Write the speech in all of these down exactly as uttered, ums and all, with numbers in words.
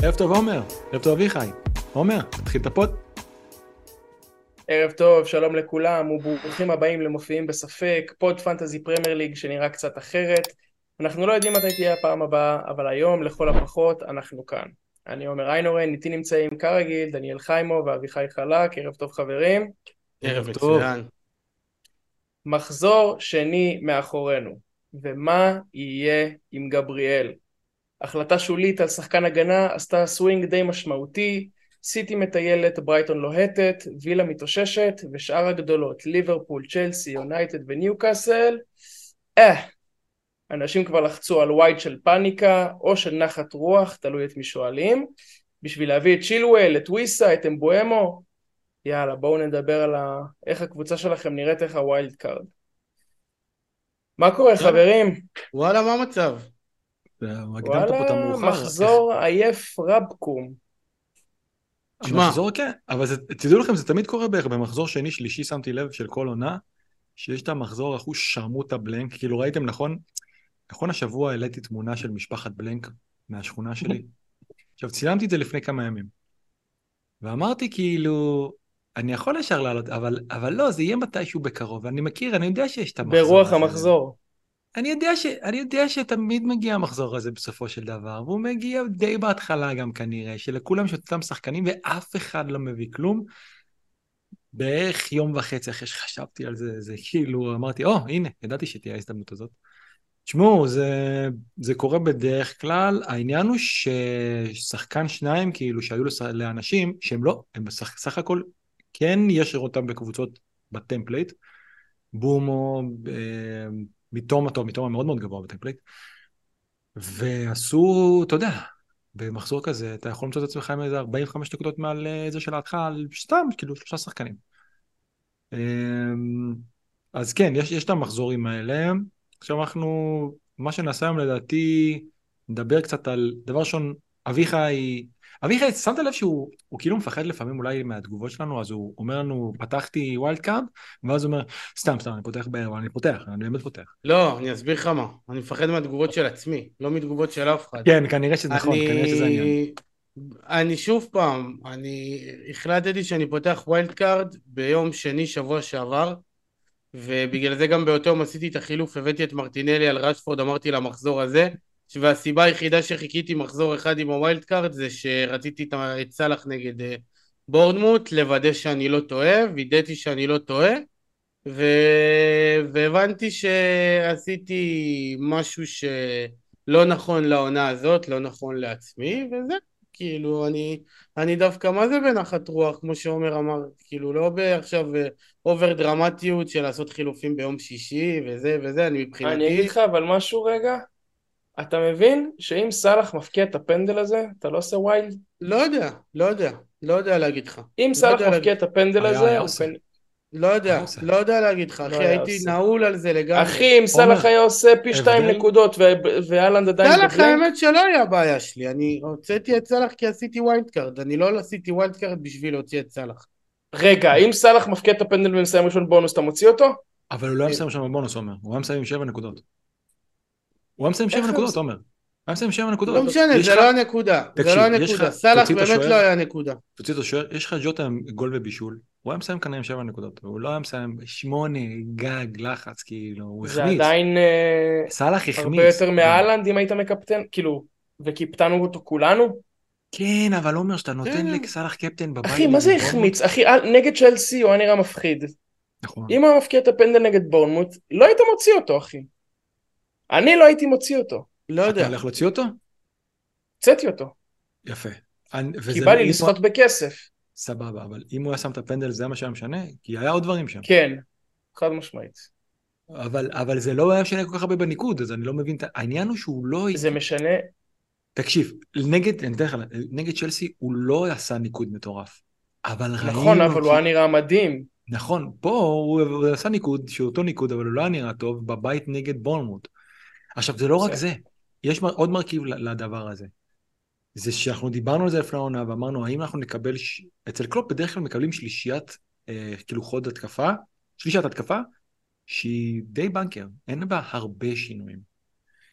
ערב טוב עומר, ערב טוב אביחי. עומר, תתחיל את הפוד. ערב טוב, שלום לכולם וברוכים הבאים למופיעים בספק, פוד פנטזי פרמייר ליג שנראה קצת אחרת. אנחנו לא יודעים מתי תהיה הפעם הבאה, אבל היום לכל הפחות אנחנו כאן. אני עומר איינורן, איתי נמצאים כרגיל, דניאל חיימו ואביחי חלק. ערב טוב חברים. ערב ערב טוב. מצוין. מחזור שני מאחורינו, ומה יהיה עם גבריאל? החלטה שולית על שחקן הגנה עשתה סווינג די משמעותי. סיטי מטיילת, ברייטון לוהטת, וילה מתאוששת, ושאר הגדולות, ליברפול, צ'לסי, יונייטד וניוקאסל, אה, אנשים כבר לחצו על ווייד של פאניקה, או של נחת רוח, תלוי את מי שואלים, בשביל להביא את צ'ילואל, את וויסה, את אמבואמו. יאללה, בואו נדבר על ה... איך הקבוצה שלכם נראית, איך הווילד קארד. מה קורה יאללה. חברים? וואלה, מה המצב? הקדמת פה את וואלה, המאוחר. מחזור עייף רבקום. איך- שמע. המחזור כן, אבל זה, תדעו לכם, זה תמיד קורה בערך במחזור שני, שלישי, שמתי לב של כל עונה, שיש את המחזור אחוז שרמוטה בלנק, כאילו ראיתם נכון, נכון השבוע העליתי תמונה של משפחת בלנק מהשכונה שלי. עכשיו צילמתי את זה לפני כמה ימים, ואמרתי כאילו, אני יכול ישר לעלות, אבל, אבל לא, זה יהיה מתישהו בקרוב, ואני מכיר, אני יודע שיש את המחזור ברוח הזה. המחזור. אני יודע, ש... אני יודע שתמיד מגיע המחזור הזה בסופו של דבר, והוא מגיע די בהתחלה גם כנראה, שלכולם יש אותם שחקנים ואף אחד לא מביא כלום. בערך יום וחצי אחרי שחשבתי על זה, זה כאילו, אמרתי, או, oh, הנה, ידעתי שתהיה ההזדמנות הזאת. תשמעו, זה, זה קורה בדרך כלל, העניין הוא ששחקן שניים, כאילו, שהיו לאנשים, שהם לא, הם בסך, סך הכל, כן יש אותם בקבוצות בטמפלייט, בומו, אה, מתום הטוב, מתום המאוד מאוד גבוה בטמפלייט, ועשו, אתה יודע, במחזור כזה, אתה יכול למצוא את עצמך עם איזה ארבעים וחמש נקודות מעל איזה שלעתך, על סתם, כאילו, שלושה שחקנים. אמ, אז כן, יש, יש את המחזורים האלה. עכשיו אנחנו, מה שנעשה היום לדעתי, נדבר קצת על, דבר ראשון, אביחי, אביחי, שמת לב שהוא הוא כאילו מפחד לפעמים אולי מהתגובות שלנו, אז הוא אומר לנו, פתחתי ווילד קארד, ואז הוא אומר, סתם, סתם, אני פותח בערב, אני פותח, אני באמת פותח. לא, אני אסביר לך מה. אני מפחד מהתגובות של עצמי, לא מתגובות של אף אחד. כן, כנראה שזה נכון, כנראה שזה העניין. אני... אני שוב פעם, אני החלטתי שאני פותח ווילד קארד ביום שני שבוע שעבר, ובגלל זה גם באותו יום עשיתי את החילוף, הבאתי את מרטינלי על רשפורד, אמרתי למחזור הזה, והסיבה היחידה שחיכיתי מחזור אחד עם הווילד קארד זה שרציתי את את סלאח נגד אה, בורנמוט, לוודא שאני לא טועה, וידאתי שאני לא טועה, ו... והבנתי שעשיתי משהו שלא נכון לעונה הזאת, לא נכון לעצמי, וזה, כאילו, אני, אני דווקא מה זה בנחת רוח, כמו שעומר אמר, כאילו, לא עכשיו אובר דרמטיות של לעשות חילופים ביום שישי, וזה וזה, אני אני אגיד מבחינתי... לך אבל משהו רגע, אתה מבין שאם סלאח מפקיע את הפנדל הזה, אתה לא עושה ווילד? לא יודע, לא יודע, לא יודע להגיד לך. אם לא סלאח יודע מפקיע להגיד, את הפנדל היה, הזה, היה הוא עושה. כנ... לא היה יודע, עושה. לא יודע להגיד לך, לא אחי, היה הייתי עושה. נעול על זה לגמרי. אחי, אם סלאח עומר, היה עושה פי שתיים הבדל, נקודות ו- והלנד עדיין סלאח בבלנק, האמת שלא היה הבעיה שלי, אני הוצאתי את סלאח כי עשיתי ווילד קארד, אני לא עשיתי ווילד קארד בשביל להוציא את סלאח. רגע, אם סלאח מפקיע את הפנדל ומסיים ראשון בונוס, אתה מוציא אותו? אבל הוא לא היה מסיים שם בבונוס, עומר. הוא היה מסיים עם שבע נקודות. הוא היה מסיים עם שבע איך נקודות, הם... עומר. הוא היה מסיים עם שבע לא נקודות. משנה, יש זה לך, לא הנקודה, זה תקשיב, לא יש לך, הנקודה, סלאח תוציא את באמת השוער, לא היה נקודה. תוציא את השוער, יש לך ג'וטה עם גול ובישול, הוא היה מסיים כנראה עם שבע נקודות, הוא לא היה מסיים שמונה, גג, לחץ, כאילו, הוא זה החמיץ. עדיין אה, סלאח הרבה החמיץ. יותר גם. מהלנד אם היית מקפטן, כאילו, וקיפטנו אותו כולנו. כן, אבל עומר, שאתה נותן כן, לסלאח קפטן אחי, בבית מה זה נגד בורנמוט, החמיץ? אחי, אל- נגד צ'לסי הוא היה נראה מפחיד. נכון. אם הוא היה מפקיע את הפנדל נגד בורנמוט, לא היית מוציא אותו, אחי. אני לא הייתי מוציא אותו. לא אתה יודע. הולך להוציא אותו? הוצאתי אותו. יפה. אני- כי וזה, בא לי אם הוא- לסחוט בכסף. סבבה, אבל אם הוא היה שם את הפנדל זה מה שהיה משנה, כי היה עוד דברים שם. כן, חד משמעית. אבל, אבל זה לא היה משנה כל כך הרבה בניקוד, אז אני לא מבין, את ה- העניין הוא שהוא לא, זה משנה, תקשיב, נגד, אני אתן לך, נגד צ'לסי הוא לא עשה ניקוד מטורף, אבל נכון, ראינו, אבל הוא כי, היה נראה מדהים. נכון, פה הוא, הוא עשה ניקוד, שהוא אותו ניקוד, אבל הוא לא היה נראה טוב, בבית נגד בורנמוט. עכשיו, זה לא רק זה. זה, יש מ- עוד מרכיב ל- לדבר הזה, זה שאנחנו דיברנו על זה לפני העונה, ואמרנו, האם אנחנו נקבל, ש... אצל קלופ בדרך כלל מקבלים שלישיית, אה, כאילו חוד התקפה, שלישיית התקפה, שהיא די בנקר, אין בה הרבה שינויים.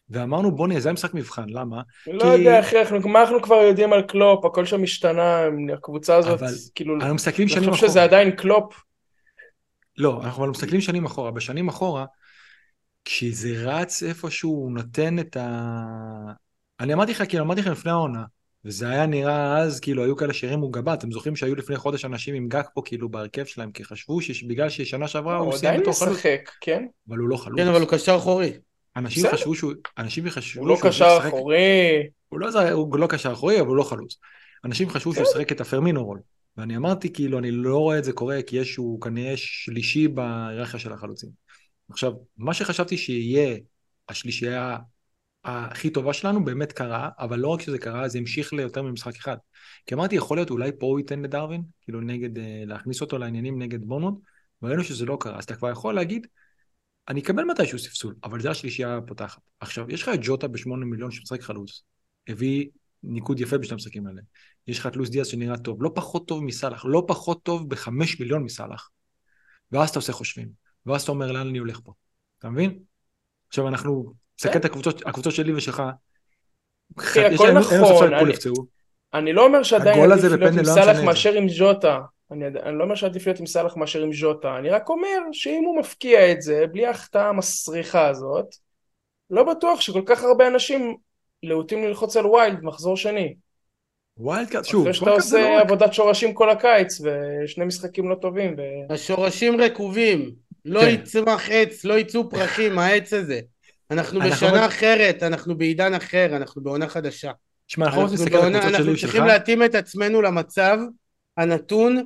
ואמרנו בוא נהיה, זה משחק מבחן, למה? לא כי... יודע אחי, אנחנו, מה אנחנו כבר יודעים על קלופ, הכל שם השתנה, הקבוצה הזאת, אבל כאילו, אנחנו מסתכלים אני שנים חושב שזה אחורה. עדיין קלופ. לא, אנחנו אבל מסתכלים שנים אחורה. בשנים אחורה, כשזה רץ איפשהו, הוא נותן את ה... אני אמרתי לך, כאילו, אמרתי לך לפני העונה, וזה היה נראה אז, כאילו, היו כאלה שהרימו גבה, אתם זוכרים שהיו לפני חודש אנשים עם גג פה, כאילו, בהרכב שלהם, כי חשבו שבגלל ששנה שעברה הוא הוא סיים עדיין בתור חלוץ, משחק, כן? אבל הוא לא כן, אבל חלוץ. הוא קשר אחורי. אנשים בסדר. חשבו שהוא, אנשים הוא חשבו לא שהוא צריך קשר לשחק, אחורי. הוא לא, ז- הוא לא קשר אחורי, אבל הוא לא חלוץ. אנשים חשבו שהוא בסדר. ישחק את הפרמינו רול, ואני אמרתי, כאילו, אני לא רואה את זה קורה, כי יש, הוא כנראה שלישי בהיררכיה של החלוצים. עכשיו, מה שחשבתי שיהיה השלישייה הכי טובה שלנו באמת קרה, אבל לא רק שזה קרה, זה המשיך ליותר ממשחק אחד. כי אמרתי, יכול להיות, אולי פה הוא ייתן לדרווין, כאילו נגד, אה, להכניס אותו לעניינים נגד בורנמוט, וראינו שזה לא קרה. אז אתה כבר יכול להגיד, אני אקבל מתישהו ספסול, אבל זה השלישייה הפותחת. עכשיו, יש לך את ג'וטה בשמונה מיליון שמשחק חלוץ, הביא ניקוד יפה בשני המשחקים האלה. יש לך את לואיס דיאז שנראה טוב, לא פחות טוב מסלח, לא פחות טוב בחמש מיליון מסלח. ואז אתה עושה חושבים, ואז אתה אומר, לאן אני הולך פה? אתה מבין? עכשיו אנחנו, תסתכל את הקבוצות, הקבוצות שלי ושלך, אחי, יש הכל להם אין ספסל נכון, את כול אני, נפצעו, אני לא אומר שעדיין הגול עדיף הזה להיות בפנדל עם לא סלאח משנה את זה. מאשר עם ז'וטה. אני, אני לא אומר שעדיף להיות עם סלאח מאשר עם ז'וטה. אני רק אומר שאם הוא מפקיע את זה, בלי ההחטאה המסריחה הזאת, לא בטוח שכל כך הרבה אנשים להוטים ללחוץ על ויילד מחזור שני. ווילד קאט, שוב, אחרי שאתה ווילד קאט זה לא עושה רק, עבודת שורשים כל הקיץ, ושני משחקים לא טובים. ו... השורשים רקובים, לא כן. יצמח עץ, לא יצאו פרחים, העץ הזה. אנחנו אנחנו בשנה אבל- אחרת, אנחנו בעידן אחר, אנחנו בעונה חדשה. שמע, אנחנו לא רוצים אנחנו, להסתכל על בעונה, הקבוצות שלי אנחנו ושלך, צריכים להתאים את עצמנו למצב הנתון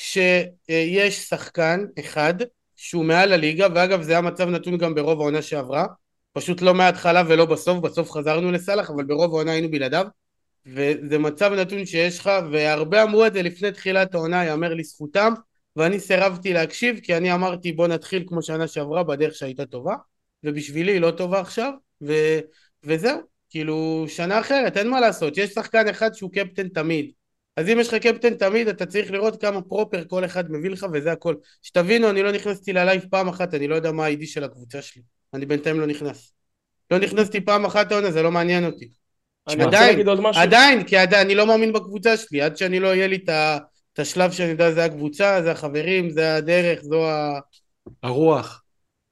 שיש שחקן אחד שהוא מעל הליגה, ואגב זה המצב נתון גם ברוב העונה שעברה, פשוט לא מההתחלה ולא בסוף, בסוף חזרנו לסלח, אבל ברוב העונה היינו בלעדיו, וזה מצב נתון שיש לך, והרבה אמרו את זה לפני תחילת העונה, יאמר לזכותם, ואני סירבתי להקשיב, כי אני אמרתי בוא נתחיל כמו שנה שעברה, בדרך שהייתה טובה, ובשבילי היא לא טובה עכשיו, ו... וזהו, כאילו שנה אחרת, אין מה לעשות, יש שחקן אחד שהוא קפטן תמיד, אז אם יש לך קפטן תמיד, אתה צריך לראות כמה פרופר כל אחד מביא לך, וזה הכל. שתבינו, אני לא נכנסתי ללייב פעם אחת, אני לא יודע מה ה-איי די של הקבוצה שלי, אני בינתיים לא נכנס. לא נכנסתי פעם אחת העונה, זה לא מעניין אותי. אני רוצה עדיין, להגיד עוד משהו. עדיין, כי עדיין, אני לא מאמין בקבוצה שלי, עד שאני לא יהיה לי את ה- את השלב שאני יודע, זה הקבוצה, זה החברים, זה הדרך, זו ה... הרוח.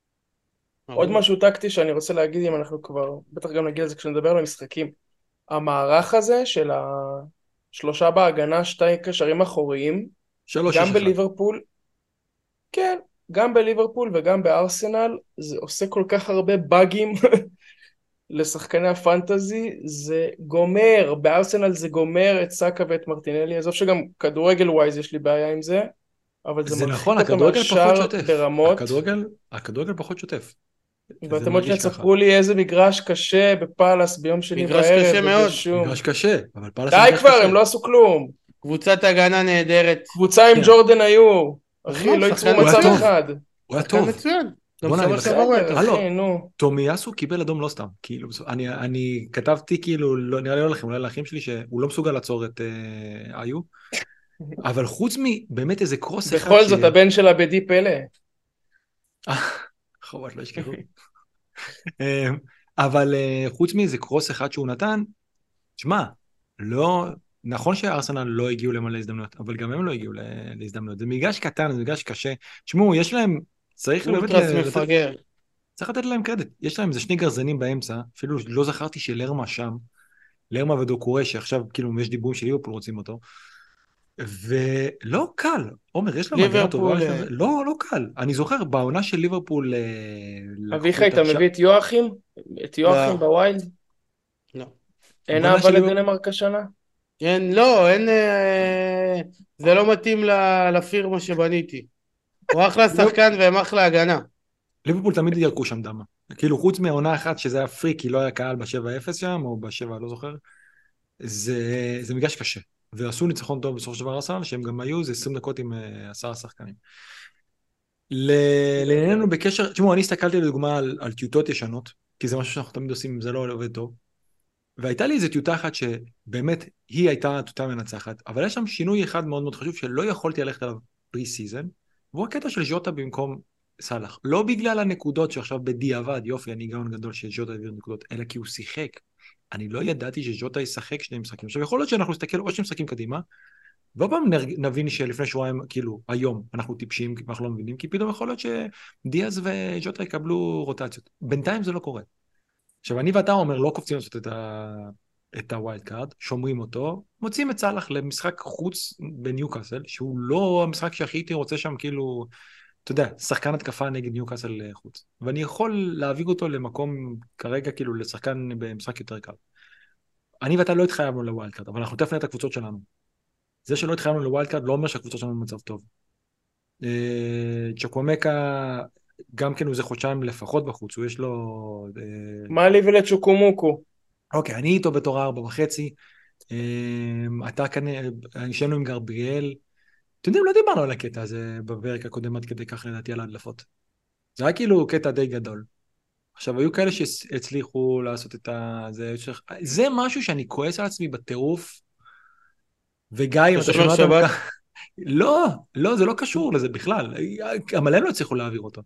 עוד משהו טקטי שאני רוצה להגיד, אם אנחנו כבר, בטח גם נגיד על זה כשנדבר על המשחקים. המערך הזה של השלושה בהגנה, שתי קשרים אחוריים, שלוש גם שש אחד. בליברפול, כן, גם בליברפול וגם בארסנל, זה עושה כל כך הרבה באגים לשחקני הפנטזי, זה גומר, בארסנל זה גומר את סאקה ואת מרטינלי, עזוב שגם כדורגל ווייז יש לי בעיה עם זה, אבל זה זה מרחיק נכון, אותם הכדורגל פחות מהשאר שוטף. ברמות, הכדורגל, הכדורגל פחות שוטף. זה ואתם עוד מרגיש תספרו לי איזה מגרש קשה בפאלאס ביום שני מגרש בערב, קשה מאוד. ובשום. מגרש קשה, אבל פאלאס זה די מגרש כבר, קשה. הם לא עשו כלום. קבוצת הגנה נהדרת. קבוצה עם שנייה. ג'ורדן היו. אז אחי, מה, לא שחקן ייצרו מצב מצוין. אחד. הוא היה שחקן טוב. מצוין. גם בוא'נה, שבוע אני שעבר הוא היה בסדר, טוב. הלו. אחי, נו. טומיאסו קיבל אדום לא סתם, כאילו, אני, אני כתבתי כאילו, לא, נראה לי לא לכם, אולי לאחים שלי, שהוא לא מסוגל לעצור את אה, איו, אבל חוץ מבאמת איזה קרוס אחד בכל זאת, הבן שלה בדי פלא. חובות, לא ישכחו. אה, אבל אה, חוץ מאיזה קרוס אחד שהוא נתן, תשמע, לא, נכון שהארסנל לא הגיעו למלא הזדמנויות, אבל גם הם לא הגיעו לה- להזדמנויות, זה מגרש קטן, זה מגרש קשה, תשמעו, יש להם, צריך באמת, אולטרס לתת- מפגר. צריך לתת להם קרדיט, יש להם איזה שני גרזנים באמצע, אפילו לא זכרתי שלרמה שם, לרמה ודוקורי, שעכשיו כאילו יש דיבורים של ליברפול רוצים אותו, ולא קל, עומר, יש להם הגנה טובה, ליברפול, יש להם... אה, לא, לא קל, אני זוכר, בעונה של ליברפול, אה, לקחו אביחי, את אתה הש- מביא את יואכים? את יואכים לא. בוויילד? לא. אין בעונה אהבה של ליבר- לדנמרק השנה? אין, לא, אין, אה, זה לא מתאים ל- לפירמה שבניתי. הוא אחלה שחקן והם אחלה הגנה. ליברפול תמיד ירקו שם דמה, כאילו חוץ מהעונה אחת שזה היה פרי, כי לא היה קהל ב-שבע אפס שם, או ב-שבע, לא זוכר, זה, זה מגרש קשה, ועשו ניצחון טוב בסופו של דבר ארסנל, שהם גם היו, זה עשרים דקות עם אה, עשרה שחקנים. ל- לענייננו בקשר, תשמעו, אני הסתכלתי לדוגמה על, על טיוטות ישנות, כי זה משהו שאנחנו תמיד עושים, אם זה לא עובד טוב, והייתה לי איזו טיוטה אחת שבאמת היא הייתה טיוטה מנצחת, אבל יש שם שינוי אחד מאוד מאוד חשוב שלא יכולתי ללכת עליו פרי סיזן, והוא הקטע של ז'וטה במקום סלאח. לא בגלל הנקודות שעכשיו בדיעבד, יופי, אני גאון גדול שז'וטה העביר נקודות, אלא כי הוא שיחק. אני לא ידעתי שז'וטה ישחק שני משחקים. עכשיו, יכול להיות שאנחנו נסתכל עוד שני משחקים קדימה, ועוד פעם נבין שלפני שבועיים, כאילו, היום אנחנו טיפשים, אנחנו לא מבינים, כי פתאום יכול להיות שדיאז וז'וטה יקבלו רוטציות. בינתיים זה לא קורה. עכשיו, אני ואתה אומר, לא קופצים לעשות את ה... את הווילד קארד, שומרים אותו, מוצאים את סלאח למשחק חוץ בניוקאסל, שהוא לא המשחק שהכי הייתי רוצה שם, כאילו, אתה יודע, שחקן התקפה נגד ניוקאסל חוץ. ואני יכול להביא אותו למקום, כרגע, כאילו, לשחקן במשחק יותר קל. אני ואתה לא התחייבנו לווילד קארד, אבל אנחנו תפנה את הקבוצות שלנו. זה שלא התחייבנו לווילד קארד לא אומר שהקבוצות שלנו במצב טוב. צ'קוומקה, גם כן הוא זה חודשיים לפחות בחוץ, הוא יש לו... מה לי ולצ'וקומוקו? אוקיי, אני איתו בתור ארבע וחצי, אתה כנראה, נשארנו עם גרביאל, אתם יודעים, לא דיברנו על הקטע הזה בפרק הקודם עד כדי כך לדעתי על ההדלפות. זה היה כאילו קטע די גדול. עכשיו, היו כאלה שהצליחו לעשות את ה... זה, זה משהו שאני כועס על עצמי בטירוף, וגיא, אם אתה שומע אותם כך... לא, לא, זה לא קשור לזה בכלל. אבל הם לא הצליחו להעביר אותו.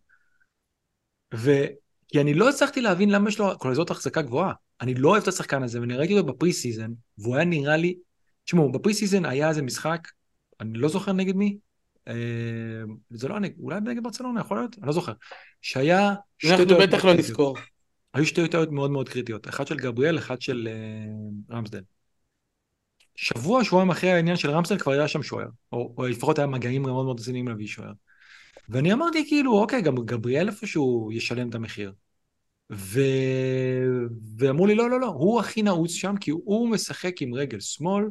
ו... כי אני לא הצלחתי להבין למה יש לו כל זאת החזקה גבוהה. אני לא אוהב את השחקן הזה, ואני ראיתי אותו בפרי סיזן, והוא היה נראה לי... תשמעו, בפרי סיזן היה איזה משחק, אני לא זוכר נגד מי, אה, זה לא, אולי נגד ברצלונה, יכול להיות? אני לא זוכר. שהיה... אנחנו בטח לא נזכור. היו שתי טעויות מאוד מאוד קריטיות, אחד של גבריאל, אחד של אה, רמסדל. שבוע, שבועיים אחרי העניין של רמסדל כבר היה שם שוער, או, או לפחות היה מגעים מאוד מאוד רציניים להביא שוער. ואני אמרתי כאילו, אוקיי, גם גבריאל איפשהו ישלם את המחיר. ו... ואמרו לי, לא, לא, לא, הוא הכי נעוץ שם, כי הוא משחק עם רגל שמאל,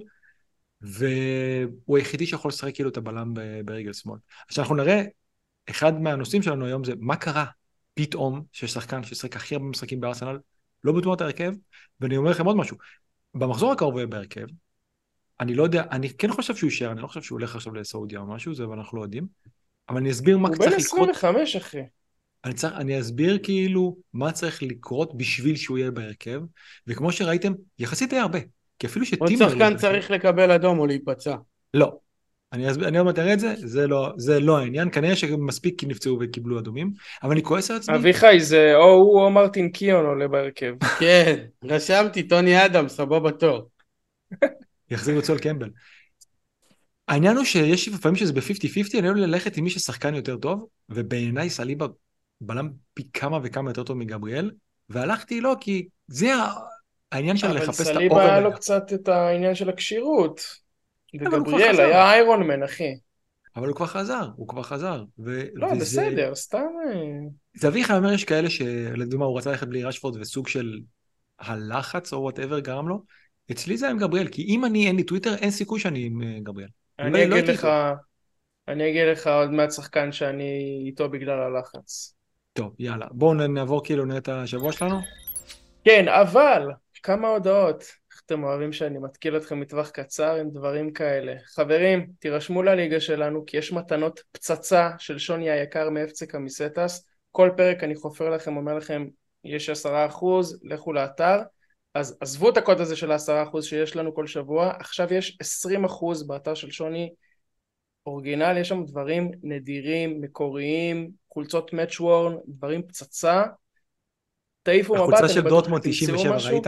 והוא היחידי שיכול לשחק כאילו את הבלם ברגל שמאל. עכשיו אנחנו נראה, אחד מהנושאים שלנו היום זה, מה קרה פתאום ששחקן ששחק הכי הרבה משחקים בארסנל, לא בתמונת ההרכב, ואני אומר לכם עוד משהו, במחזור הקרוב בהרכב, אני לא יודע, אני כן חושב שהוא יישאר, אני לא חושב שהוא הולך עכשיו לסעודיה או משהו, זה אבל אנחנו לא יודעים, אבל אני אסביר מה צריך לקרות. הוא בן עשרים וחמש אחי. אני, צריך, אני אסביר כאילו מה צריך לקרות בשביל שהוא יהיה בהרכב, וכמו שראיתם, יחסית די הרבה, כי אפילו שטימבר... עוד שחקן צריך לקבל אדום או להיפצע. לא. אני, אסביר, אני עוד מתאר את זה, זה לא, זה לא העניין, כנראה שמספיק נפצעו וקיבלו אדומים, אבל אני כועס על עצמי. אביחי, זה או הוא או מרטין קיון עולה בהרכב. כן, רשמתי, טוני אדם, סבבה בתור. יחזיר לצול קמבל. העניין הוא שיש לפעמים שזה ב-חמישים חמישים, אני אוהב ללכת עם מי ששחקן יותר טוב, ובעיניי סליבה בלם פי כמה וכמה יותר טוב מגבריאל, והלכתי לו כי זה העניין של לחפש את האובר. אבל סליבה היה לו קצת את העניין של הקשירות, וגבריאל היה איירון מן, אחי. אבל הוא כבר חזר, הוא כבר חזר. לא, בסדר, סתם... זה אביך אומר, יש כאלה שלדוגמה הוא רצה ללכת בלי רשפורד, וסוג של הלחץ או whatever גרם לו, אצלי זה עם גבריאל, כי אם אני אין לי טוויטר, אין סיכוי שאני עם גבריאל. אני אגיד לך, אני אגיד לך עוד מעט שחקן שאני איתו בגלל הלחץ. טוב, יאללה. בואו נעבור כאילו נהיה את השבוע שלנו. כן, אבל כמה הודעות. איך אתם אוהבים שאני מתקיל אתכם מטווח קצר עם דברים כאלה. חברים, תירשמו לליגה שלנו, כי יש מתנות פצצה של שוני היקר מאפצה קמיסטס. כל פרק אני חופר לכם, אומר לכם, יש עשרה אחוז, לכו לאתר. אז עזבו את הקוד הזה של ה-עשרה אחוז שיש לנו כל שבוע. עכשיו יש עשרים אחוז באתר של שוני אורגינל, יש שם דברים נדירים, מקוריים, חולצות מאצ'וורן, דברים פצצה. תעיפו מבט, החולצה של דורטמונד תשעים ושבע, ראית?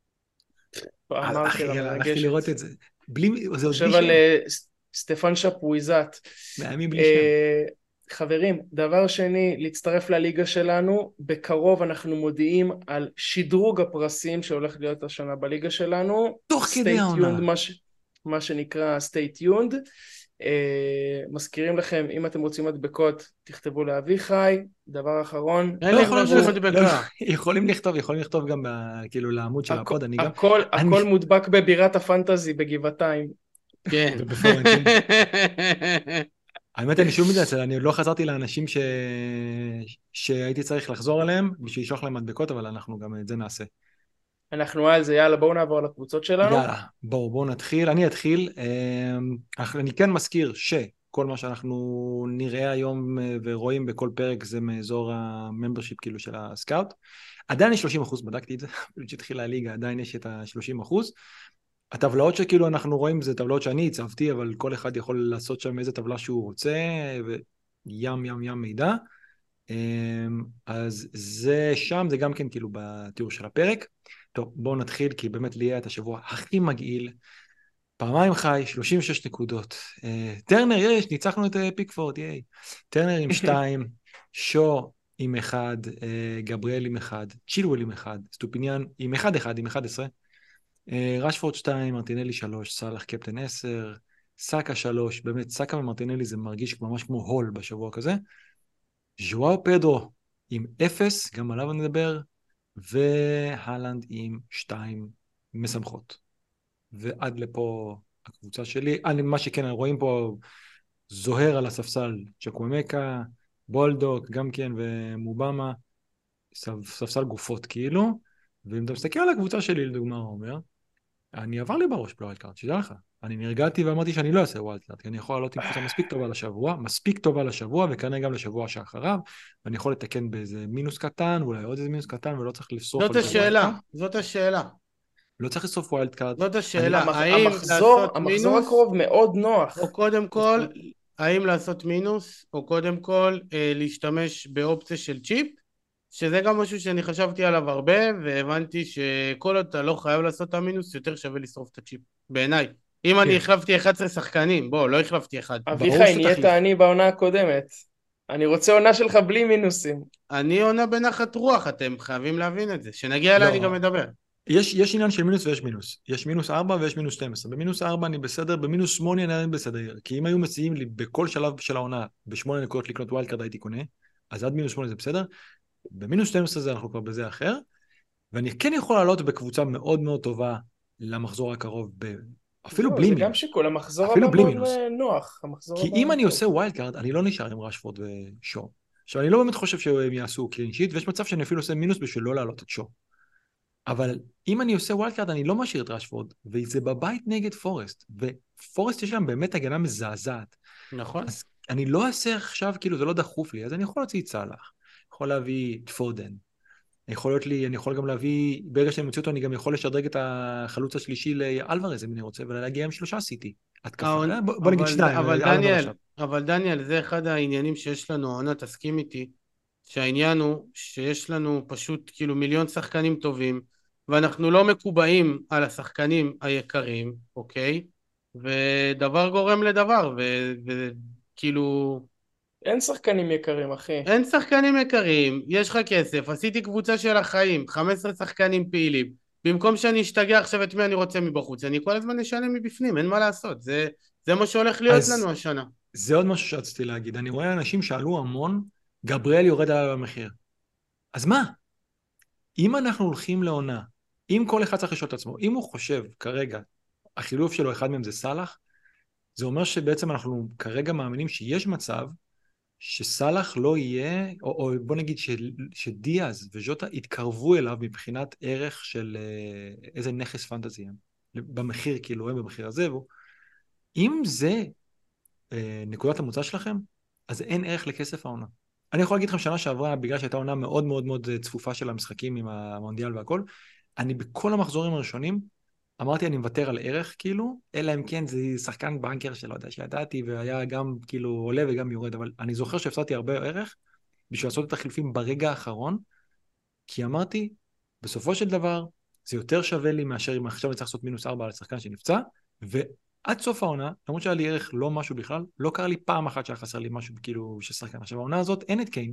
אמרתי לה, הלכתי לראות את זה. זה חושב על סטפן שפויזת. מאמין בלי שם. חברים, דבר שני, להצטרף לליגה שלנו, בקרוב אנחנו מודיעים על שדרוג הפרסים שהולך להיות השנה בליגה שלנו. תוך כדי העונה. מה שנקרא stay tuned. Uh, מזכירים לכם, אם אתם רוצים מדבקות, תכתבו לאביחי. דבר אחרון, יכולים לכתוב, יכולים לכתוב גם כאילו לעמוד של הפוד. הכל הכל מודבק בבירת הפנטזי בגבעתיים. כן. האמת אני שוב מתנצל, אני עוד לא חזרתי לאנשים שהייתי צריך לחזור עליהם בשביל לשלוח להם מדבקות, אבל אנחנו גם את זה נעשה. אנחנו על זה, יאללה, בואו נעבור לקבוצות שלנו. יאללה, בואו, בואו נתחיל. אני אתחיל. אני כן מזכיר שכל מה שאנחנו נראה היום ורואים בכל פרק זה מאזור הממברשיפ כאילו של הסקאוט. עדיין יש שלושים אחוז, בדקתי את זה, כשהתחילה הליגה, עדיין יש את ה-שלושים אחוז. הטבלאות שכאילו אנחנו רואים זה טבלאות שאני הצבתי, אבל כל אחד יכול לעשות שם איזה טבלה שהוא רוצה, וים ים ים מידע. אז זה שם, זה גם כן כאילו בתיאור של הפרק. טוב, בואו נתחיל, כי באמת לי היה את השבוע הכי מגעיל. פעמיים חי, שלושים ושש נקודות. טרנר, יש, ניצחנו את פיקפורד, ייי. טרנר עם שתיים, שו עם אחד, גבריאל עם אחד, צ'ילואל עם אחד, סטופיניאן עם אחד אחד, עם אחד עשרה, רשפורד שתיים, מרטינלי שלוש, סלאח קפטן עשר, סאקה שלוש, באמת סאקה ומרטינלי זה מרגיש ממש כמו הול בשבוע כזה, ז'ואאו פדרו עם אפס, גם עליו נדבר, והלנד עם שתיים משמחות. ועד לפה הקבוצה שלי, אני, מה שכן, רואים פה זוהר על הספסל, צ'קוומקה, בולדוק, גם כן, ומובמה, ספסל גופות כאילו, ואם אתה מסתכל על הקבוצה שלי, לדוגמה, אומר, אני עבר לי בראש בווילד קארד, שתדע לך. אני נרגעתי ואמרתי שאני לא אעשה ווילד קארד, כי אני יכול לעלות עם קבוצה מספיק טובה לשבוע, מספיק טובה לשבוע, וכנראה גם לשבוע שאחריו, ואני יכול לתקן באיזה מינוס קטן, ואולי עוד איזה מינוס קטן, ולא צריך לשרוף זאת השאלה, זאת השאלה. לא צריך לשרוף ווילד קארד. זאת השאלה, המח... האם המחזור, לעשות המחזור מינוס, הקרוב מאוד נוח. או קודם כל, האם לעשות מינוס, או קודם כל אה, להשתמש באופציה של צ'יפ, שזה גם משהו שאני חשבתי עליו הרבה, והבנתי שכל עוד אתה לא חייב לעשות את המינוס, יותר שווה לשרוף את הצ'יפ, בעיניי. אם כן. אני החלפתי אחד עשר שחקנים, בוא, לא החלפתי אחד. אביחי, נהיית אני בעונה הקודמת. אני רוצה עונה שלך בלי מינוסים. אני עונה בנחת רוח, אתם חייבים להבין את זה. שנגיע אליי לא. אני גם מדבר. יש, יש עניין של מינוס ויש מינוס. יש מינוס ארבע ויש מינוס שתים עשרה. במינוס ארבע אני בסדר, במינוס שמונה אני בסדר. כי אם היו מציעים לי בכל שלב של העונה, בשמונה נקודות לקנות ווילד קארד הייתי קונה, אז עד מינוס שמונה זה בסדר. במינוס שתים עשרה זה אנחנו כבר בזה אחר. ואני כן יכול לעלות בקבוצה מאוד מאוד טובה למחזור הקרוב, ב... אפילו לא, בלי זה מינוס. גם שיקול, המחזור אפילו הבא בלי מאוד מינוס. נוח. כי אם אני עושה ווילד קארד, אני לא נשאר עם רשפורד ושו. עכשיו, אני לא באמת חושב שהם יעשו קלין שיט, ויש מצב שאני אפילו עושה מינוס בשביל לא לעלות את שו. אבל אם אני עושה ווילד קארד, אני לא משאיר את רשפורד, וזה בבית נגד פורסט, ופורסט יש להם באמת הגנה מזעזעת. נכון. אז אני לא אעשה עכשיו, כאילו זה לא דחוף לי, אז אני יכול להוציא את סלאח, יכול להביא את פודן, יכול להיות לי, אני יכול גם להביא, ברגע שאני מוציא אותו, אני גם יכול לשדרג את החלוץ השלישי לאלוורז, אם אני רוצה, ולהגיע עם שלושה סיטי. התקפה, בוא נגיד שניים. אבל דניאל, אבל דניאל, זה אחד העניינים שיש לנו, עונה, תסכים איתי, שהעניין הוא שיש לנו פשוט כאילו מיליון שחקנים טובים, ואנחנו לא מקובעים על השחקנים היקרים, אוקיי? ודבר גורם לדבר, וכאילו... אין שחקנים יקרים, אחי. אין שחקנים יקרים, יש לך כסף, עשיתי קבוצה של החיים, חמישה עשר שחקנים פעילים, במקום שאני אשתגע עכשיו את מי אני רוצה מבחוץ, אני כל הזמן אשלם מבפנים, אין מה לעשות, זה, זה מה שהולך להיות אז לנו השנה. זה עוד משהו שרציתי להגיד, אני רואה אנשים שעלו המון, גבריאל יורד עליו במחיר. אז מה? אם אנחנו הולכים לעונה, אם כל אחד צריך לשאול את עצמו, אם הוא חושב כרגע, החילוף שלו אחד מהם זה סלאח, זה אומר שבעצם אנחנו כרגע מאמינים שיש מצב שסלאח לא יהיה, או, או בוא נגיד ש, שדיאז וז'וטה יתקרבו אליו מבחינת ערך של איזה נכס פנטזי הם, במחיר, כאילו הם במחיר הזה, והוא, אם זה נקודת המוצא שלכם, אז אין ערך לכסף העונה. אני יכול להגיד לכם שנה שעברה, בגלל שהייתה עונה מאוד מאוד מאוד צפופה של המשחקים עם המונדיאל והכל, אני בכל המחזורים הראשונים, אמרתי אני מוותר על ערך כאילו, אלא אם כן זה שחקן בנקר שלא יודע, שידעתי והיה גם כאילו עולה וגם יורד, אבל אני זוכר שהפסדתי הרבה ערך, בשביל לעשות את החילופים ברגע האחרון, כי אמרתי, בסופו של דבר, זה יותר שווה לי מאשר אם עכשיו אני צריך לעשות מינוס ארבע על השחקן שנפצע, ועד סוף העונה, למרות שהיה לי ערך לא משהו בכלל, לא קרה לי פעם אחת שהיה חסר לי משהו כאילו ששחקן. עכשיו העונה הזאת אין את קיין,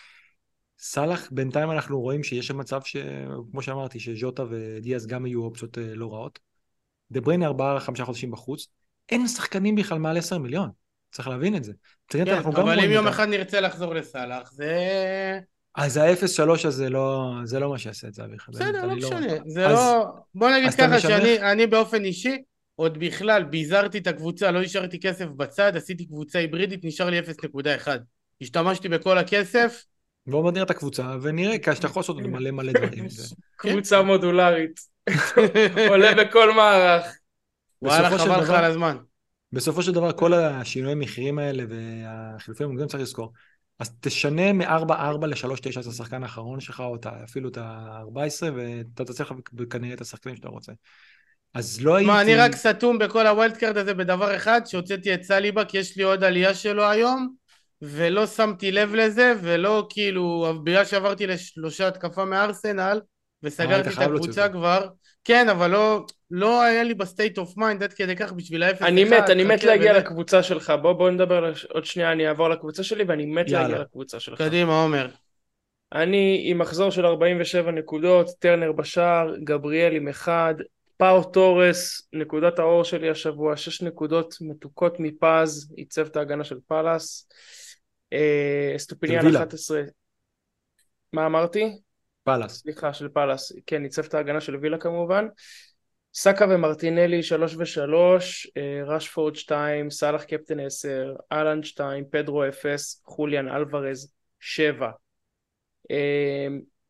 סלאח בינתיים אנחנו רואים שיש מצב שכמו שאמרתי, שז'וטה ודיאז גם יהיו אופציות לא רעות, דבריינה ארבעה חמישה חודשים בחוץ, אין שחקנים בכלל מעל עשר מיליון, צריך להבין את זה. כן, אבל אם יום אחד נרצה לחזור לסלאח, זה... אז ה-אפס שלוש הזה לא, זה לא מה שיעשה את זה, אביך. בסדר, לא משנה. זה לא... בוא נגיד ככה שאני באופן אישי, עוד בכלל ביזרתי את הקבוצה, לא השארתי כסף בצד, עשיתי קבוצה היברידית, נשאר לי אפס נקודה אחת. השתמשתי בכל הכסף. בואו נראה את הקבוצה, ונראה, כי שאתה יכול לעשות מלא מלא דברים. קבוצה מודולרית. עולה בכל מערך. וואלה, חבל לך על הזמן. בסופו של דבר, כל השינוי מחירים האלה, והחילופים המוקדמים צריך לזכור, אז תשנה מ-ארבע ארבע ל-שלוש תשע את השחקן האחרון שלך, או אפילו את ה-ארבע עשרה, ואתה תצליח כנראה את השחקנים שאתה רוצה. אז לא הייתי... מה, אני רק סתום בכל הווילד קארד הזה בדבר אחד, שהוצאתי את סליבה, כי יש לי עוד עלייה שלו היום, ולא שמתי לב לזה, ולא כאילו, בגלל שעברתי לשלושה התקפה מארסנל, אבל היית וסגרתי את חייב להוציא הקבוצה אותו. כבר, כן, אבל לא, לא היה לי בסטייט אוף מיינד עד כדי כך בשביל ה-אפס אחד, אני מת, אני מת חכה להגיע וזה. לקבוצה שלך, בוא בוא נדבר על- עוד שנייה, אני אעבור לקבוצה שלי ואני מת להגיע יאללה. לקבוצה שלך. קדימה, עומר. אני עם מחזור של ארבעים ושבע נקודות, טרנר בשער, גבריאל עם אחד, פאו טורס, נקודת האור שלי השבוע, שש נקודות מתוקות מפז, עיצב את ההגנה של פלאס, אה, של סטופיניאן וילה, אחת עשרה, מה אמרתי? פאלאס. סליחה, של פלאס, כן, עיצב את ההגנה של וילה כמובן, סאקה ומרטינלי שלוש ושלוש, אה, רשפורד שתיים, סאלח קפטן עשר, אלן שתיים, פדרו אפס, חוליאן אלוורז שבע. אה,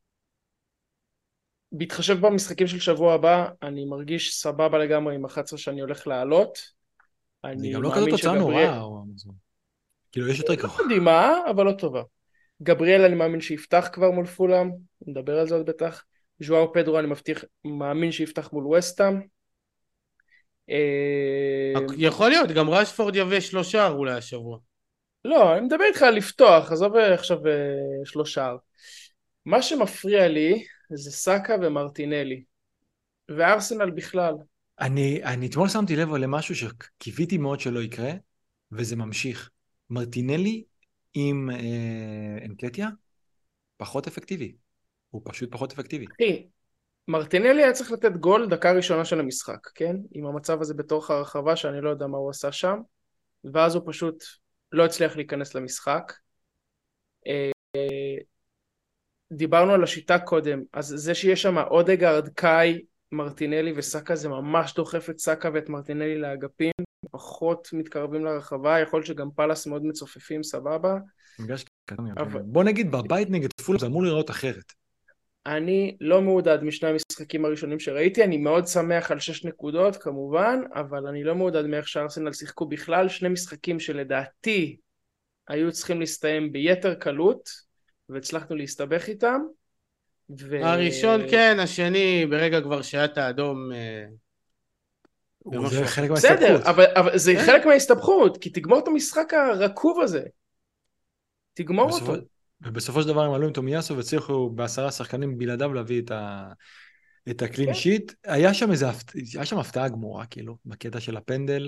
בהתחשב במשחקים של שבוע הבא, אני מרגיש סבבה לגמרי עם אחת עשרה שאני הולך לעלות. זה אני גם לא כזאת מאמין תוצאה שגבריאל... נוראה, או- כאילו יש יותר לא גרוע. מדהימה, אבל לא טובה. גבריאל אני מאמין שיפתח כבר מול פולאם, נדבר על זה עוד בטח. ז'ואאו פדרו אני מבטיח, מאמין שיפתח מול וסטהאם. אה, יכול להיות, גם רשפורד יביא שלושה אולי השבוע. לא, אני מדבר איתך על לפתוח, עזוב עכשיו אה, שלושה. מה שמפריע לי זה סאקה ומרטינלי, וארסנל בכלל. אני, אני אתמול שמתי לב למשהו שקיוויתי מאוד שלא יקרה, וזה ממשיך. מרטינלי עם אה, אנקטיה פחות אפקטיבי. הוא פשוט פחות אפקטיבי. אחי, מרטינלי היה צריך לתת גול דקה ראשונה של המשחק, כן? עם המצב הזה בתוך הרחבה שאני לא יודע מה הוא עשה שם, ואז הוא פשוט לא הצליח להיכנס למשחק. דיברנו על השיטה קודם, אז זה שיש שם אודגרד, קאי, מרטינלי וסאקה זה ממש דוחף את סאקה ואת מרטינלי לאגפים, פחות מתקרבים לרחבה, יכול להיות שגם פלס מאוד מצופפים, סבבה. אבל... בוא נגיד בבית נגד פול זה אמור לראות אחרת. אני לא מעודד משני המשחקים הראשונים שראיתי, אני מאוד שמח על שש נקודות כמובן, אבל אני לא מעודד מאיך שארסנל שיחקו בכלל, שני משחקים שלדעתי היו צריכים להסתיים ביתר קלות, והצלחנו להסתבך איתם. ו... הראשון כן, השני ברגע כבר שהיה את האדום. זה חלק בסדר, מההסתבכות. אבל, אבל זה חלק מההסתבכות, כי תגמור את המשחק הרקוב הזה. תגמור בסופו... אותו. ובסופו של דבר הם עלו עם תומיאסו והצליחו בעשרה שחקנים בלעדיו להביא את ה... את הקלין שיט. היה שם איזה, היה שם הפתעה גמורה, כאילו, בקטע של הפנדל.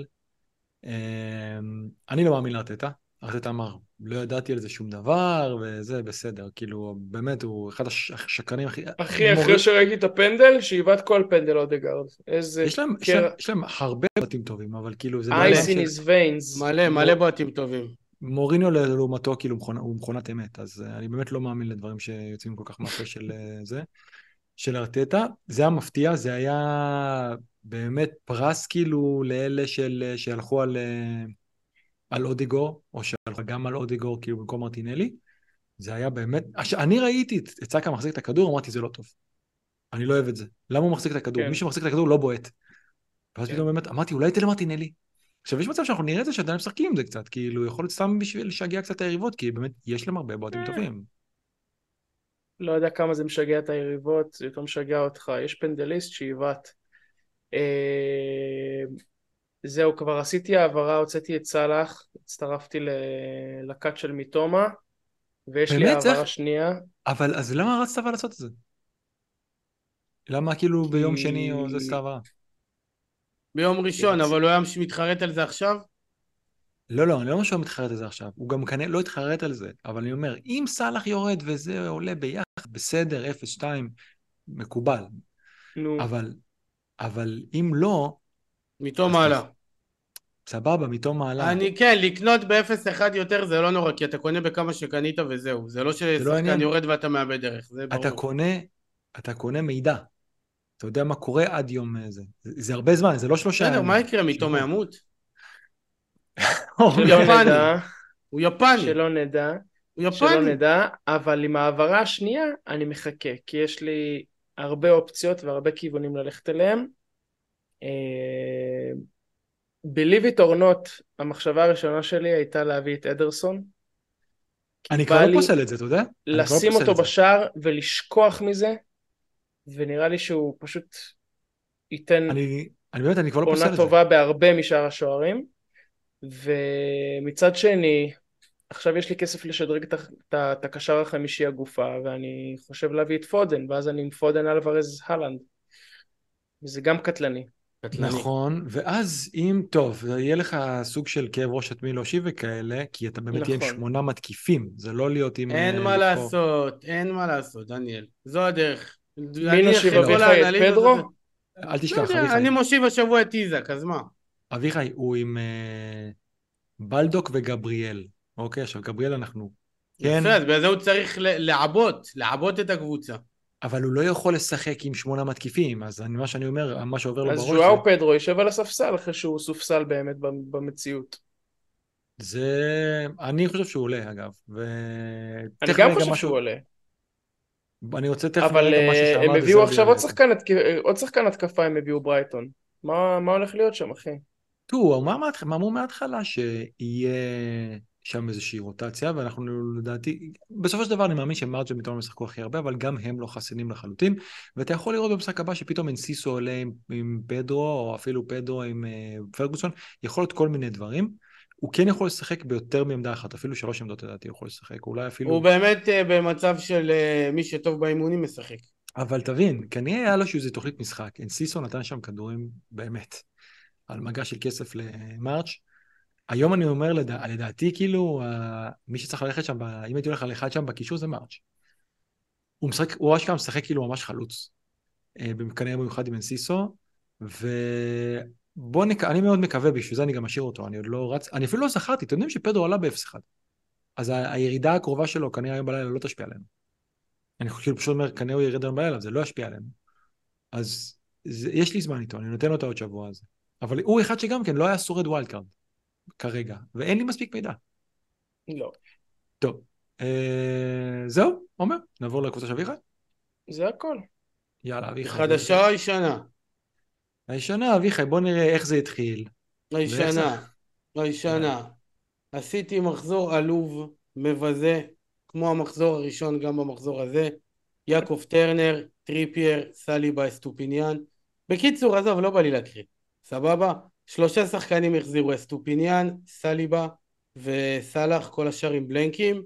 אני לא מאמין לארטטה. ארטטה אמר, לא ידעתי על זה שום דבר, וזה בסדר. כאילו, באמת, הוא אחד השקרנים הכי... אחי, אחרי שראיתי את הפנדל, שאיבד כל פנדל אודגרד. איזה... יש להם, יש להם, יש להם הרבה בתים טובים, אבל כאילו, זה... Ice in his veins. מלא, מלא בתים טובים. מוריניו לעומתו, כאילו, הוא מכונת אמת, אז אני באמת לא מאמין לדברים שיוצאים כל כך מהפה של זה. של ארטטה, זה היה מפתיע, זה היה באמת פרס כאילו לאלה של, שהלכו על, על אודיגור, או שהלכו גם על אודיגור כאילו במקום מרטינלי, זה היה באמת, אני ראיתי את סאקה מחזיק את הכדור, אמרתי זה לא טוב, אני לא אוהב את זה, למה הוא מחזיק את הכדור? כן. מי שמחזיק את הכדור לא בועט, ואז כן. פתאום באמת אמרתי אולי תן למרטינלי, עכשיו יש מצב שאנחנו נראה את זה שעדיין משחקים עם זה קצת, כאילו יכול להיות סתם בשביל לשגע קצת היריבות, כי באמת יש להם הרבה בועטים טובים. לא יודע כמה זה משגע את היריבות, זה יותר משגע אותך, יש פנדליסט שעיוות. אה... זהו, כבר עשיתי העברה, הוצאתי את סלאח, הצטרפתי לקאט של מיטומה, ויש לי העברה צריך... שנייה. אבל אז למה רצת אבל לעשות את זה? למה כאילו כי... ביום שני או זה סתיו? ביום ראשון, אבל הוא היה מתחרט על זה עכשיו? לא, לא, אני לא אומר שהוא מתחרט על זה עכשיו, הוא גם כנראה לא התחרט על זה, אבל אני אומר, אם סלאח יורד וזה עולה ביחד, בסדר, אפס שתיים, מקובל. נו. אבל, אבל אם לא... מתום מעלה. סבבה, מתום מעלה. אני כן, לקנות ב-אפס אחד יותר זה לא נורא, כי אתה קונה בכמה שקנית וזהו. זה לא ששחקן יורד ואתה מאבד דרך, זה ברור. אתה קונה, אתה קונה מידע. אתה יודע מה קורה עד יום זה. זה הרבה זמן, זה לא שלושה ימים. בסדר, מה יקרה? מתום ימות? הוא יפני. הוא יפני. שלא נדע. הוא יפני. שלא נדע, אבל עם העברה השנייה אני מחכה, כי יש לי הרבה אופציות והרבה כיוונים ללכת אליהם. Believe it or not, המחשבה הראשונה שלי הייתה להביא את אדרסון. אני כבר לא פוסל את זה, אתה יודע? לשים אותו בשער ולשכוח מזה, ונראה לי שהוא פשוט ייתן עונה טובה בהרבה משאר השוערים. ומצד שני, עכשיו יש לי כסף לשדרג את ה- את ה- את הקשר החמישי הגופה, ואני חושב להביא את פודן, ואז אני עם פודן אלוורז הלנד. וזה גם קטלני. קטלני. נכון, ואז אם, טוב, יהיה לך סוג של כאב ראש את מי להושיב וכאלה, כי אתה באמת תהיה עם נכון. שמונה מתקיפים, זה לא להיות עם אין אה, מה לבחור. לעשות, אין מה לעשות, דניאל. זו הדרך. מי אני נושיב, אחרי כל אביחי, את האנליזה פדרו? הזאת- אל לא תשכח, יודע, אביחי, אני מושיב השבוע את איזק, אז מה? אביחי הוא עם אה, בלדוק וגבריאל, אוקיי? עכשיו, גבריאל אנחנו, כן, יפה, אז בגלל זה הוא צריך ל- לעבות, לעבות את הקבוצה. אבל הוא לא יכול לשחק עם שמונה מתקיפים, אז אני, מה שאני אומר, מה שעובר לו אז בראש זה, ז'ואאו פדרו יושב על הספסל אחרי שהוא סופסל באמת במציאות. זה, אני חושב שהוא עולה, אגב, אני ותכף גם נראה גם חושב משהו, שהוא עולה. אני רוצה תכף אבל נראה גם משהו אה, הם שאמר הביאו דזרבי עכשיו על עוד איזק. שחקן, התק- עוד שחקן התקפה, הם הביאו ברייטון. מה מה הולך להיות שם, אחי? תראו, אמר מהתח- הם אמרו מההתחלה שיהיה שם איזושהי רוטציה, ואנחנו לדעתי, בסופו של דבר אני מאמין שמרג' ומיטון ישחקו הכי הרבה, אבל גם הם לא חסינים לחלוטין, ואתה יכול לראות במשחק הבא שפתאום אנסיסו עולה עם, עם פדרו, או אפילו פדרו עם uh, פרגוסון, יכול להיות כל מיני דברים. הוא כן יכול לשחק ביותר מעמדה אחת, אפילו שלוש עמדות לדעתי יכול לשחק, אולי אפילו... הוא באמת אה, במצב של אה, מי שטוב באימונים משחק. אבל תבין, כנראה היה לו שזה תוכנית משחק, אנסיסו נתן שם כדורים באמת, על מגע של כסף למרץ'. היום אני אומר, לדע, לדעתי, כאילו, uh, מי שצריך ללכת שם, ב, אם הייתי הולך על אחד שם בקישור, זה מרץ'. הוא משחק, הוא אשכרה משחק כאילו ממש חלוץ. Uh, כנראה במיוחד עם אנסיסו, ובוא נק... אני מאוד מקווה, בשביל זה אני גם אשאיר אותו, אני עוד לא רץ, אני אפילו לא זכרתי, אתם יודעים שפדרו עלה ב-אפס אחד. אז ה- הירידה הקרובה שלו, כנראה היום בלילה, לא תשפיע עלינו. אני כאילו פשוט אומר, כנראה הוא ירד היום בלילה, זה לא ישפיע עלינו. אז זה, יש לי זמן איתו, אני נותן לו את העוד שבוע הזה. אבל הוא אחד שגם כן לא היה שורד ווילד קארד. כרגע, ואין לי מספיק מידע. לא. טוב, אה, זהו, עומר, נעבור לקבוצה של אביחי. זה הכל. יאללה, אביחי. חדשה או ישנה? הישנה, אביחי, בוא נראה איך זה התחיל. הישנה, הישנה. עשיתי מחזור עלוב, מבזה, כמו המחזור הראשון גם במחזור הזה. יעקב טרנר, טריפייר, סליבה, אסטופיניאן. בקיצור, עזוב, לא בא לי להקריא. סבבה? שלושה שחקנים החזירו, אסטופיניאן, סליבה וסלח, כל השאר עם בלנקים.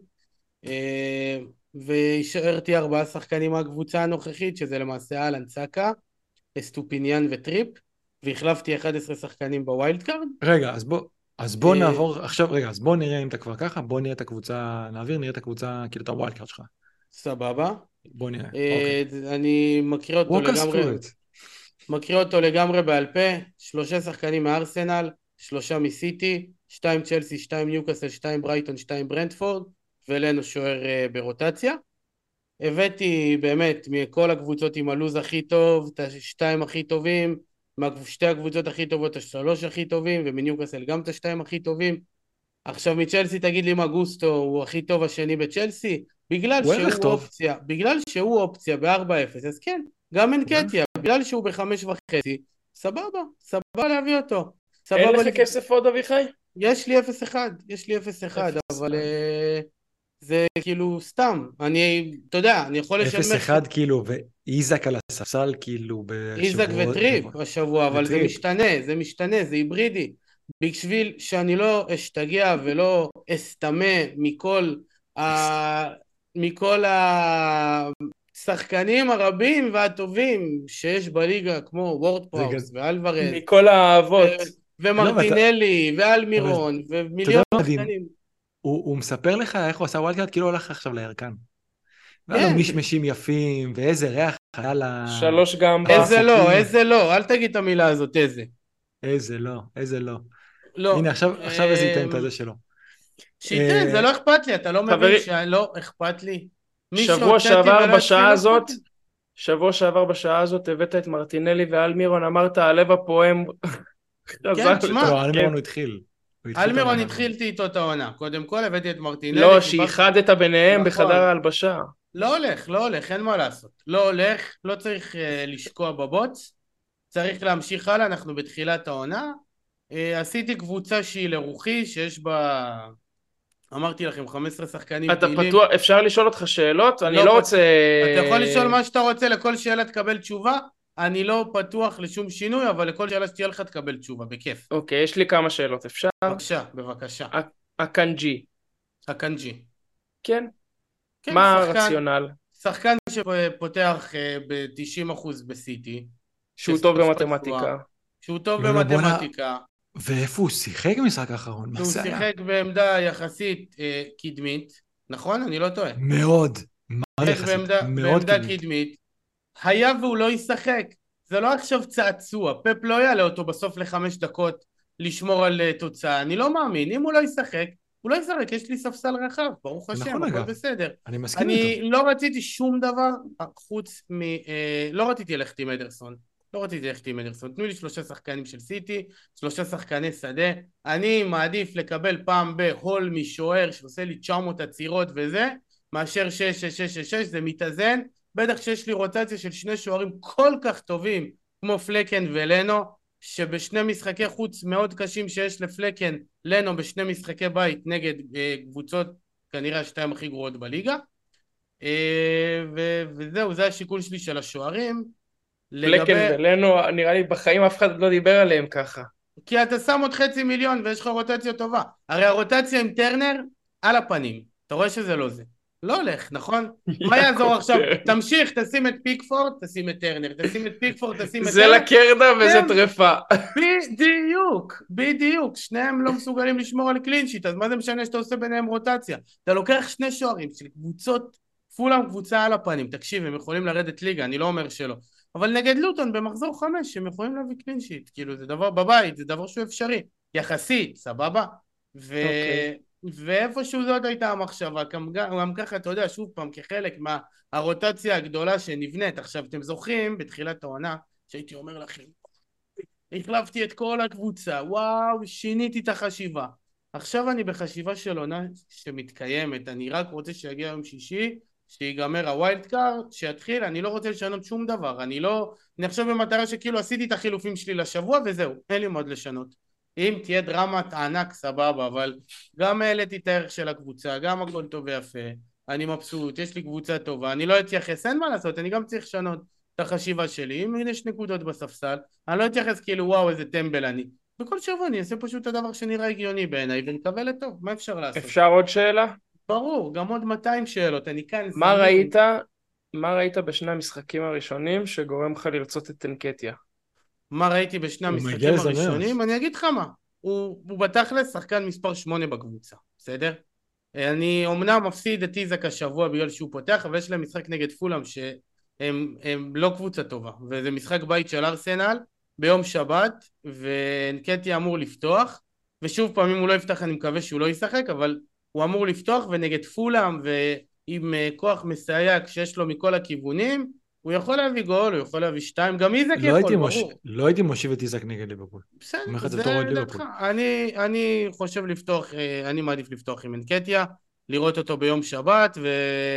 אה, והשארתי ארבעה שחקנים מהקבוצה הנוכחית, שזה למעשה אלן סאקה, אסטופיניאן וטריפ, והחלפתי אחד עשר שחקנים בווילד קארד. רגע, אז בוא, אז בוא אה, נעבור, עכשיו, רגע, אז בוא נראה אם אתה כבר ככה, בוא נראה את הקבוצה, נעביר, נראה את הקבוצה, כאילו את הווילד קארד שלך. סבבה. בוא נראה, אה, אוקיי. אני מקריא אותו walk us לגמרי, through it. מקריא אותו לגמרי בעל פה. שלושה שחקנים מארסנל, שלושה מסיטי, שתיים צ'לסי, שתיים ניוקאסל, שתיים ברייטון, שתיים ברנטפורד, ואלינו שוער אה, ברוטציה. הבאתי באמת מכל הקבוצות עם הלוז הכי טוב, את השתיים הכי טובים, משתי הקבוצות הכי טובות, את השלוש הכי טובים, ומניוקאסל גם את השתיים הכי טובים. עכשיו מצ'לסי תגיד לי מה גוסטו הוא הכי טוב השני בצ'לסי? בגלל הוא ערך שהוא טוב. אופציה, בגלל שהוא אופציה ב-ארבע אפס, אז כן, גם אנקטיה, בגלל שהוא ב-חמש וחצי, סבבה, סבבה להביא אותו. אין סבבה, לך לי- כסף עוד, אביחי? יש לי אפס אחד, יש לי אפס אחד, אפס אבל אחד. אה, זה כאילו סתם, אני, אתה יודע, אני יכול לשלם... אפס אחד כאילו, ואיזק על הספסל כאילו איזק בשבוע. וטריפ השבוע, אבל זה וטריפ. משתנה, זה משתנה, זה היברידי. בשביל שאני לא אשתגע ולא אסתמה מכל ה... מכל השחקנים הרבים והטובים שיש בליגה, כמו וורד פראוס זה ואלוורז מכל האהבות. ו- ומרטינלי ואלמירון אתה ומיליון יודע מה מדהים? שחקנים. הוא, הוא מספר לך איך הוא עשה ווילד קארד, כאילו הוא הולך עכשיו לירקן. והיה לו כן. מישמשים יפים, ואיזה ריח היה לה... שלוש גמבה. איזה לא, באפיקים. איזה לא, אל תגיד את המילה הזאת, איזה. איזה לא, איזה לא. לא. הנה, עכשיו, עכשיו איזה ייתן את אמ, הזה שלו. שייתן, אה, זה לא אכפת לי, אתה לא מבין חברי- שלא אכפת לי? מי שבוע שהוצאתי שעבר ולא בשעה אצלי, לא הזאת, אכפת לי. שבוע שעבר בשעה הזאת הבאת את מרטינלי ואלמירון, אמרת הלב הפועם חזר תשמע, לא, לתפקד. אלמירון הוא התחיל. הוא התחיל את אלמירון העונה. התחילתי איתו את העונה. קודם כל הבאתי את מרטינלי. לא, קיבלתי- שאיחדת ביניהם נכון. בחדר ההלבשה. לא הולך, לא הולך, אין מה לעשות. לא הולך, לא צריך uh, לשקוע בבוץ. צריך להמשיך הלאה, אנחנו בתחילת העונה. Uh, עשיתי קבוצה שהיא לרוחי, שיש בה... אמרתי לכם, חמישה עשר שחקנים אתה פעילים. פתוח, אפשר לשאול אותך שאלות? אני לא לא פת- רוצה... אתה יכול לשאול מה שאתה רוצה, לכל שאלה תקבל תשובה. אני לא פתוח לשום שינוי, אבל לכל שאלה שתהיה לך תקבל תשובה, בכיף. אוקיי, יש לי כמה שאלות, אפשר? בבקשה, בבקשה. הקנג'י, הקנג'י. כן. כן, מה שחקן, הרציונל? שחקן שפותח ב-תשעים אחוז בסיטי, שהוא טוב שסוף כל שבוע, במתמטיקה. שהוא טוב לא, לא, בוא'נה, במתמטיקה, ואיפה הוא שיחק במשחק האחרון? מה שהוא זה היה? שיחק בעמדה יחסית אה, קדמית, נכון? אני לא טועה. מאוד. מה זה שיחק יחסית? בעמדה, מאוד בעמדה קדמית. קדמית, היה והוא לא ישחק. זה לא עכשיו צעצוע, פפ לא יעלה אותו בסוף לחמש דקות לשמור על uh, תוצאה, אני לא מאמין, אם הוא לא ישחק, הוא לא ישחק, יש לי ספסל רחב, ברוך השם, נכון הכל אגב, בסדר. אני מסכים איתו. אני לא רציתי שום דבר חוץ מ... אה, לא רציתי ללכת עם אדרסון, לא רציתי ללכת עם אדרסון, תנו לי שלושה שחקנים של סיטי, שלושה שחקני שדה, אני מעדיף לקבל פעם בהול משוער שעושה לי תשע מאות עצירות וזה, מאשר שש שש שש שש שש, זה מתאזן, בטח שיש לי רוטציה של שני שוערים כל כך טובים כמו פלקן ולנו, שבשני משחקי חוץ מאוד קשים שיש לפלקן, לנו בשני משחקי בית נגד אה, קבוצות כנראה השתיים הכי גרועות בליגה, אה, ו- וזהו, זה השיקול שלי של השוערים. פלקן לגבי... ולנו, נראה לי בחיים אף אחד לא דיבר עליהם ככה. כי אתה שם עוד חצי מיליון ויש לך רוטציה טובה. הרי הרוטציה עם טרנר על הפנים. אתה רואה שזה לא זה. לא הולך, נכון? מה יעזור עכשיו? תמשיך, תשים את פיקפורד, תשים את טרנר, תשים את פיקפורד, תשים את זה טרנר. לקרדה וזה הם- טרפה. בדיוק, בדיוק. שניהם לא מסוגלים לשמור על קלינשיט, אז מה זה משנה שאתה עושה ביניהם רוטציה? אתה לוקח שני שוערים של קבוצות, פולאם קבוצה על הפנים. תקשיב, הם יכולים לרדת ליגה, אני לא אומר שלא. אבל נגד לוטון במחזור חמש הם יכולים להביא קלינשיט, כאילו זה דבר בבית, זה דבר שהוא אפשרי, יחסית, סבבה? ו... אוקיי. ואיפשהו זאת הייתה המחשבה, גם, גם ככה אתה יודע, שוב פעם, כחלק מהרוטציה הגדולה שנבנית. עכשיו אתם זוכרים בתחילת העונה שהייתי אומר לכם, החלפתי את כל הקבוצה, וואו, שיניתי את החשיבה. עכשיו אני בחשיבה של עונה שמתקיימת, אני רק רוצה שיגיע יום שישי, שיגמר הווילד קארד, שיתחיל, אני לא רוצה לשנות שום דבר, אני לא, אני עכשיו במטרה שכאילו עשיתי את החילופים שלי לשבוע וזהו, אין לי מה עוד לשנות. אם תהיה דרמת ענק סבבה, אבל גם העליתי את הערך של הקבוצה, גם הכל טוב ויפה, אני מבסוט, יש לי קבוצה טובה, אני לא אתייחס, אין מה לעשות, אני גם צריך לשנות את החשיבה שלי, אם יש נקודות בספסל, אני לא אתייחס כאילו וואו איזה טמבל אני, בכל שבוע אני אעשה פשוט את הדבר שנראה הגיוני בעיניי ונקווה לטוב, מה אפשר לעשות? אפשר עוד שאלה? ברור, גם עוד מאתיים שאלות, אני כאן מה זמין. ראית, מה ראית בשני המשחקים הראשונים שגורם לך לרצות את טנקטיה? מה ראיתי בשני הוא מגיע המשחקים לזמר. הראשונים? אני אגיד לך מה, הוא, הוא בתכלס שחקן מספר שמונה בקבוצה, בסדר? אני אומנם מפסיד את איזק השבוע בגלל שהוא פותח, אבל יש להם משחק נגד פולאם שהם הם לא קבוצה טובה, וזה משחק בית של ארסנל ביום שבת, ונקטיה אמור לפתוח, ושוב פעם אם הוא לא יפתח אני מקווה שהוא לא ישחק, אבל הוא אמור לפתוח, ונגד פולאם ועם כוח מסייע שיש לו מכל הכיוונים, הוא יכול להביא גול, הוא יכול להביא שתיים, גם איזק לא יכול, הייתי מוש- ברור. לא הייתי מושיב את איזק נגד ליברפול. אומר בסדר, לך את זה זה בתור אוהד דעתך. ליברפול. אני, אני חושב לפתוח, אה, אני מעדיף לפתוח עם אנקטיה, לראות אותו ביום שבת, ו...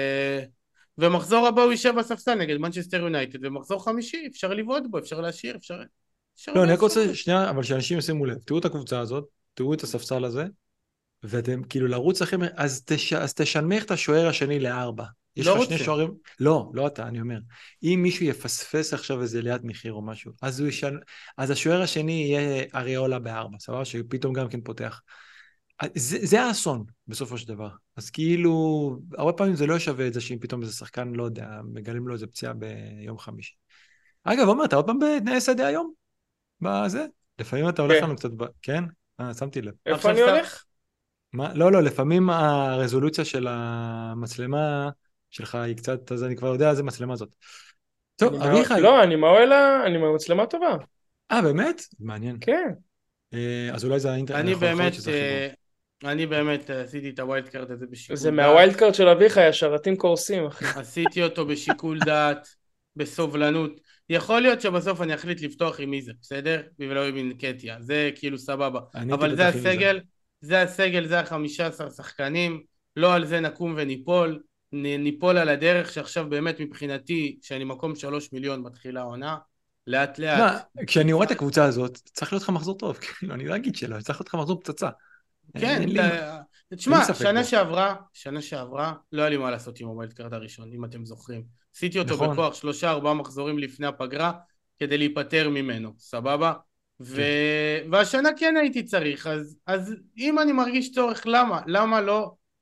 ומחזור הבא הוא יישב בספסל נגד מנצ'סטר יונייטד, ומחזור חמישי אפשר לבעוט בו, אפשר להשאיר, אפשר... אפשר לא, אני רק לעשות. רוצה שנייה, אבל שאנשים ישימו לב, תראו את הקבוצה הזאת, תראו את הספסל הזה, ואתם כאילו לרוץ לכם, אז, תש... אז תשנמך את השוער השני לארבע. יש לא לך רוצה. שני שוערים, לא, לא אתה, אני אומר. אם מישהו יפספס עכשיו איזה ליד מחיר או משהו, אז, הוא ישנ... אז השוער השני יהיה אריולה בארבע, סבבה? שפתאום גם כן פותח. זה, זה האסון, בסופו של דבר. אז כאילו, הרבה פעמים זה לא שווה את זה שאם פתאום איזה שחקן, לא יודע, מגלים לו איזה פציעה ביום חמישי. אגב, עומר, אתה עוד פעם בתנאי שדה היום? בזה? לפעמים אתה הולך כן. לנו קצת ב... כן? אה, שמתי לב. איפה עכשיו אני סתם- הולך? מה? לא, לא, לפעמים הרזולוציה של המצלמה שלך היא קצת, אז אני כבר יודע איזה מצלמה זאת. טוב, אני מה- אביחי. לא, אני מהאוהל, ה- אני מהמצלמה טובה. אה, באמת? מעניין. כן. אה, אז אולי זה האינטרנט. אני יכול להיות באמת, שזה החיבור. אה, אני באמת אה, עשיתי את הווילד קארד הזה בשיקול זה דעת. מהווילד קארד של אביך, השרתים קורסים, אחי. עשיתי אותו בשיקול דעת, בסובלנות. יכול להיות שבסוף אני אחליט לפתוח עם איזה, בסדר? ולא עם אנקטיה, זה כאילו סבבה. אני אבל הייתי זה בטח עם איזה. הסגל, זה הסגל, זה החמישה עשר שחקנים, לא על זה נקום וניפול, נ- ניפול על הדרך שעכשיו באמת מבחינתי, שאני מקום שלוש מיליון מתחילה העונה, לאט לאט. מה, כשאני רואה את הקבוצה הזאת, צריך להיות לך מחזור טוב, כאילו, אני לא אגיד שלא, צריך להיות לך מחזור פצצה. כן, אין לי- אתה- אין תשמע, לי ספק שנה בו. שעברה, שנה שעברה, לא היה לי מה לעשות עם הווילד קארד הראשון, אם אתם זוכרים. עשיתי אותו נכון. בכוח שלושה ארבעה מחזורים לפני הפגרה, כדי להיפטר ממנו, סבבה? ו... והשנה כן הייתי צריך, אז, אז אם אני מרגיש צורך, למה? למה לא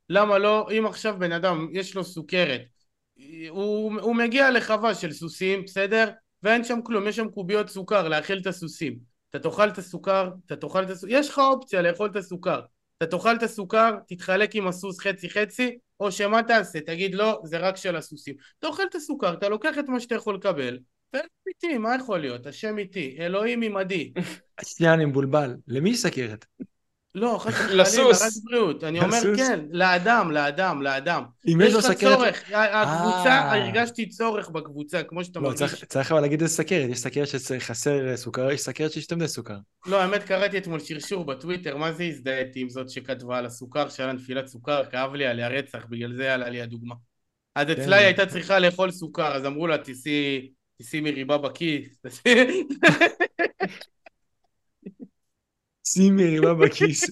למה לא? אם עכשיו בן אדם יש לו סוכרת, הוא, הוא מגיע לחווה של סוסים, בסדר? ואין שם כלום, יש שם קוביות סוכר להאכיל את הסוסים. אתה תאכל את הסוכר, אתה תאכל את הסוכר, יש לך אופציה לאכול את הסוכר. אתה תאכל את הסוכר, תתחלק עם הסוס חצי חצי, או שמה תעשה? תגיד לא, זה רק של הסוסים. אתה אוכל את הסוכר, אתה לוקח את מה שאתה יכול לקבל, ואין איתי, מה יכול להיות? השם איתי, אלוהים עמדי. שנייה, אני מבולבל. למי יש סכרת? לא, חס וחלילה, רק לסוס. בריאות. אני אומר לסוס? כן, לאדם, לאדם, לאדם. אם יש יש לו לך סכרת... צורך, הקבוצה, אה... הרגשתי צורך בקבוצה, כמו שאתה לא, צריך, מרגיש. צריך אבל להגיד איזה סכרת. יש סכרת שחסר סוכר, יש סכרת שיש יותר מדי סוכר. לא, האמת קראתי אתמול שרשור בטוויטר, מה זה הזדהיתי עם זאת שכתבה על הסוכר, שהיה לה נפילת סוכר, כאב לי עליה רצח, בגלל זה עלה לי הדוגמה. אז אצלה היא כן. הייתה צריכה לאכול סוכר, אז אמרו לה, תיסי, תיסי מריבה בכיס. שים מריבה בכיס.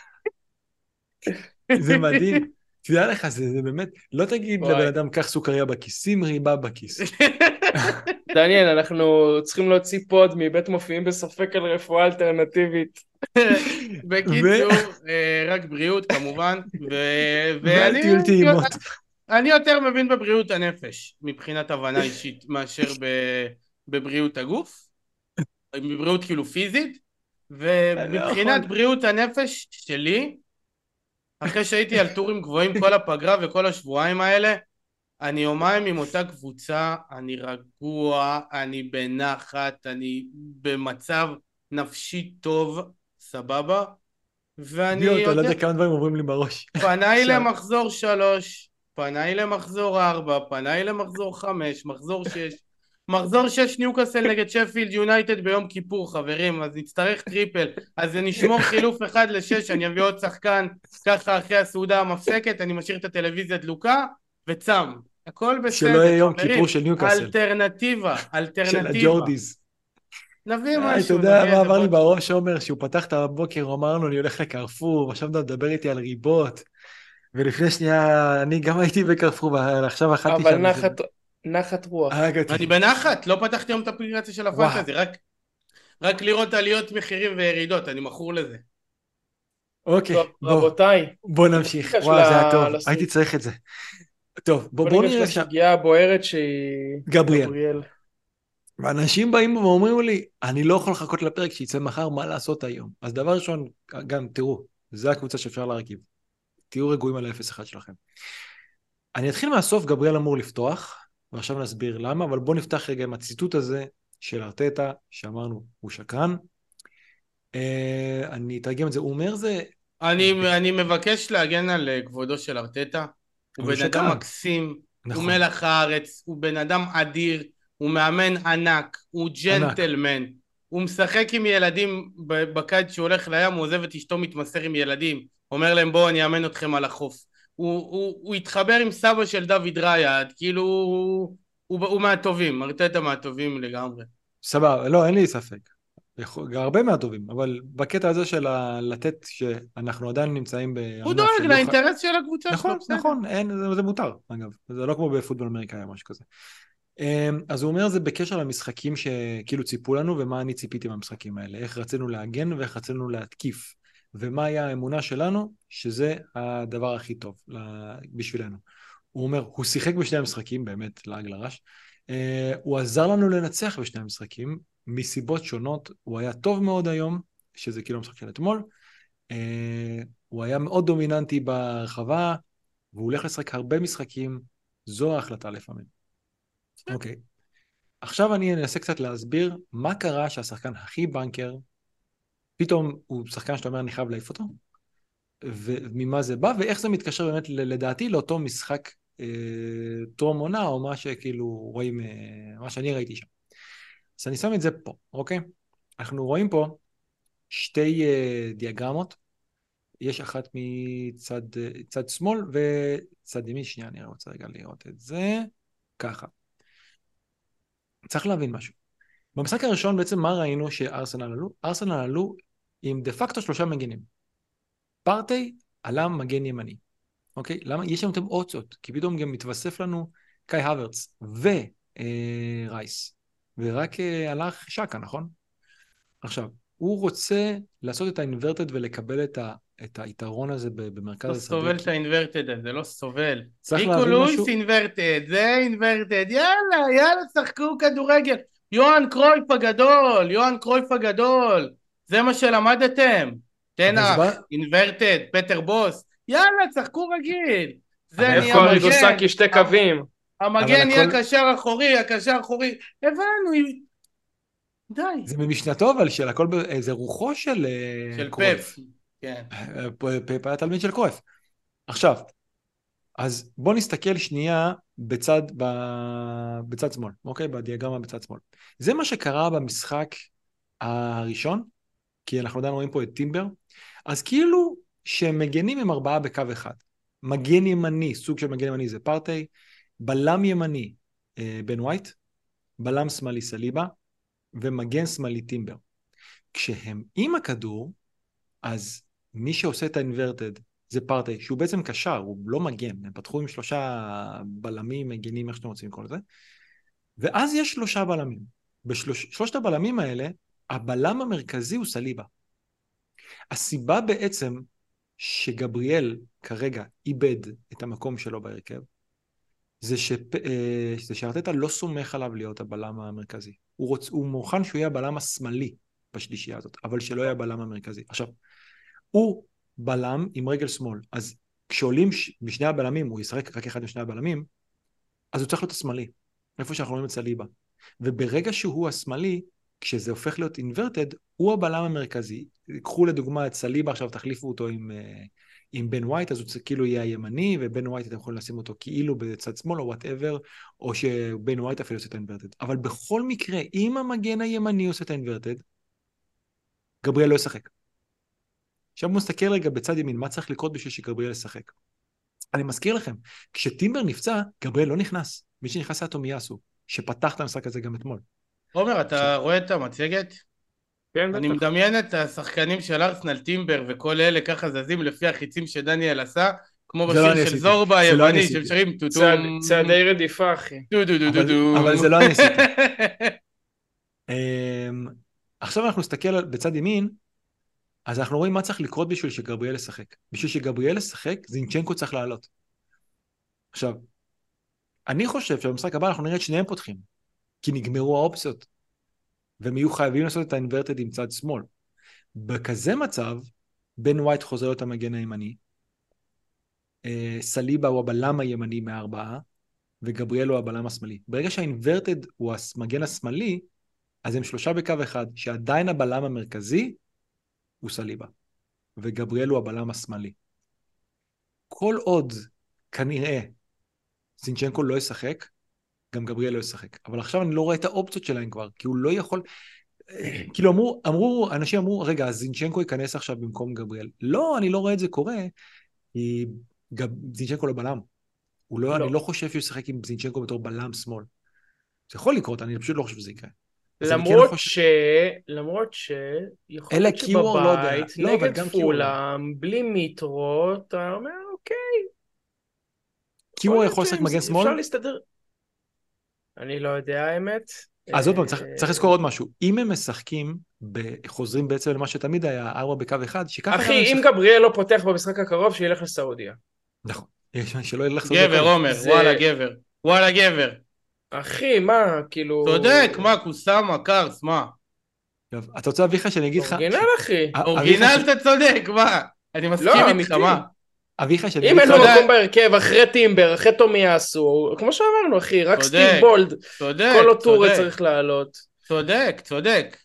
זה מדהים. תדע לך, זה, זה באמת, לא תגיד לבן וואי. אדם, קח סוכריה בכיס, שים ריבה בכיס. דניאל, אנחנו צריכים להוציא פוד מבית מופיעים בספק על רפואה אלטרנטיבית. בקיצור, אה, רק בריאות כמובן, ו- ואל ואני טיול טעימות. אני יותר מבין בבריאות הנפש, מבחינת הבנה אישית, מאשר ב- בבריאות הגוף, בבריאות כאילו פיזית, אני לא יכול. ומבחינת בריאות הנפש שלי, אחרי שהייתי על טורים גבוהים כל הפגרה וכל השבועיים האלה, אני יומיים עם אותה קבוצה, אני רגוע, אני בנחת, אני במצב נפשי טוב, סבבה, ואני דיו, אתה לא יודע, יודע כמה דברים עוברים לי בראש. פניי עכשיו, למחזור שלוש, פניי למחזור ארבע, פניי למחזור חמש, מחזור שש, מחזור שש ניוקאסל נגד שפילד יונייטד ביום כיפור, חברים, אז נצטרך טריפל, אז נשמור חילוף אחד לשש, אני אביא עוד שחקן, ככה אחרי הסעודה המפסקת, אני משאיר את הטלוויזיה דלוקה, וצם, הכל שלא בסדר, יהיה יום חברים, כיפור של ניוקאסל, אלטרנטיבה, של אלטרנטיבה, הג'ורדיז. נביא אה, אתה משהו, יודע נביא מה איזה עבר לי וודקה. בראש, עומר, שהוא פתח את הבוקר, הוא אמר לו, אני הולך לקרפור, עכשיו אתה מדבר איתי על ריבות, ולפני שנייה, אני גם הייתי בקרפור, ועכשיו אכלתי אבל שם איזה... נחת, נחת רוח. הרג אותי. אני בנחת, לא פתחתי היום את האפליקציה של וואו, הפנטזי, רק רק לראות עליות מחירים וירידות, אני מכור לזה. אוקיי, טוב, בוא, רבותיי, בוא בוא נמשיך. ניגש וואו, זה היה טוב, ל- הייתי לסוג- צריך את זה. טוב, בוא, בוא בוא ניגש נראה עכשיו, לסוגיה הבוערת שהיא גבריאל. גבריאל. ואנשים באים ואומרים לי, אני לא יכול לחכות לפרק שיצא מחר, מה לעשות היום? אז דבר ראשון, גם תראו, זה הקבוצה שאפשר להרכיב. תהיו רגועים על ה-אפס אחת שלכם. אני אתחיל מהסוף, גבריאל אמור לפתוח, ועכשיו נסביר למה, אבל בואו נפתח רגע עם הציטוט הזה של ארטטה, שאמרנו, הוא שקרן. אה, אני אתרגם את זה, הוא אומר זה... אני, אני מבקש להגן על אה, כבודו של ארטטה. הוא הוא בן אדם שקרן. מקסים, נכון. הוא מלח הארץ, הוא בן אדם אדיר, הוא מאמן ענק, הוא ג'נטלמן, הוא משחק עם ילדים בקיץ שהוא הולך לים, הוא עוזב את אשתו מתמסר עם ילדים, אומר להם בואו אני אאמן אתכם על החוף. הוא, הוא, הוא התחבר עם סבא של דוד רייד, כאילו הוא, הוא, הוא מהטובים, ארטטה מהטובים לגמרי. סבבה, לא, אין לי ספק. יכול- הרבה מהטובים, אבל בקטע הזה של ה- לתת שאנחנו עדיין נמצאים הוא בענף דואג שלא ח- לאינטרס של הקבוצה שלו, נכון, בסדר. נכון, אין, זה, זה מותר, אגב. זה לא כמו בפוטבול אמריקאי או משהו כזה. אמ, אז הוא אומר זה בקשר למשחקים שכאילו ציפו לנו, ומה אני ציפיתי מהמשחקים האלה. איך רצינו להגן ואיך רצינו להתקיף. ומה היה האמונה שלנו, שזה הדבר הכי טוב בשבילנו. הוא אומר, הוא שיחק בשני המשחקים, באמת, לעג לרש. אה, הוא עזר לנו לנצח בשני המשחקים, מסיבות שונות. הוא היה טוב מאוד היום, שזה כאילו המשחק של אתמול. אה, הוא היה מאוד דומיננטי ברחבה, והוא הולך לשחק הרבה משחקים. זו ההחלטה לפעמים. אוקיי. עכשיו אני אנסה קצת להסביר מה קרה שהשחקן הכי בנקר, פתאום הוא שחקן שאתה אומר אני חייב להעיף אותו, וממה זה בא, ואיך זה מתקשר באמת לדעתי לאותו משחק אה, טרום עונה, או מה שכאילו רואים, אה, מה שאני ראיתי שם. אז אני שם את זה פה, אוקיי? אנחנו רואים פה שתי אה, דיאגרמות, יש אחת מצד צד שמאל וצד ימין, שנייה, אני רוצה רגע לראות את זה, ככה. צריך להבין משהו. במשחק הראשון בעצם מה ראינו שארסנל עלו? ארסנל עלו עם דה פקטו שלושה מגנים. פרטי עלה מגן ימני. אוקיי? למה? יש לנו אתם אופציות, כי פתאום גם מתווסף לנו קאי הוורץ ורייס. ורק אה, הלך שקה, נכון? עכשיו, הוא רוצה לעשות את האינברטד ולקבל את את היתרון הזה במרכז לא השדה. סובל את האינברטד הזה, לא סובל. צריך ריקו להבין לואיס משהו. אינברטד, זה אינברטד, יאללה, יאללה, שחקו כדורגל. יוהאן קרויף הגדול, יוהאן קרויף הגדול. זה מה שלמדתם. תנח, בא... אינברטד, פטר בוס. יאללה, שחקו רגיל. זה אבל נהיה איפה מגן. אריגוסקי שתי קווים? המגן נהיה הכל... קשר אחורי, הקשר אחורי. הבנו, די. זה ממשנתו, אבל של הכל, זה רוחו של, של קרויף. פפ. כן. פפ היה תלמיד של קרויף. עכשיו, אז בוא נסתכל שנייה בצד, ב... בצד שמאל, אוקיי? בדיאגרמה בצד שמאל. זה מה שקרה במשחק הראשון, כי אנחנו עדיין רואים פה את טימבר, אז כאילו שמגנים עם ארבעה בקו אחד. מגן ימני, סוג של מגן ימני זה פרטי, בלם ימני בן ווייט, בלם שמאלי סליבה, ומגן שמאלי טימבר. כשהם עם הכדור, אז מי שעושה את האינברטד זה פרטי, שהוא בעצם קשר, הוא לא מגן, הם פתחו עם שלושה בלמים, מגנים, איך שאתם רוצים כל זה, ואז יש שלושה בלמים. בשלושת הבלמים האלה, הבלם המרכזי הוא סליבה. הסיבה בעצם שגבריאל כרגע איבד את המקום שלו בהרכב, זה, ש... זה שארטטה לא סומך עליו להיות הבלם המרכזי. הוא, רוצ... הוא מוכן שהוא יהיה הבלם השמאלי בשלישייה הזאת, אבל שלא יהיה הבלם המרכזי. עכשיו, הוא בלם עם רגל שמאל, אז כשעולים ש... בשני הבלמים, הוא ישחק רק אחד משני הבלמים, אז הוא צריך להיות השמאלי, איפה שאנחנו רואים את סליבה. וברגע שהוא השמאלי, כשזה הופך להיות אינברטד, הוא הבלם המרכזי. קחו לדוגמה את סליבה, עכשיו תחליפו אותו עם, עם בן ווייט, אז הוא כאילו יהיה הימני, ובן ווייט אתם יכולים לשים אותו כאילו בצד שמאל או whatever, או שבן ווייט אפילו עושה את האינברטד. אבל בכל מקרה, אם המגן הימני עושה את האינברטד, גבריאל לא ישחק. עכשיו בוא נסתכל רגע בצד ימין, מה צריך לקרות בשביל שגבריאל ישחק? אני מזכיר לכם, כשטימבר נפצע, גבריאל לא נכנס. מי שנכנס היה תומיאסו, שפתח את המשחק הזה גם אתמול. עומר, אתה רואה את המצגת? כן, אני בטח. מדמיין את השחקנים של ארסנל, טימבר וכל אלה ככה זזים לפי החיצים שדניאל עשה, כמו בשיר של זורבה היווני, ששרים טוטום. צעדי רדיפה, אחי. דו דו דו דו דו. אבל זה לא אני עשיתי. עכשיו אנחנו נסתכל בצד ימין, אז אנחנו רואים מה צריך לקרות בשביל שגבריאל ישחק. בשביל שגבריאל ישחק, זינצ'נקו צריך לעלות. עכשיו, אני חושב שבמשחק הבא אנחנו נראה את שניהם פותחים, כי נגמרו האופציות, והם יהיו חייבים לעשות את האינברטד עם צד שמאל. בכזה מצב, בן ווייט חוזר להיות המגן הימני, סליבה הוא הבלם הימני מהארבעה, וגבריאל הוא הבלם השמאלי. ברגע שהאינברטד הוא המגן השמאלי, אז הם שלושה בקו אחד, שעדיין הבלם המרכזי הוא סליבה, וגבריאל הוא הבלם השמאלי. כל עוד, כנראה, זינצ'נקו לא ישחק, גם גבריאל לא ישחק. אבל עכשיו אני לא רואה את האופציות שלהם כבר, כי הוא לא יכול... כאילו אמרו, אמרו, אנשים אמרו, רגע, אז זינצ'נקו ייכנס עכשיו במקום גבריאל. לא, אני לא רואה את זה קורה, כי גב... זינצ'נקו לא בלם. הוא לא, לא. אני לא חושב שהוא ישחק עם זינצ'נקו בתור בלם שמאל. זה יכול לקרות, אני פשוט לא חושב שזה יקרה. למרות כן ש... למרות ש... יכול להיות שבבית, לא לא, נגד פולאם, בלי מיטרו, אתה אומר, אוקיי. קיוור יכול לשחק מגן שמאל? אפשר להסתדר. אני לא יודע, האמת. אז עוד פעם, צריך, צריך לזכור עוד משהו. אם הם משחקים, חוזרים בעצם למה שתמיד היה, ארבע בקו אחד, שככה... אחי, אם משחק... גבריאל לא פותח במשחק הקרוב, שילך לסעודיה. נכון. שלא ילך לסעודיה. גבר, עומר, זה... וואלה גבר. וואלה גבר. אחי, מה, כאילו... צודק, מה, קוסאמה, קרס, מה? טוב, אתה רוצה אביך שאני אגיד לך... אורגינל, אחי. אורגינל אתה צודק, מה? אני מסכים איתך, מה? אביך שאני... אם אין לו מקום בהרכב, אחרי טימבר, אחרי תומיאסו, כמו שאמרנו, אחי, רק סטיב בולד, כל אותו צריך לעלות. צודק, צודק.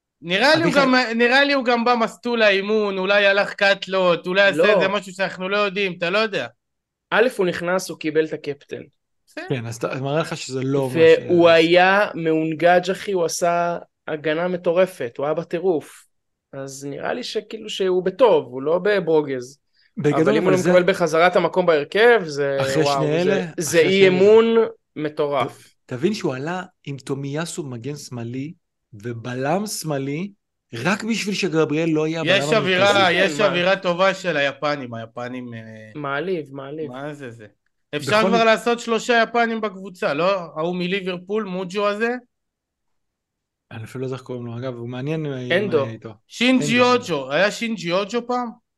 נראה לי הוא גם בא מסטול האימון, אולי הלך קטלות, אולי עשה איזה משהו שאנחנו לא יודעים, אתה לא יודע. א', הוא נכנס, הוא קיבל את הקפטן. כן, אז אני מראה לך שזה לא... והוא היה מאונגג' אחי, הוא עשה הגנה מטורפת, הוא היה בטירוף. אז נראה לי שכאילו שהוא בטוב, הוא לא בברוגז. אבל אם הוא לא מקבל בחזרת המקום בהרכב, זה וואו, זה אי אמון מטורף. תבין שהוא עלה עם תומיאסו מגן שמאלי, ובלם שמאלי, רק בשביל שגבריאל לא יהיה הבלם המרכזי. יש אווירה, יש אווירה טובה של היפנים, היפנים... מעליב, מעליב. מה זה זה? אפשר כבר לעשות שלושה יפנים בקבוצה, לא? ההוא מליברפול, מוג'ו הזה? אני אפילו לא זוכר קוראים לו, אגב, הוא מעניין. אנדו. שינג'י אוג'ו, היה שינג'י אוג'ו פעם?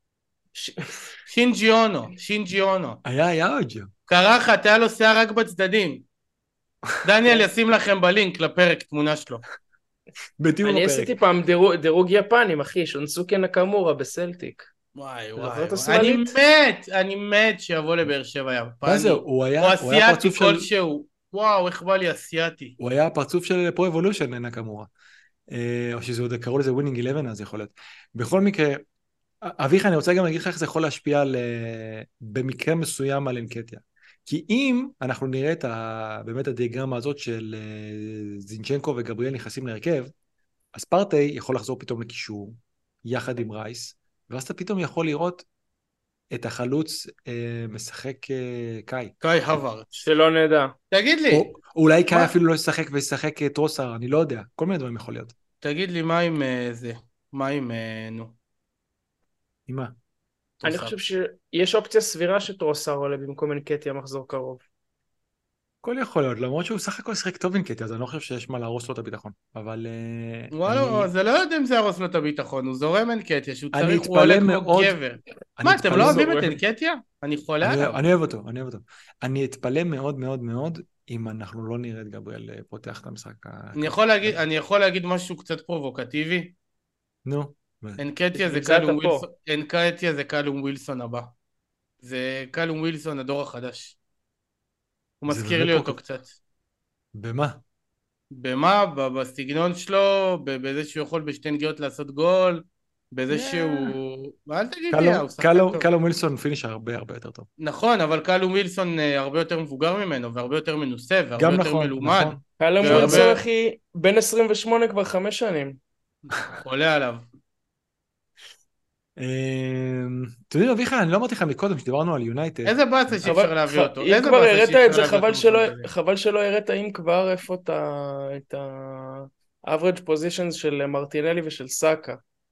ש- שינג'י אונו, שינג'י אונו. היה, היה אוג'ו. קרחת, היה לו שיער רק בצדדים. דניאל ישים לכם בלינק לפרק תמונה שלו. בתיאור אני הפרק. עשיתי פעם דירוג, דירוג יפנים, אחי, שונסוקי נקמורה בסלטיק. וואי אתה וואי זוכר את וואי. אני השמאלית? מת, אני מת שיבוא לבאר שבע יפני. מה זה, הוא היה, או הוא היה אסיאתי פרצוף של, כלשהו. וואו, איך בא לי אסיאתי. הוא היה פרצוף של פרו אבולושן נקמורה. אה, או שזה עוד קראו לזה ווינינג אלבן, אז יכול להיות. בכל מקרה, אביך, אני רוצה גם להגיד לך איך זה יכול להשפיע על, אה, במקרה מסוים על אנקטיה. כי אם אנחנו נראה את ה, באמת הדיאגרמה הזאת של אה, זינצ'נקו וגבריאל נכנסים להרכב, אז פרטי יכול לחזור פתאום לקישור, יחד עם רייס, ואז אתה פתאום יכול לראות את החלוץ אה, משחק אה, קאי. קאי הווארץ. שלא נדע. תגיד לי, או אולי קאי מה? אפילו לא ישחק וישחק אה, טרוסר, אני לא יודע. כל מיני דברים יכול להיות. תגיד לי מה עם אה, זה? מה עם, אה, נו, עם מה? אני טרוסר. חושב שיש אופציה סבירה שטרוסר עולה במקום אנקטיה מחזור קרוב. הכל יכול להיות, למרות שהוא סך הכל שחק טוב אינקטי, אז אני לא חושב שיש מה להרוס לו את הביטחון. אבל אה, וואלה, אני, זה לא יודע אם זה ירוס לו את הביטחון, הוא זורם אנקטיה, שהוא אני צריך, הוא עולה אתפלא כמו מאוד, גבר. אני מה, אתם אתפלא לא מאוד, אוהבים את זורם. אנקטיה? אני חולה אני, עליו. אני אוהב אותו, אני אוהב אותו. אני אתפלא מאוד מאוד מאוד אם אנחנו לא נראה את גבריאל אה, פותח את המשחק. ה- אני יכול להגיד, אני יכול להגיד משהו קצת פרובוקטיבי. נו, אנקטיה זה בשביל זה אתה קלום פה. ווילסון, אנקטיה זה קלום ווילסון הבא. זה קלום ווילסון הדור החדש. הוא זה מזכיר באמת לי אותו פרוק... קצת. במה? במה? ב- בסגנון שלו, ב- בזה שהוא יכול בשתי נגיעות לעשות גול, בזה שהוא... אל תגיד לי, קלום, הוא שחקן קלום, טוב. קלום ווילסון פיניש הרבה הרבה יותר טוב. נכון, אבל קלום ווילסון אה, הרבה יותר מבוגר ממנו, והרבה יותר מנוסה, והרבה גם יותר נכון, מלומד. נכון. קלום והרבה- ווילסון, אחי, בן עשרים ושמונה כבר חמש שנים. חולה עליו. אמ, אתה יודע, אביחי, אני לא אמרתי לך מקודם שדיברנו על יונייטד. איזה באסה שאי אפשר חבל, להביא ח... אותו. אם איזה כבר באסה הראת שאי את אפשר זה, להביא חבל אותו שלא, במכבי. חבל שלא הראת אם כבר איפה את ה... את ה... average positions של מרטינלי ושל סאקה.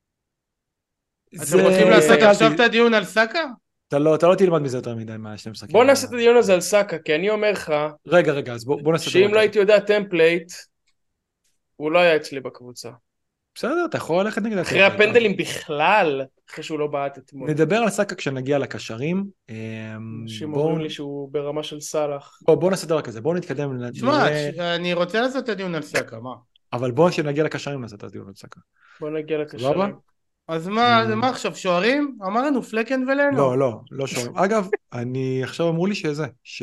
אתם רוצים לעשות הסתכלתי- עכשיו את הדיון על סאקה? אתה לא, אתה לא תלמד מזה יותר מדי מהשני משחקים. בוא נעשה את הדיון הזה על סאקה, כי אני אומר לך, רגע, רגע, אז בוא, בוא נעשה את שאם דבר לא כזה. הייתי יודע טמפלייט, הוא לא היה אצלי בקבוצה. בסדר, אתה יכול ללכת נגד אחרי הטמפלייט. הפנדלים בכלל, אחרי שהוא לא בעט אתמול. נדבר על סאקה כשנגיע לקשרים. אמ, אנשים בואו- אומרים לי שהוא ברמה של סאלח. בוא, בוא נעשה דבר כזה, בואו נתקדם. שמע, נראה- כש- אני רוצה לעשות את הדיון על סאקה, מה? אבל בואו כשנגיע לקשרים נעשה את הדיון על סאקה. בוא נגיע סבבה? לקשרים. אז מה, אה. מה עכשיו, שוערים? אמרנו פלקן ולנו. לא, לא, לא שומעים. אגב, אני עכשיו אמרו לי שזה, ש...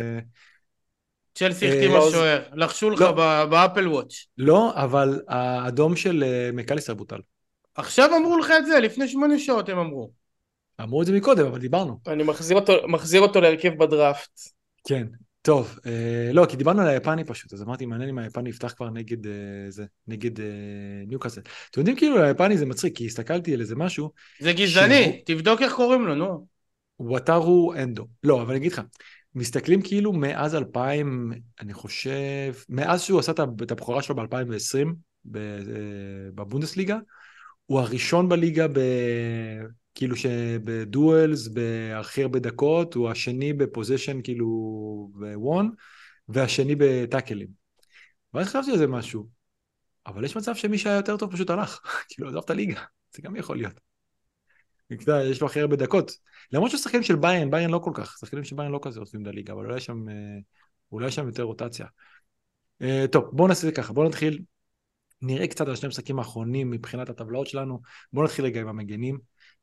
צ'לסי אה, החתימה לא, שוער. לחשו לך לא. ב- באפל וואץ'. לא, אבל האדום של אה, מקליסטר בוטל. עכשיו אמרו לך את זה, לפני שמונה שעות הם אמרו. אמרו את זה מקודם, אבל דיברנו. אני מחזיר אותו, מחזיר אותו להרכב בדראפט. כן, טוב. אה, לא, כי דיברנו על היפני פשוט, אז אמרתי, מעניין אם היפני יפתח כבר נגד אה, זה, נגד אה, ניוקאסל. אתם יודעים, כאילו, היפני זה מצחיק, כי הסתכלתי על איזה משהו, זה גזעני, שהוא- תבדוק איך קוראים לו, נו. וואטארו אנדו. לא, אבל אני אגיד לך, מסתכלים כאילו מאז אלפיים, אני חושב, מאז שהוא עשה את הבכורה שלו ב-אלפיים ועשרים בבונדסליגה, הוא הראשון בליגה ב... כאילו שבדואלס, בהכי הרבה דקות, הוא השני בפוזיישן כאילו בוון, והשני בטאקלים. ואז חשבתי על זה משהו, אבל יש מצב שמי שהיה יותר טוב פשוט הלך, כאילו עזב את הליגה, זה גם יכול להיות. יש לו הכי הרבה דקות. למרות ששחקנים של ביירן, ביירן לא כל כך, שחקנים של ביירן לא כזה עושים את הליגה, אבל אולי שם, אולי שם יותר רוטציה. טוב, בואו נעשה את זה ככה, בואו נתחיל, נראה קצת על שני המשחקים האחרונים מבחינת הטבלאות שלנו, בואו נתחיל רגע עם המגנים.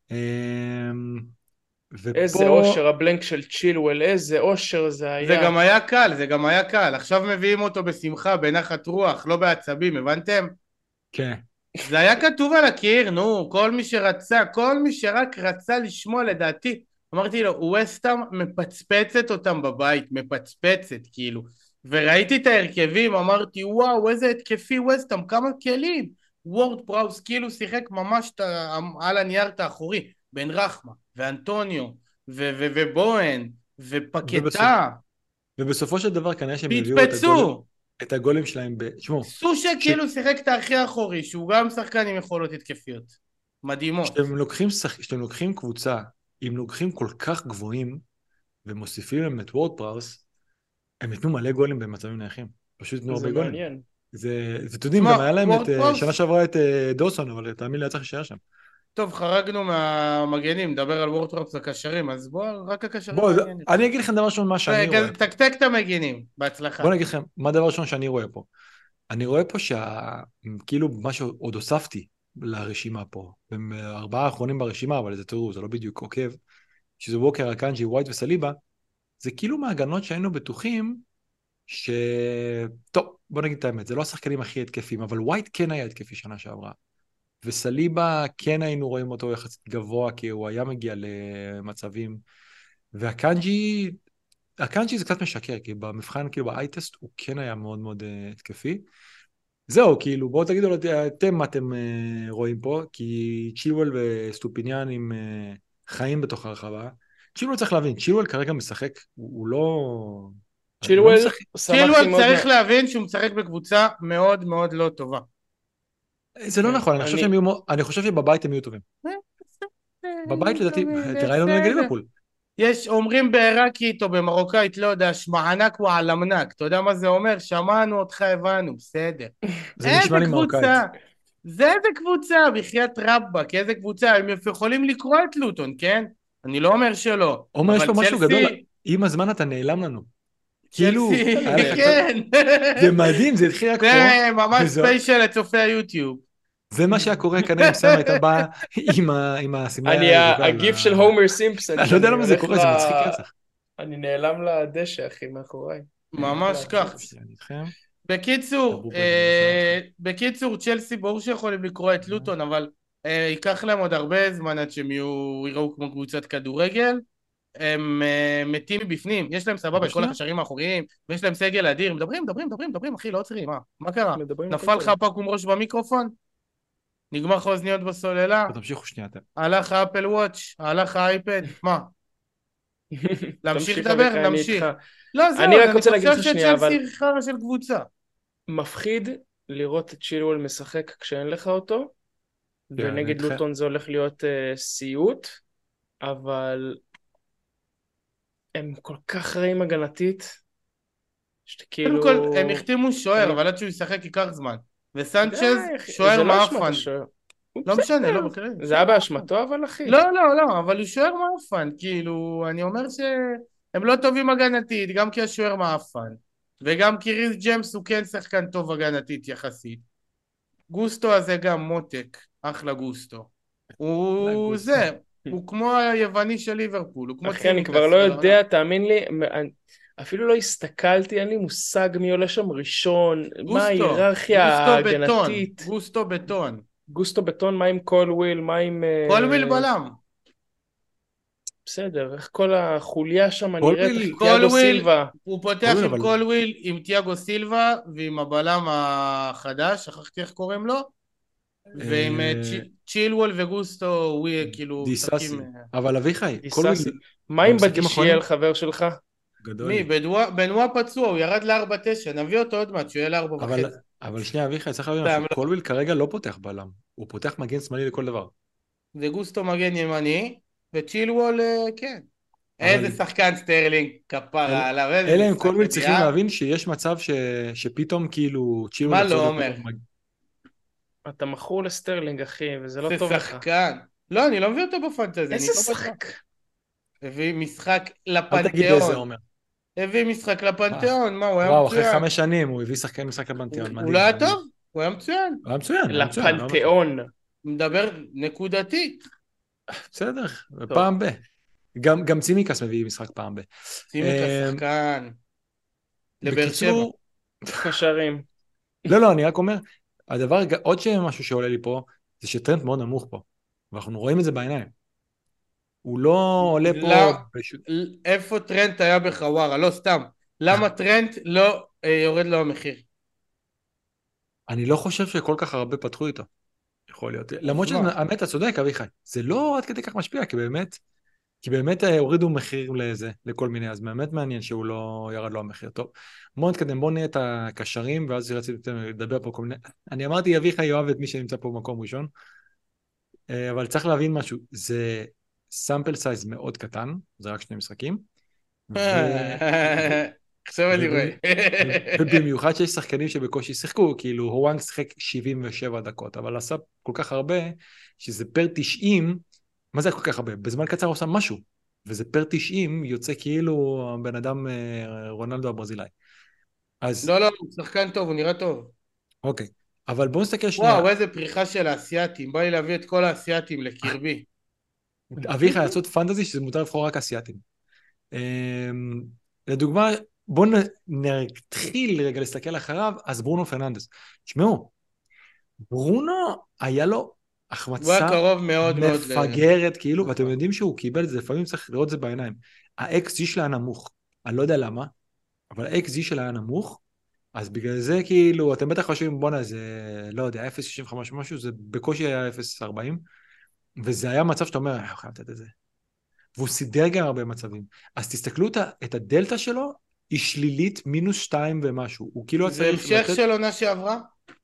ופה... איזה אושר, הבלנק של צ'ילואל, איזה אושר זה היה. זה גם היה קל, זה גם היה קל. עכשיו מביאים אותו בשמחה, בנחת רוח, לא בעצבים, הבנתם? כן. זה היה כתוב על הקיר, נו, כל מי שרצה, כל מי שרק רצה לשמוע לדעתי. אמרתי לו, ווסטהאם מפצפצת אותם בבית, מפצפצת, כאילו. וראיתי את ההרכבים, אמרתי, וואו, איזה התקפי ווסטהאם, כמה כלים. וורד פראוס כאילו שיחק ממש על הנייר את האחורי, בן רחמה, ואנטוניו, ו- ו- ובוהן, ופקטה. ובסופו של דבר כנראה שהם הביאו את הגולים, פתפצו! את הגולים שלהם ב... שמו, סושה כאילו שיחק את האחי האחורי, שהוא גם שחקן עם יכולות התקפיות. מדהימות. כשאתם לוקחים, כשאתם לוקחים קבוצה עם לוקחים כל כך גבוהים, ומוסיפים להם את וורד פראוס, הם יתנו מלא גולים במצבים נייחים. פשוט יתנו הרבה זה גולים. מעניין. זה, ואתם יודעים, מה, גם היה להם וורד את, פראוס? שנה שעברה את דוסון, אבל תאמין לי, היה צריך להישאר שם. טוב, חרגנו מהמגנים, נדבר על וורטרופס הקשרים, אז בוא, רק הקשרים בואו, מעניין. אני אגיד לכם דבר ראשון מה שאני רואה פה. תקתק את המגנים, בהצלחה. בואו נגיד לכם, מה הדבר ראשון שאני רואה פה. אני רואה פה שכאילו מה שעוד הוספתי לרשימה פה, הם ארבעה האחרונים ברשימה, אבל זה תראו, זה לא בדיוק עוקב, שזה ווקר, אקנג'י, ווייט וסליבה, זה כאילו מהגנות שהיינו בטוחים ש... טוב, בוא נגיד את האמת, זה לא השחקנים הכי התקפים, אבל ווייט כן היה התקפי שנה שעברה. וסליבה כן היינו רואים אותו יחסית גבוה, כי הוא היה מגיע למצבים. והקנג'י, הקנג'י זה קצת משקר, כי במבחן, כאילו באייטסט, הוא כן היה מאוד מאוד uh, התקפי. זהו, כאילו, בואו תגידו אתם מה אתם uh, רואים פה, כי צ'ילואל וסטופיניאן עם uh, חיים בתוך הרחבה. צ'ילואל צריך להבין, צ'ילואל כרגע משחק, הוא, הוא לא... צ'ילואל, לא צ'ילואל צריך מה... להבין שהוא משחק בקבוצה מאוד מאוד לא טובה. זה לא נכון, אני חושב שהם יהיו, אני חושב שבבית הם יהיו טובים. בבית לדעתי, תראה לנו נגד ליברפול. יש, אומרים בעיראקית או במרוקאית, לא יודע, שמענק ועלמנק, אתה יודע מה זה אומר? שמענו אותך, הבנו, בסדר. זה נשמע לי מרוקאית. זה איזה קבוצה, בחייאת רבאק, איזה קבוצה, הם יכולים לקרוא את לוטון, כן? אני לא אומר שלא. אומר, יש פה משהו גדול, עם הזמן אתה נעלם לנו. כאילו, כן. זה מדהים, זה התחיל רק פה. זה ממש ספיישל לצופי היוטיוב. זה מה שהיה קורה כנראה אם סם הייתה באה עם הסימן. אני הגיף של הומר סימפסון. אני לא יודע למה זה קורה, זה מצחיק רצח. אני נעלם לדשא, אחי, מאחוריי. ממש כך. בקיצור, בקיצור, צ'לסי ברור שיכולים לקרוא את לוטון, אבל ייקח להם עוד הרבה זמן עד שהם יראו כמו קבוצת כדורגל. הם מתים מבפנים, יש להם סבבה בכל הקשרים האחוריים, ויש להם סגל אדיר, מדברים, מדברים, מדברים, מדברים, אחי, לא עוצרים, מה? מה קרה? נפל לך פאקום ראש במיקרופון? נגמר לך אוזניות בסוללה? תמשיכו שנייה אתם. הלך האפל וואץ', הלך האייפד, מה? להמשיך לדבר? נמשיך. לא, זהו, אני חושב שצ'לסי חרא של קבוצה. מפחיד לראות את צ'ילואל משחק כשאין לך אותו, ונגד לוטון זה הולך להיות סיוט, אבל הם כל כך רעים הגנתית, קודם כל, הם החתימו שוער, אבל עד שהוא ישחק ייקח זמן. וסנצ'ז שוער מאפן. לא משנה, לא בקרב. זה היה באשמתו אבל אחי. לא, לא, לא, אבל הוא שוער מאפן. כאילו, אני אומר שהם לא טובים הגנתית, גם כי השוער מאפן. וגם כי ריס ג'יימס הוא כן שחקן טוב הגנתית יחסית. גוסטו הזה גם מותק, אחלה גוסטו. הוא זה, הוא כמו היווני של ליברפול. אחי, אני כבר לא יודע, תאמין לי, אפילו לא הסתכלתי, אין לי מושג מי עולה שם ראשון, מה ההיררכיה ההגנתית. גוסטו בטון. גוסטו בטון, מה עם קולוויל, מה עם... קולוויל בלם. בסדר, איך כל החוליה שם נראית, תיאגו סילבה. הוא פותח עם קולוויל, עם תיאגו סילבה, ועם הבלם החדש, שכחתי איך קוראים לו, ועם צ'ילואל וגוסטו, כאילו... דיסאסי, אבל אביחי, קולוויל... מה עם בדישיאל חבר שלך? מי? בנועה פצוע, הוא ירד ל-ארבע תשע, נביא אותו עוד מעט, שהוא יהיה ל-ארבע וחצי. אבל שנייה אביחי, צריך להבין משהו, קולוויל כרגע לא פותח בלם, הוא פותח מגן שמאלי לכל דבר. זה גוסטו מגן ימני, וצ'ילואל, כן. איזה שחקן סטרלינג, כפרה עליו, איזה אלה הם קולוויל צריכים להבין שיש מצב שפתאום כאילו צ'ילואל... מה לא אומר? אתה מכור לסטרלינג אחי, וזה לא טוב לך. זה שחקן. לא, אני לא מביא אותו בפנטזיה. איזה שחק? הביא משחק לפנתיאון. אל תגיד איזה אומר. הביא משחק לפנתיאון, מה, הוא היה מצוין. וואו, אחרי חמש שנים הוא הביא שחקן משחק לפנתיאון. הוא לא היה טוב, הוא היה מצוין. הוא היה מצוין. לפנתיאון. מדבר נקודתית. בסדר, פעם ב. גם צימיקס מביא משחק פעם ב. צימיקס שחקן. לבאר שבע. קשרים. לא, לא, אני רק אומר, הדבר, עוד שמשהו שעולה לי פה, זה שטרנט מאוד נמוך פה. ואנחנו רואים את זה בעיניים. הוא לא עולה פה... איפה טרנט היה בחווארה? לא, סתם. למה טרנט לא יורד לו המחיר? אני לא חושב שכל כך הרבה פתחו איתו. יכול להיות. למרות שהאמת, אתה צודק, אביחי. זה לא עד כדי כך משפיע, כי באמת, כי באמת הורידו מחיר לזה, לכל מיני, אז באמת מעניין שהוא לא ירד לו המחיר. טוב, בואו נתקדם, בואו נהיה את הקשרים, ואז רציתי לדבר פה כל מיני... אני אמרתי, אביחי יאהב את מי שנמצא פה במקום ראשון, אבל צריך להבין משהו, זה... סאמפל סייז מאוד קטן, זה רק שני משחקים. עכשיו אני רואה. ובמיוחד שיש שחקנים שבקושי שיחקו, כאילו הוואנג שיחק שבעים ושבע דקות, אבל עשה כל כך הרבה, שזה פר תשעים, מה זה כל כך הרבה? בזמן קצר הוא עושה משהו, וזה פר תשעים יוצא כאילו בן אדם רונלדו הברזילאי. אז לא, לא, הוא שחקן טוב, הוא נראה טוב. אוקיי, אבל בואו נסתכל שנייה. וואו, איזה פריחה של האסייתים, בא לי להביא את כל האסייתים לקרבי. אביך לעשות פנטזי שזה מותר לבחור רק אסייתים. לדוגמה, בואו נתחיל רגע להסתכל אחריו, אז ברונו פרננדס. תשמעו, ברונו היה לו הוא היה החמצה קרוב מאוד מאוד. מפגרת, כאילו, ואתם יודעים שהוא קיבל את זה, לפעמים צריך לראות את זה בעיניים. ה-אקס ג'י שלה היה נמוך, אני לא יודע למה, אבל ה-אקס ג'י שלה היה נמוך, אז בגלל זה כאילו, אתם בטח חושבים, בוא'נה, זה, לא יודע, אפס נקודה שישים וחמש משהו, זה בקושי היה אפס נקודה ארבעים, וזה היה מצב שאתה אומר, אני חייב לתת את זה. והוא סידר גם הרבה מצבים. אז תסתכלו את הדלטה שלו, היא שלילית מינוס שתיים ומשהו. הוא כאילו זה צריך המשך לתת... של עונה שעברה?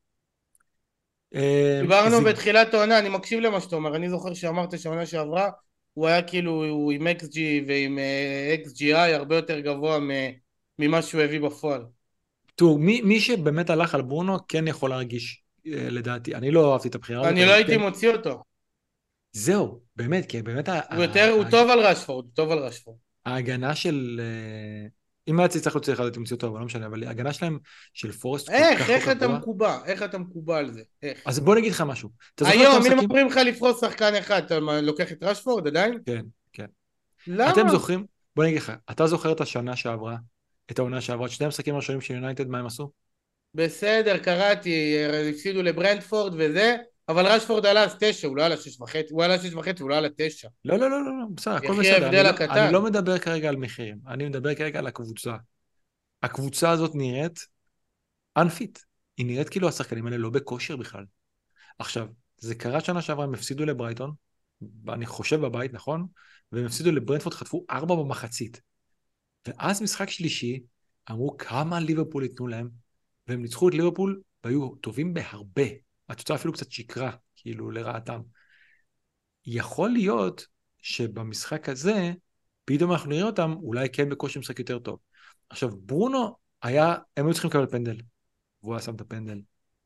אה, דיברנו זה... בתחילת העונה, אני מקשיב למה שאתה אומר, אני זוכר שאמרת שהעונה שעברה, הוא היה כאילו, הוא עם אקס ג'י ועם אקס ג'י איי הרבה יותר גבוה ממה שהוא הביא בפועל. תראו, מי, מי שבאמת הלך על ברונו כן יכול להרגיש, אה, לדעתי. אני לא אהבתי את הבחירה הזאת. אני לא הייתי כן... מוציא אותו. זהו, באמת, כי באמת... הוא יותר, הוא טוב על רשפורד, טוב על רשפורד. ההגנה של... אם היה צריך להוציא אחד, הייתי מוציא אותו, אבל לא משנה, אבל ההגנה שלהם של פורסט כל איך, כך איך כל כך אתה גדולה. מקובע? איך אתה מקובע על זה? איך? אז בוא נגיד לך משהו. היום, אם אומרים לך לפרוס שחקן אחד, אתה לוקח את רשפורד עדיין? כן, כן. למה? אתם זוכרים? בוא נגיד לך, אתה זוכר את השנה שעברה, את העונה שעברה, את שני המשחקים הראשונים של יונייטד, מה הם עשו? בסדר, קראתי, הפסידו לברנדפורד וזה, אבל רשפורד עלה אז תשע, הוא לא עלה שש וחצי, הוא עלה שש וחצי, הוא לא עלה תשע. לא, לא, לא, לא, בסדר, הכל יחי בסדר. ההבדל אני לא, הקטן. אני לא מדבר כרגע על מחירים, אני מדבר כרגע על הקבוצה. הקבוצה הזאת נראית unfit. היא נראית כאילו השחקנים האלה לא בכושר בכלל. עכשיו, זה קרה שנה שעברה, הם הפסידו לברייטון, אני חושב בבית, נכון? והם הפסידו לברנדפורד, חטפו ארבע במחצית. ואז משחק שלישי, אמרו כמה ליברפול ייתנו להם, והם ניצחו את ליברפול, והיו טובים בהרבה. התוצאה אפילו קצת שקרה, כאילו, לרעתם. יכול להיות שבמשחק הזה, פתאום אנחנו נראה אותם, אולי כן בקושי משחק יותר טוב. עכשיו, ברונו היה, הם היו צריכים לקבל פנדל, והוא היה שם את הפנדל.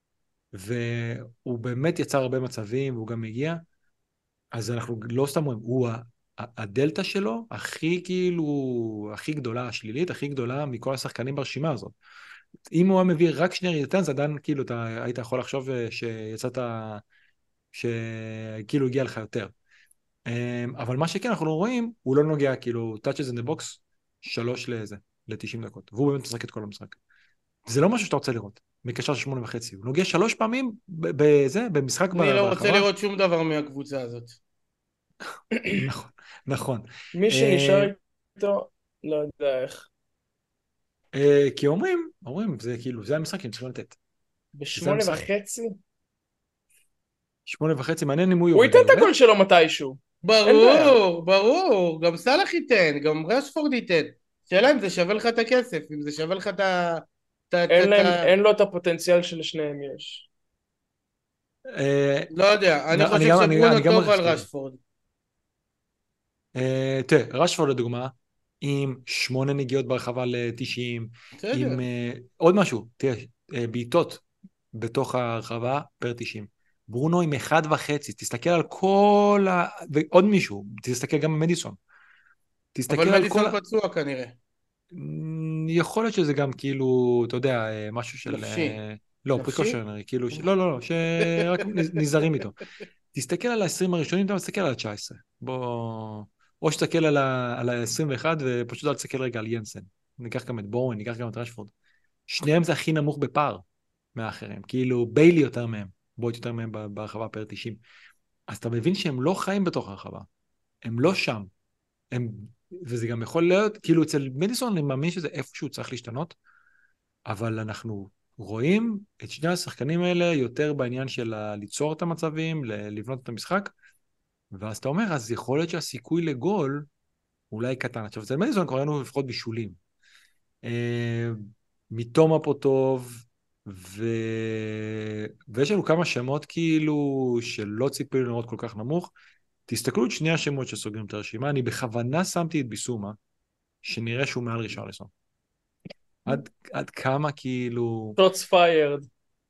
והוא באמת יצר הרבה מצבים, והוא גם הגיע, אז אנחנו לא סתם רואים, הוא, הדלטה שלו הכי כאילו, הכי גדולה, השלילית, הכי גדולה מכל השחקנים ברשימה הזאת. אם הוא היה מביא רק שני ריטרנס, אז עדיין כאילו אתה היית יכול לחשוב שיצאת, שכאילו הגיע לך יותר. אבל מה שכן אנחנו לא רואים, הוא לא נוגע כאילו touches in the box, שלוש לזה, ל-תשעים דקות, והוא באמת משחק את כל המשחק. זה לא משהו שאתה רוצה לראות, מקשר של שמונה וחצי, הוא נוגע שלוש פעמים בזה, במשחק ברחבה. אני לא רוצה לראות שום דבר מהקבוצה הזאת. נכון, נכון. מי שנשאר איתו, לא יודע איך. כי אומרים, אומרים, זה כאילו, זה המשחק, הם צריכים לתת. בשמונה וחצי? שמונה וחצי, מעניין אם הוא יורד. הוא ייתן את הכל שלו מתישהו. ברור, ברור, גם סלאח ייתן, גם רשפורד ייתן. שאלה אם זה שווה לך את הכסף, אם זה שווה לך את ה... אין לו את הפוטנציאל שלשניהם יש. לא יודע, אני חושב שברונו טוב על רשפורד. תראה, רשפורד לדוגמה, עם שמונה נגיעות ברחבה ל-תשעים, עם עוד משהו, תראה, בעיטות בתוך הרחבה פר תשעים. ברונו עם אחד וחצי, תסתכל על כל ה... ועוד מישהו, תסתכל גם במדיסון. אבל מדיסון פצוע כנראה. יכול להיות שזה גם כאילו, אתה יודע, משהו של... נפשי. לא, פריקושנרי, כאילו, לא, לא, לא, שרק נזהרים איתו. תסתכל על ה-עשרים הראשונים, אתה מסתכל על ה-תשע עשרה. בוא... או שתסתכל על ה-עשרים ואחת, ופשוט אל תסתכל רגע על ינסן. ניקח גם את בורן, ניקח גם את רשפורד. שניהם זה הכי נמוך בפער מהאחרים. כאילו, ביילי יותר מהם, בוט יותר מהם ברחבה פר תשעים. אז אתה מבין שהם לא חיים בתוך הרחבה. הם לא שם. הם... וזה גם יכול להיות, כאילו אצל מדיסון אני מאמין שזה איפשהו צריך להשתנות, אבל אנחנו רואים את שני השחקנים האלה יותר בעניין של ליצור את המצבים, לבנות את המשחק, ואז אתה אומר, אז יכול להיות שהסיכוי לגול אולי קטן. עכשיו, אצל מדיסון כבר ראינו לפחות בישולים. מתומה פה טוב, ו... ויש לנו כמה שמות כאילו שלא ציפינו לראות כל כך נמוך. תסתכלו את שני השמות שסוגרים את הרשימה, אני בכוונה שמתי את ביסומה, שנראה שהוא מעל רישרליסון. עד, עד כמה כאילו... shots fired.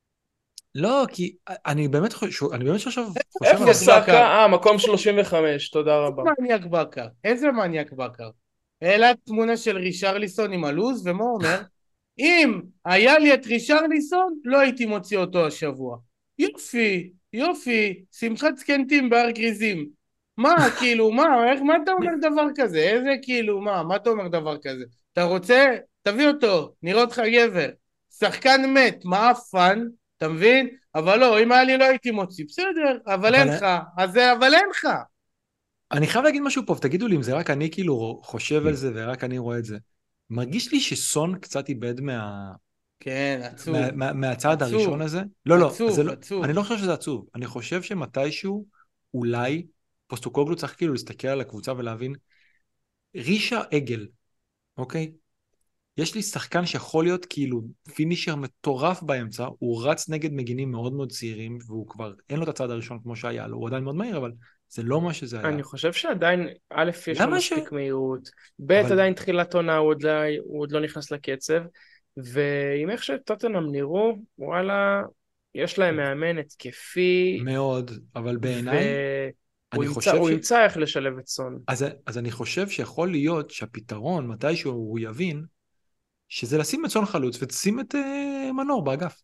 לא, כי אני באמת חושב, אני באמת חושב, חושב איפה על... סאקה? אה, מקום שלושים וחמש, תודה רבה. איזה מניאק בקר, איזה מניאק בקר. העלה תמונה של רישרליסון עם הלוז, ומה הוא אומר? אם היה לי את רישרליסון, לא הייתי מוציא אותו השבוע. יופי, יופי, שמחת זקנתים בהר גריזים. מה, כאילו, מה, איך, מה אתה אומר דבר כזה? איזה, כאילו, מה, מה אתה אומר דבר כזה? אתה רוצה? תביא אותו, נראה אותך גבר. שחקן מת, מעפן, אתה מבין? אבל לא, אם היה לי לא הייתי מוציא, בסדר, אבל אבל- אין לך, אז זה, אבל אין לך. אני חייב להגיד משהו פה, ותגידו לי אם זה רק אני כאילו חושב על זה ורק אני רואה את זה. מרגיש לי שסון קצת איבד מה... כן, עצוב. מה, מה, מהצעד עצוב. הראשון הזה. לא, לא, עצוב, זה לא, עצוב. אני לא חושב שזה עצוב. אני חושב שמתישהו, אולי, פוסטוקוגלו צריך כאילו להסתכל על הקבוצה ולהבין, רישה עגל, אוקיי? יש לי שחקן שיכול להיות כאילו פינישר מטורף באמצע, הוא רץ נגד מגינים מאוד מאוד צעירים, והוא כבר, אין לו את הצעד הראשון כמו שהיה לו, הוא עדיין מאוד מהיר, אבל זה לא מה שזה היה. אני חושב שעדיין, א', יש לו למה ש- מספיק מהירות, ב', אבל- עדיין תחילת עונה, הוא עוד לא- הוא עוד לא נכנס לקצב, ועם איך שטוטנהאם נראו, וואלה, יש להם מאמן התקפי, מאוד, אבל בעיניי, והוא אני ימצא- חושב הוא ש- ימצא איך לשלב את סון. אז, אז אני חושב שיכול להיות שהפתרון, מתישהו הוא יבין, שזה לשים את סון חלוץ ותשים את uh, מנור באגף.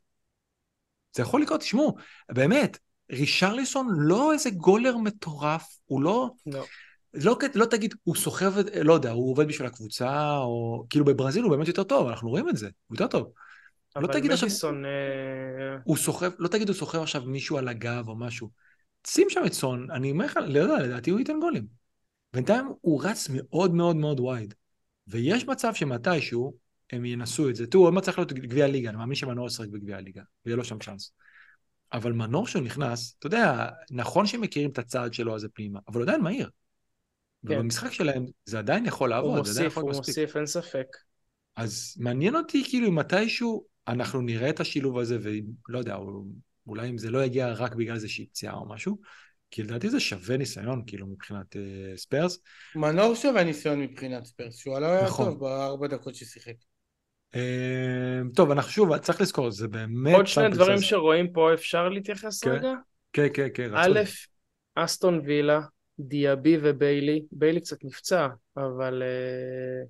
זה יכול לקרות, תשמעו, באמת, רישרליסון לא איזה גולר מטורף, הוא לא, לא. לא, לא תגיד, הוא סוחב, לא יודע, הוא עובד בשביל הקבוצה, או כאילו בברזיל הוא באמת יותר טוב, אנחנו רואים את זה, הוא יותר טוב. לא אבל תגיד עכשיו, מדיסון, אה, הוא סוחב, לא תגיד הוא סוחב עכשיו מישהו על הגב או משהו. שים שם את סון, אני אומר לך, לא יודע, לדעתי הוא ייתן גולים. בינתיים הוא רץ מאוד מאוד מאוד וייד. ויש מצב שמתישהו הם ינסו את זה. תראו, עוד מה צריך להיות גביע הליגה, אני מאמין שמנור ישחק בגביע הליגה, ויהיה לו שם צ'אנס. אבל מנור שהוא נכנס, אתה יודע, נכון שהם מכירים את הצעד שלו הזה פנימה, אבל הוא עדיין מהיר. כן. ובמשחק שלהם זה עדיין יכול לעבוד, הוא זה עדיין מוסיף, יכול הוא מספיק. מוסיף, אין ספק. אז מעניין אותי כאילו אם מתישהו אנחנו נראה את השילוב הזה, ולא יודע, אולי אם זה לא יגיע רק בגלל זה שהיא פציעה או משהו, כי לדעתי זה שווה ניסיון כאילו מבחינת uh, ספיירס. מנור שווה ניסיון מבחינת ספרס, שהוא לא היה נכון. טוב בארבע דקות ששיחק. Uh, טוב, אנחנו שוב, צריך לזכור, זה באמת... עוד שני סמפל דברים סייז. שרואים פה, אפשר להתייחס כן. רגע? כן, כן, כן, רצוי. א', אסטון וילה, דיאבי וביילי, ביילי קצת נפצע, אבל אה,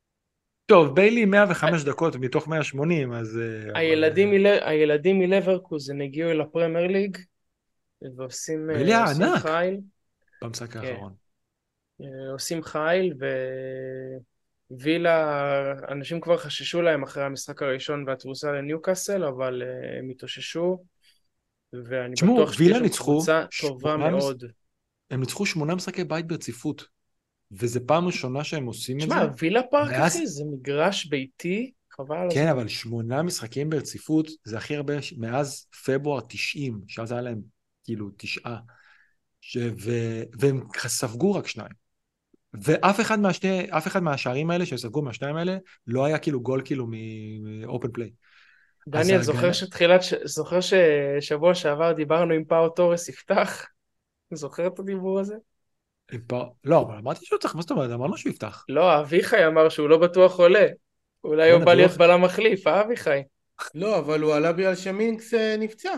טוב, ביילי מאה וחמש דקות מתוך מאה ושמונים, אז... uh, הילדים אבל, מל- הילדים מלברקוזן הגיעו אל הפרמייר ליג, ועושים אה, ביילי עושים הענק. חייל, uh, במשחק כן. האחרון. אה, עושים חייל, ווילה, אנשים כבר חששו להם אחרי המשחק הראשון והתבוסה לניוקאסל, אבל אה, הם התאוששו, ואני תשמעו, בטוח שתהיה וילה שם ניצחו קבוצה טובה שמונה מש- מאוד. הם ניצחו שמונה משחקי בית ברציפות, וזו פעם ראשונה שהם עושים את זה. תשמע, וילה פארק, מאז- אחי, זה מגרש ביתי, חבל על כן, הזמן. אבל שמונה משחקים ברציפות, זה הכי הרבה ש- מאז פברואר תשעים, שאז היה להם כאילו תשעה, ש... ו... והם ספגו רק שניים. ואף אחד מהשני, אף אחד מהשערים האלה שספגו מהשניים האלה, לא היה כאילו גול כאילו מאופן פליי. דניאל, זוכר שתחילת, זוכר ששבוע שעבר דיברנו עם פאו טורס יפתח? זוכר את הדיבור הזה? לא, אבל אמרתי שהוא צריך, מה זאת אומרת? אמרנו שהוא יפתח. לא, אביחי אמר שהוא לא בטוח עולה. אולי הוא בא להיות בלם מחליף, אה אביחי? לא, אבל הוא עלה בגלל שמינקס אה, נפצע.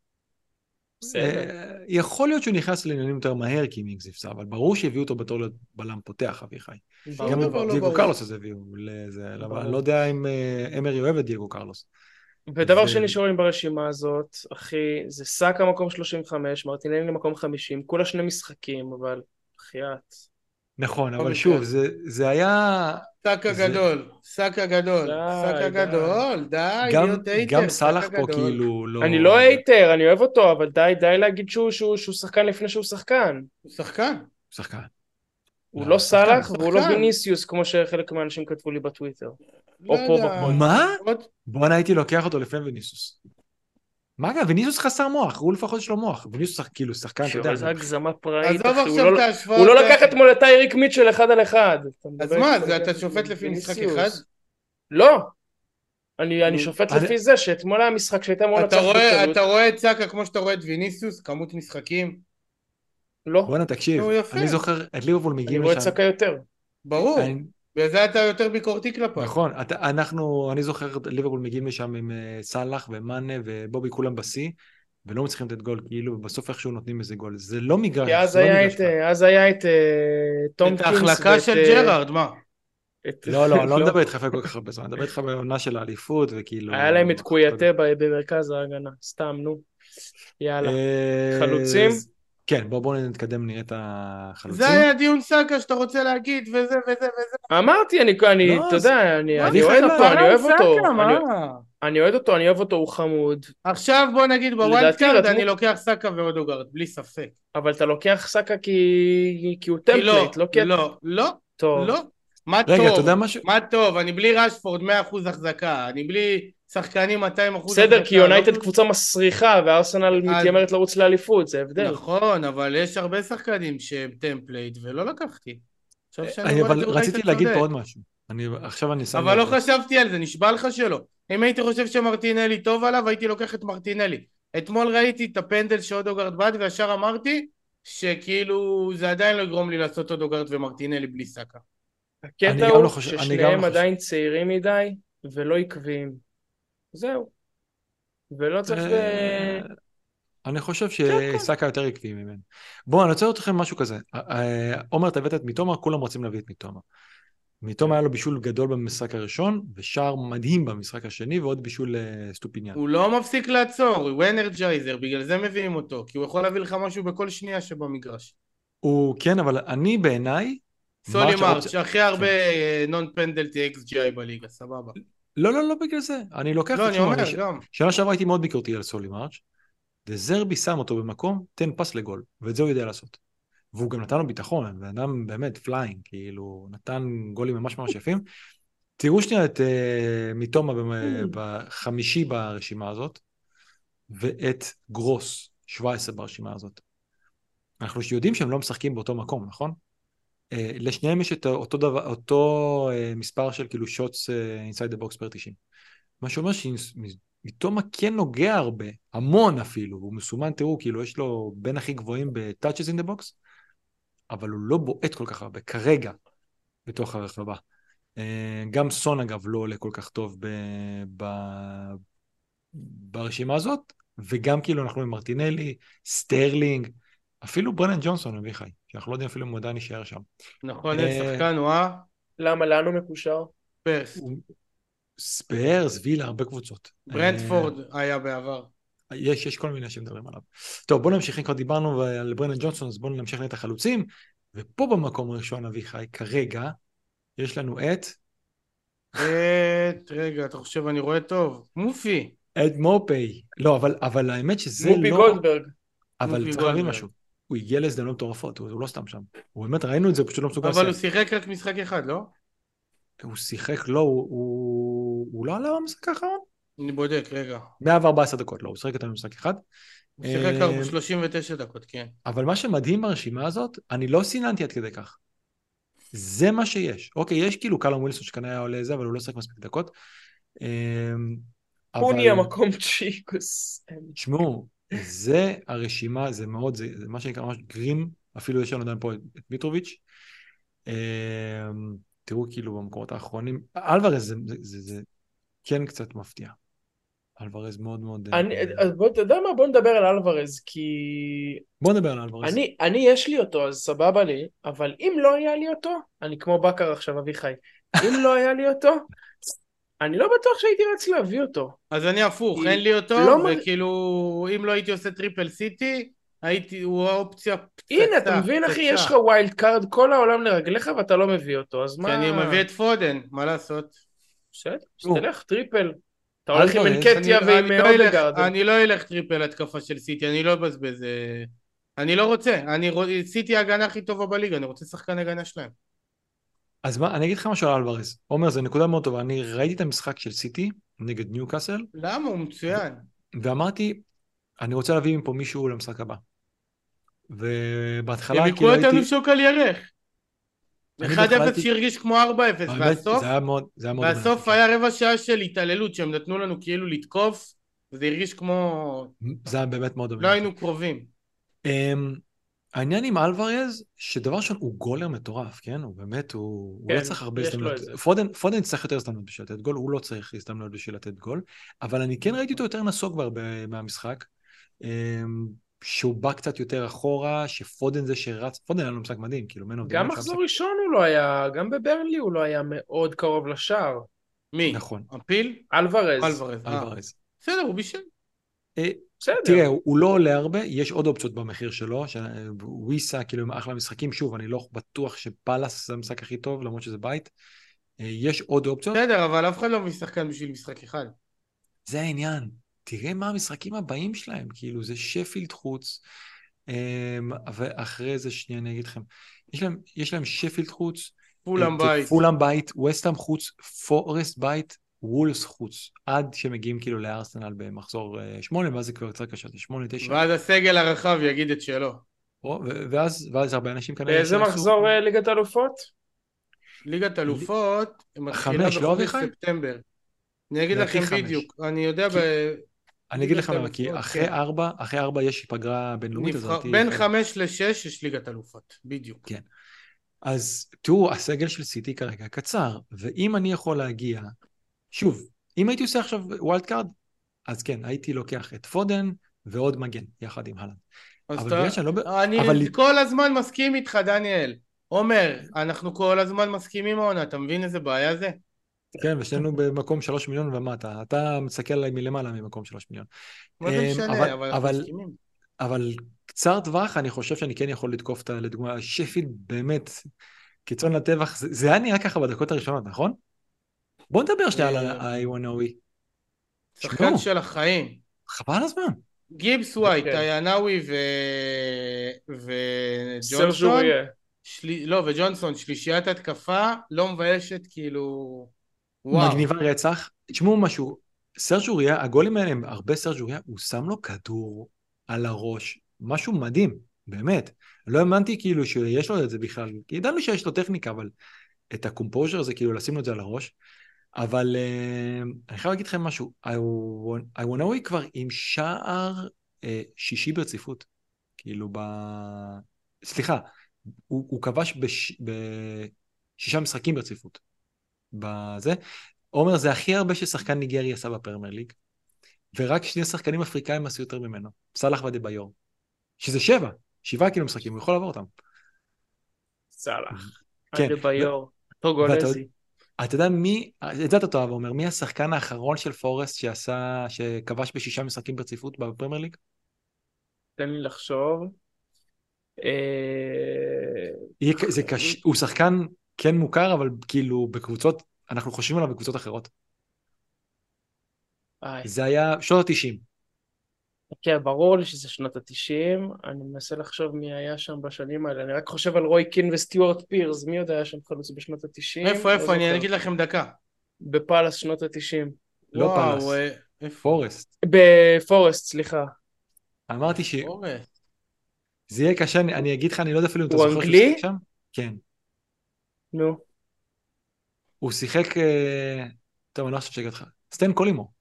בסדר. יכול להיות שהוא נכנס לעניינים יותר מהר כי מינקס נפצע, אבל ברור שהביאו אותו בתור להיות בלם פותח, אביחי. ברור. גם דבר לא דייגו ברור. קרלוס הזה הביאו לזה, אבל אני לא יודע אם אה, אמרי אוהב את דייגו קרלוס. ודבר ו- שני שרואים ברשימה הזאת, אחי, זה סאקה מקום שלושים וחמש, מרטינלי מקום חמישים, כולה שני משחקים, אבל בחייאת. נכון, אבל במקרה. שוב, זה, זה היה... סאקה זה- גדול, סאקה גדול, די, סאקה די. גדול, די, גם, להיות הייטר, גם סאקה סלאח פה גדול. כאילו לא... אני לא הייטר, אני אוהב אותו, אבל די, די להגיד שהוא, שהוא, שהוא שחקן לפני שהוא שחקן. הוא שחקן. שחקן. הוא לא, לא שחקן, סלאח והוא לא שחקן. ויניסיוס, כמו שחלק מהאנשים כתבו לי בטוויטר. לא או פה יודע. בפוד. מה? עוד- בואנה הייתי לוקח אותו לפני ויניסוס. מה אגב, ויניסוס חסר מוח, הוא לפחות יש לו מוח. ויניסוס שח- כאילו שחקן, אתה יודע. איזה זה- הגזמה פראית, עזוב אחי, הוא עכשיו לא- את ההשוואות. הוא לא האלה. לקח אתמול את טייריק מיטשל אחד על אחד. אתה אז מדבר מה, איתו זה על אתה שופט לפי משחק ויניסיוס. אחד? לא. אני אני נו, שופט אני- לפי זה שאתמול היה משחק שהייתה מאוד אתה נצח רואה, בקלות. אתה רואה את סאקה כמו שאתה רואה את ויניסיוס, כמות משחקים? לא. בואנה תקשיב, נו, יפה. אני זוכר את ליברפול אני מגיעים רואה את לשם. סאקה יותר. ברור. אני- וזה אתה יותר ביקורתי כלפיו. נכון, אתה, אנחנו, אני זוכר ליברפול מגיעים לשם עם uh, סלאח ומאנה ובובי כולם בשיא, ולא מצליחים לתת גול, כאילו, ובסוף איכשהו נותנים איזה גול. זה לא מגרש, כי אז זה לא היה מגרש את, קל. אז היה את אה, את טומקינס ההחלקה ואת... של אה, ג'רארד, מה? את- לא, לא, אני לא מדבר איתך כל כך הרבה זמן, אני מדבר איתך בעונה של האליפות, וכאילו... היה להם את קויאטה ב- במרכז ההגנה, סתם, נו. יאללה. אה, חלוצים? אז- כן, בואו בוא נתקדם, נראה את זה החלוצים. היה דיון סאקה שאתה רוצה להגיד, וזה וזה וזה. אמרתי, אני, אני, לא, אתה זה- יודע, אני, מה אני אביחי, אוהד לא, אותו, אני אוהב סאקה, אותו, מה? אני, אני אוהד אותו, אני אוהב אותו, הוא חמוד, עכשיו בוא נגיד בווילד לדעתי קארד רתמו- אני לוקח סאקה ואודוגרד, בלי ספק. אבל אתה לוקח סאקה כי, כי הוא כי לא, טמפלייט, לא כי... לא, לא, טוב. לא. מה רגע, אתה טוב, יודע משהו? מה טוב, אני בלי רשפורד מאה אחוז החזקה, אני בלי שחקנים מאתיים אחוז בסדר, החזקה. כי יונייטד לא... קבוצה מסריחה, וארסנל אז- מתיימרת לרוץ לאליפות, זה הבדל. נכון, אבל יש הרבה שחקנים שהם טמפלייט, ולא לקחתי. עכשיו שאני אני רואה את אבל זה, אולי רציתי אתה להגיד צודק. פה עוד משהו. אני, עכשיו אני שם אבל לא לב. חשבתי על זה, נשבע לך שלא. אם הייתי חושב שמרטינלי טוב עליו, הייתי לוקח את מרטינלי. אתמול ראיתי את הפנדל שאודוגרד בד, וישר אמרתי שכאילו זה עדיין לא יגרום לי לעשות אודוגרד ומרטינלי בלי סאקה. אני הקטע גם לא הוא חושב- אני גם ששניהם לא חושב. עדיין צעירים מדי, ולא עקביים. זהו. ולא צריך... אה, אה, אני חושב זה הכל. שסאקה יותר עקבי ממנו. בואו, אני רוצה לראות לכם משהו כזה. אה, עומר, אתה הבאת את מיטומה, כולם רוצים להביא את מיטומה. מיטומה היה לו בישול גדול במשחק הראשון, ושער מדהים במשחק השני, ועוד בישול אה, סטופיניאן. הוא לא מפסיק לעצור, הוא אנרג'ייזר, בגלל זה מביאים אותו, כי הוא יכול להביא לך משהו בכל שנייה שבמגרש. הוא כן, אבל אני בעיניי... סולי מרץ' מרץ', האופציה- הכי הרבה נון פנדלטי אקס ג'י איי בליגה, סבבה. לא, לא, לא בגלל זה. אני לוקח לא, את אני שמו. אומר ש- גם. שנה שעברה הייתי מאוד ביקורתי על סולי מרץ', וזרבי שם אותו במקום, תן פס לגול, ואת זה הוא יודע לעשות. והוא גם נתן לו ביטחון, בן אדם באמת פליינג, כאילו, נתן גולים ממש ממש יפים. תראו שנייה את uh, מיטומה במ- בחמישי ברשימה הזאת, ואת גרוס, שבע עשרה ברשימה הזאת. אנחנו יודעים שהם לא משחקים באותו מקום, נכון? Uh, לשניהם יש את אותו, דבר, אותו uh, מספר של כאילו שוטס uh, inside the box פר תשעים. מה שאומר שמיטומה כן נוגע הרבה, המון אפילו, הוא מסומן, תראו, כאילו יש לו בין הכי גבוהים ב-touches in the box, אבל הוא לא בועט כל כך הרבה, כרגע, בתוך הרחבה. גם סון אגב לא עולה כל כך טוב ב... ב... ברשימה הזאת, וגם כאילו אנחנו עם מרטינלי, סטרלינג, אפילו ברנן ג'ונסון, אביחי, שאנחנו לא יודעים אפילו אם הוא עדיין נשאר שם. נכון, אין שחקן, הוא אה? למה? לאן הוא מקושר? פרס. ספיירס, וילה, הרבה קבוצות. ברנדפורד היה בעבר. יש, יש כל מיני שמדברים עליו. טוב, בואו נמשיך, אם כבר דיברנו על ברנן ג'ונסון, אז בואו נמשיך את החלוצים, ופה במקום הראשון, אביחי, כרגע, יש לנו את... את... רגע, אתה חושב, אני רואה טוב. מופי. את מופי. לא, אבל, אבל האמת שזה לא... מופי גולדברג. אבל מופי צריך להבין גולדברג. משהו. הוא הגיע להזדמנות מטורפות, הוא, הוא לא סתם שם. הוא באמת, ראינו את זה, הוא פשוט לא מסוגל אבל הוא לסיים. שיחק רק משחק אחד, לא? הוא שיחק, לא, הוא, הוא, הוא לא עלה במשחק האחרון? אני בודק, רגע. מאה וארבע עשרה דקות, לא, הוא שיחק איתנו במשחק אחד. הוא שיחק אה, רק שלושים ותשע דקות, כן. אבל מה שמדהים ברשימה הזאת, אני לא סיננתי עד כדי כך. זה מה שיש. אוקיי, יש כאילו קלום ווילסון שכנראה היה עולה זה, אבל הוא לא שיחק מספיק דקות. אה, הוא אבל... נהיה מקום צ'יקוס. תשמעו, זה הרשימה, זה מאוד, זה, זה מה שנקרא ממש גרים, אפילו יש לנו עדיין פה את מיטרוביץ'. אה, תראו כאילו במקומות האחרונים, אלוורז זה, זה, זה, זה כן קצת מפתיע. אלוורז מאוד מאוד... אני, אז בוא, אתה יודע מה? בוא נדבר על אלוורז, כי... בוא נדבר על אלוורז. אני, אני יש לי אותו, אז סבבה לי, אבל אם לא היה לי אותו, אני כמו בקר עכשיו, אביחי, אם לא היה לי אותו, אני לא בטוח שהייתי רץ להביא אותו. אז אני הפוך, היא- אין לי אותו, לא וכאילו, אם לא הייתי עושה טריפל סיטי, הייתי, הוא האופציה פצצה. הנה, אתה מבין, אחי, פצצה. יש לך ווילד קארד, כל העולם לרגליך, ואתה לא מביא אותו, אז מה... כי אני מביא את פודן, מה לעשות? בסדר, נו. שתלך טריפל. אתה הולך עם אלוורז, אנקטיה אני- ועם אני לא אלך- אודגרד. אני לא אלך טריפל התקפה של סיטי, אני לא אבזבז... אה, אני לא רוצה, אני רוצ- סיטי ההגנה הכי טובה בליגה, אני רוצה שחקן הגנה שלהם. אז מה, אני אגיד לך משהו על אלוורז. עומר, זו נקודה מאוד טובה. אני ראיתי את המשחק של סיטי נגד ניוקאסל, למה? הוא מצוין. ואמרתי, אני רוצה להביא מפה מישהו למשחק הבא. ובהתחלה הם כאילו יקרו אותנו הייתי... שוק על ירך. אני אחד בהתחלה אפס הייתי- שהרגיש כמו ארבע אפס, האמת, והסוף, זה היה מאוד... זה היה מאוד והסוף מעניין. היה רבע שעה של התעללות, שהם נתנו לנו כאילו לתקוף, וזה הרגיש כמו... זה היה באמת מאוד לא מעניין. היינו קרובים. אמ, העניין עם אלוורז, שדבר ראשון הוא גולר מטורף, כן? הוא באמת, הוא, הוא לא כן, צריך הרבה יש לו הזדמנויות. את זה. פודן, פודן צריך יותר הזדמנויות בשביל לתת גול, הוא לא צריך הזדמנויות בשביל לתת גול, אבל אני כן ראיתי אותו יותר נסוג בהרבה מהמשחק, אמ, שהוא בא קצת יותר אחורה, שפודן זה שרץ, פודן היה לו משחק מדהים, כאילו, מנו, גם מחזור ראשון הוא לא היה, גם בברנלי הוא לא היה מאוד קרוב לשער. מי? נכון, אפיל? אלוורז. אלוורז. אה, אלוורז. בסדר, הוא בישל. אה, בסדר. תראה, הוא הוא לא עולה הרבה, יש עוד אופציות במחיר שלו, שוויסה, כאילו, עם אחלה משחקים, שוב, אני לא בטוח שפלאס זה המשחק הכי טוב, למרות שזה בית. אה, יש עוד אופציות, בסדר, אבל אף אחד לא מביא שחקן בשביל משחק אחד. זה העניין. תראה מה המשחקים הבאים שלהם, כאילו, זה שפילד חוץ, אמ, ואחרי זה, שנייה, אני אגיד לכם, יש להם, יש להם שפילד חוץ, פולאם אה, בית. פולאם בית, וסטהאם חוץ, פורסט בית, וולס חוץ, עד שמגיעים כאילו לארסנל במחזור אה, שמונה, ואז זה כבר קצת קשה, זה שמונה, תשע, ואז הסגל הרחב יגיד את שלו. או, ו- ואז, ואז הרבה אנשים כנראה באיזה שיעשו... מחזור אה, ליגת אלופות? ליגת אלופות מתחילה חמש, לא בחודש אביחי? ספטמבר. אני אגיד לדעתי לכם חמש. בדיוק. אני יודע כי, אני אגיד בליגת לך למה, כי אלופות, אחרי כן. ארבע, אחרי ארבע יש פגרה בינלאומית, אז נבחר, לדעתי... בין חלק- חמש לשש יש ליגת אלופות, בדיוק. כן. אז תראו, הסגל של סיטי כרגע קצר, ואם אני יכול להגיע, שוב, אם הייתי עושה עכשיו ווילד קארד, אז כן, הייתי לוקח את פודן ועוד מגן, יחד עם הלנד. אז אבל אתה, בגלל שאני לא... ב- אני אבל כל הזמן מסכים איתך, דניאל. עומר, אנחנו כל הזמן מסכימים העונה, אתה מבין איזה בעיה זה? כן, ושנינו במקום שלוש מיליון ומטה. אתה מסתכל עליי מלמעלה ממקום שלוש מיליון. מה זה אמ, משנה, אבל, אבל אנחנו אבל, מסכימים. אבל קצר טווח, אני חושב שאני כן יכול לתקוף את ה... לדוגמה, שפילד באמת, קיצון לטבח, זה, זה היה נראה ככה בדקות הראשונות, נכון? בוא נדבר שנייה על אה, האיוונאווי. שחקן תשמעו, של החיים. חבל על הזמן. גיבס ווייט, כן. טיינאווי ו... סרג' וג'ונסון, אוריה. של... לא, וג'ונסון, שלישיית התקפה, לא מביישת, כאילו... וואו. מגניבה רצח. תשמעו משהו, סרג' אוריה, הגולים האלה הם הרבה סרג' אוריה, הוא שם לו כדור על הראש, משהו מדהים, באמת. לא האמנתי כאילו שיש לו את זה בכלל, כי ידענו שיש לו טכניקה, אבל את הקומפוז'ר הזה, כאילו לשים לו את זה על הראש. אבל uh, אני חייב להגיד לכם משהו, איוונאווי כבר עם שער uh, שישי ברציפות, כאילו ב... סליחה, הוא, הוא כבש בש... בשישה משחקים ברציפות. בזה. עומר, זה הכי הרבה ששחקן ניגרי עשה בפרמייר ליג, ורק שני שחקנים אפריקאים עשו יותר ממנו, סלאח ודביור, שזה שבע, שבעה כאילו משחקים, הוא יכול לעבור אותם. סלאח. כן, אדבאיור. ואתה טוגולזי. אתה יודע מי, את זה אתה תאהב, עומר, מי השחקן האחרון של פורסט שעשה, שכבש בשישה משחקים ברציפות בפרמייר ליג? תן לי לחשוב. אה, יהיה כ- זה קש... הוא שחקן כן מוכר, אבל כאילו בקבוצות, אנחנו חושבים עליו בקבוצות אחרות. איי. זה היה שנות ה-תשעים. כן, ברור לי שזה שנות ה-תשעים, אני מנסה לחשוב מי היה שם בשנים האלה, אני רק חושב על רוי קין וסטיוארט פירס, מי יודע היה שם חלוץ בשנות ה-תשעים? איפה, איפה, לא אני זוכר. אגיד לכם דקה. בפאלאס שנות ה-תשעים. לא וואו, פלאס, אה, איפה? פורסט. בפורסט, סליחה. אמרתי שזה פורסט. יהיה קשה, אני, אני אגיד לך, אני לא יודע אפילו אם אתה הוא זוכר שהוא אנגלי? שיחק שם. כן. נו. הוא שיחק, אה, טוב, אני לא חושב שהגעתי לך. סטן קולימו.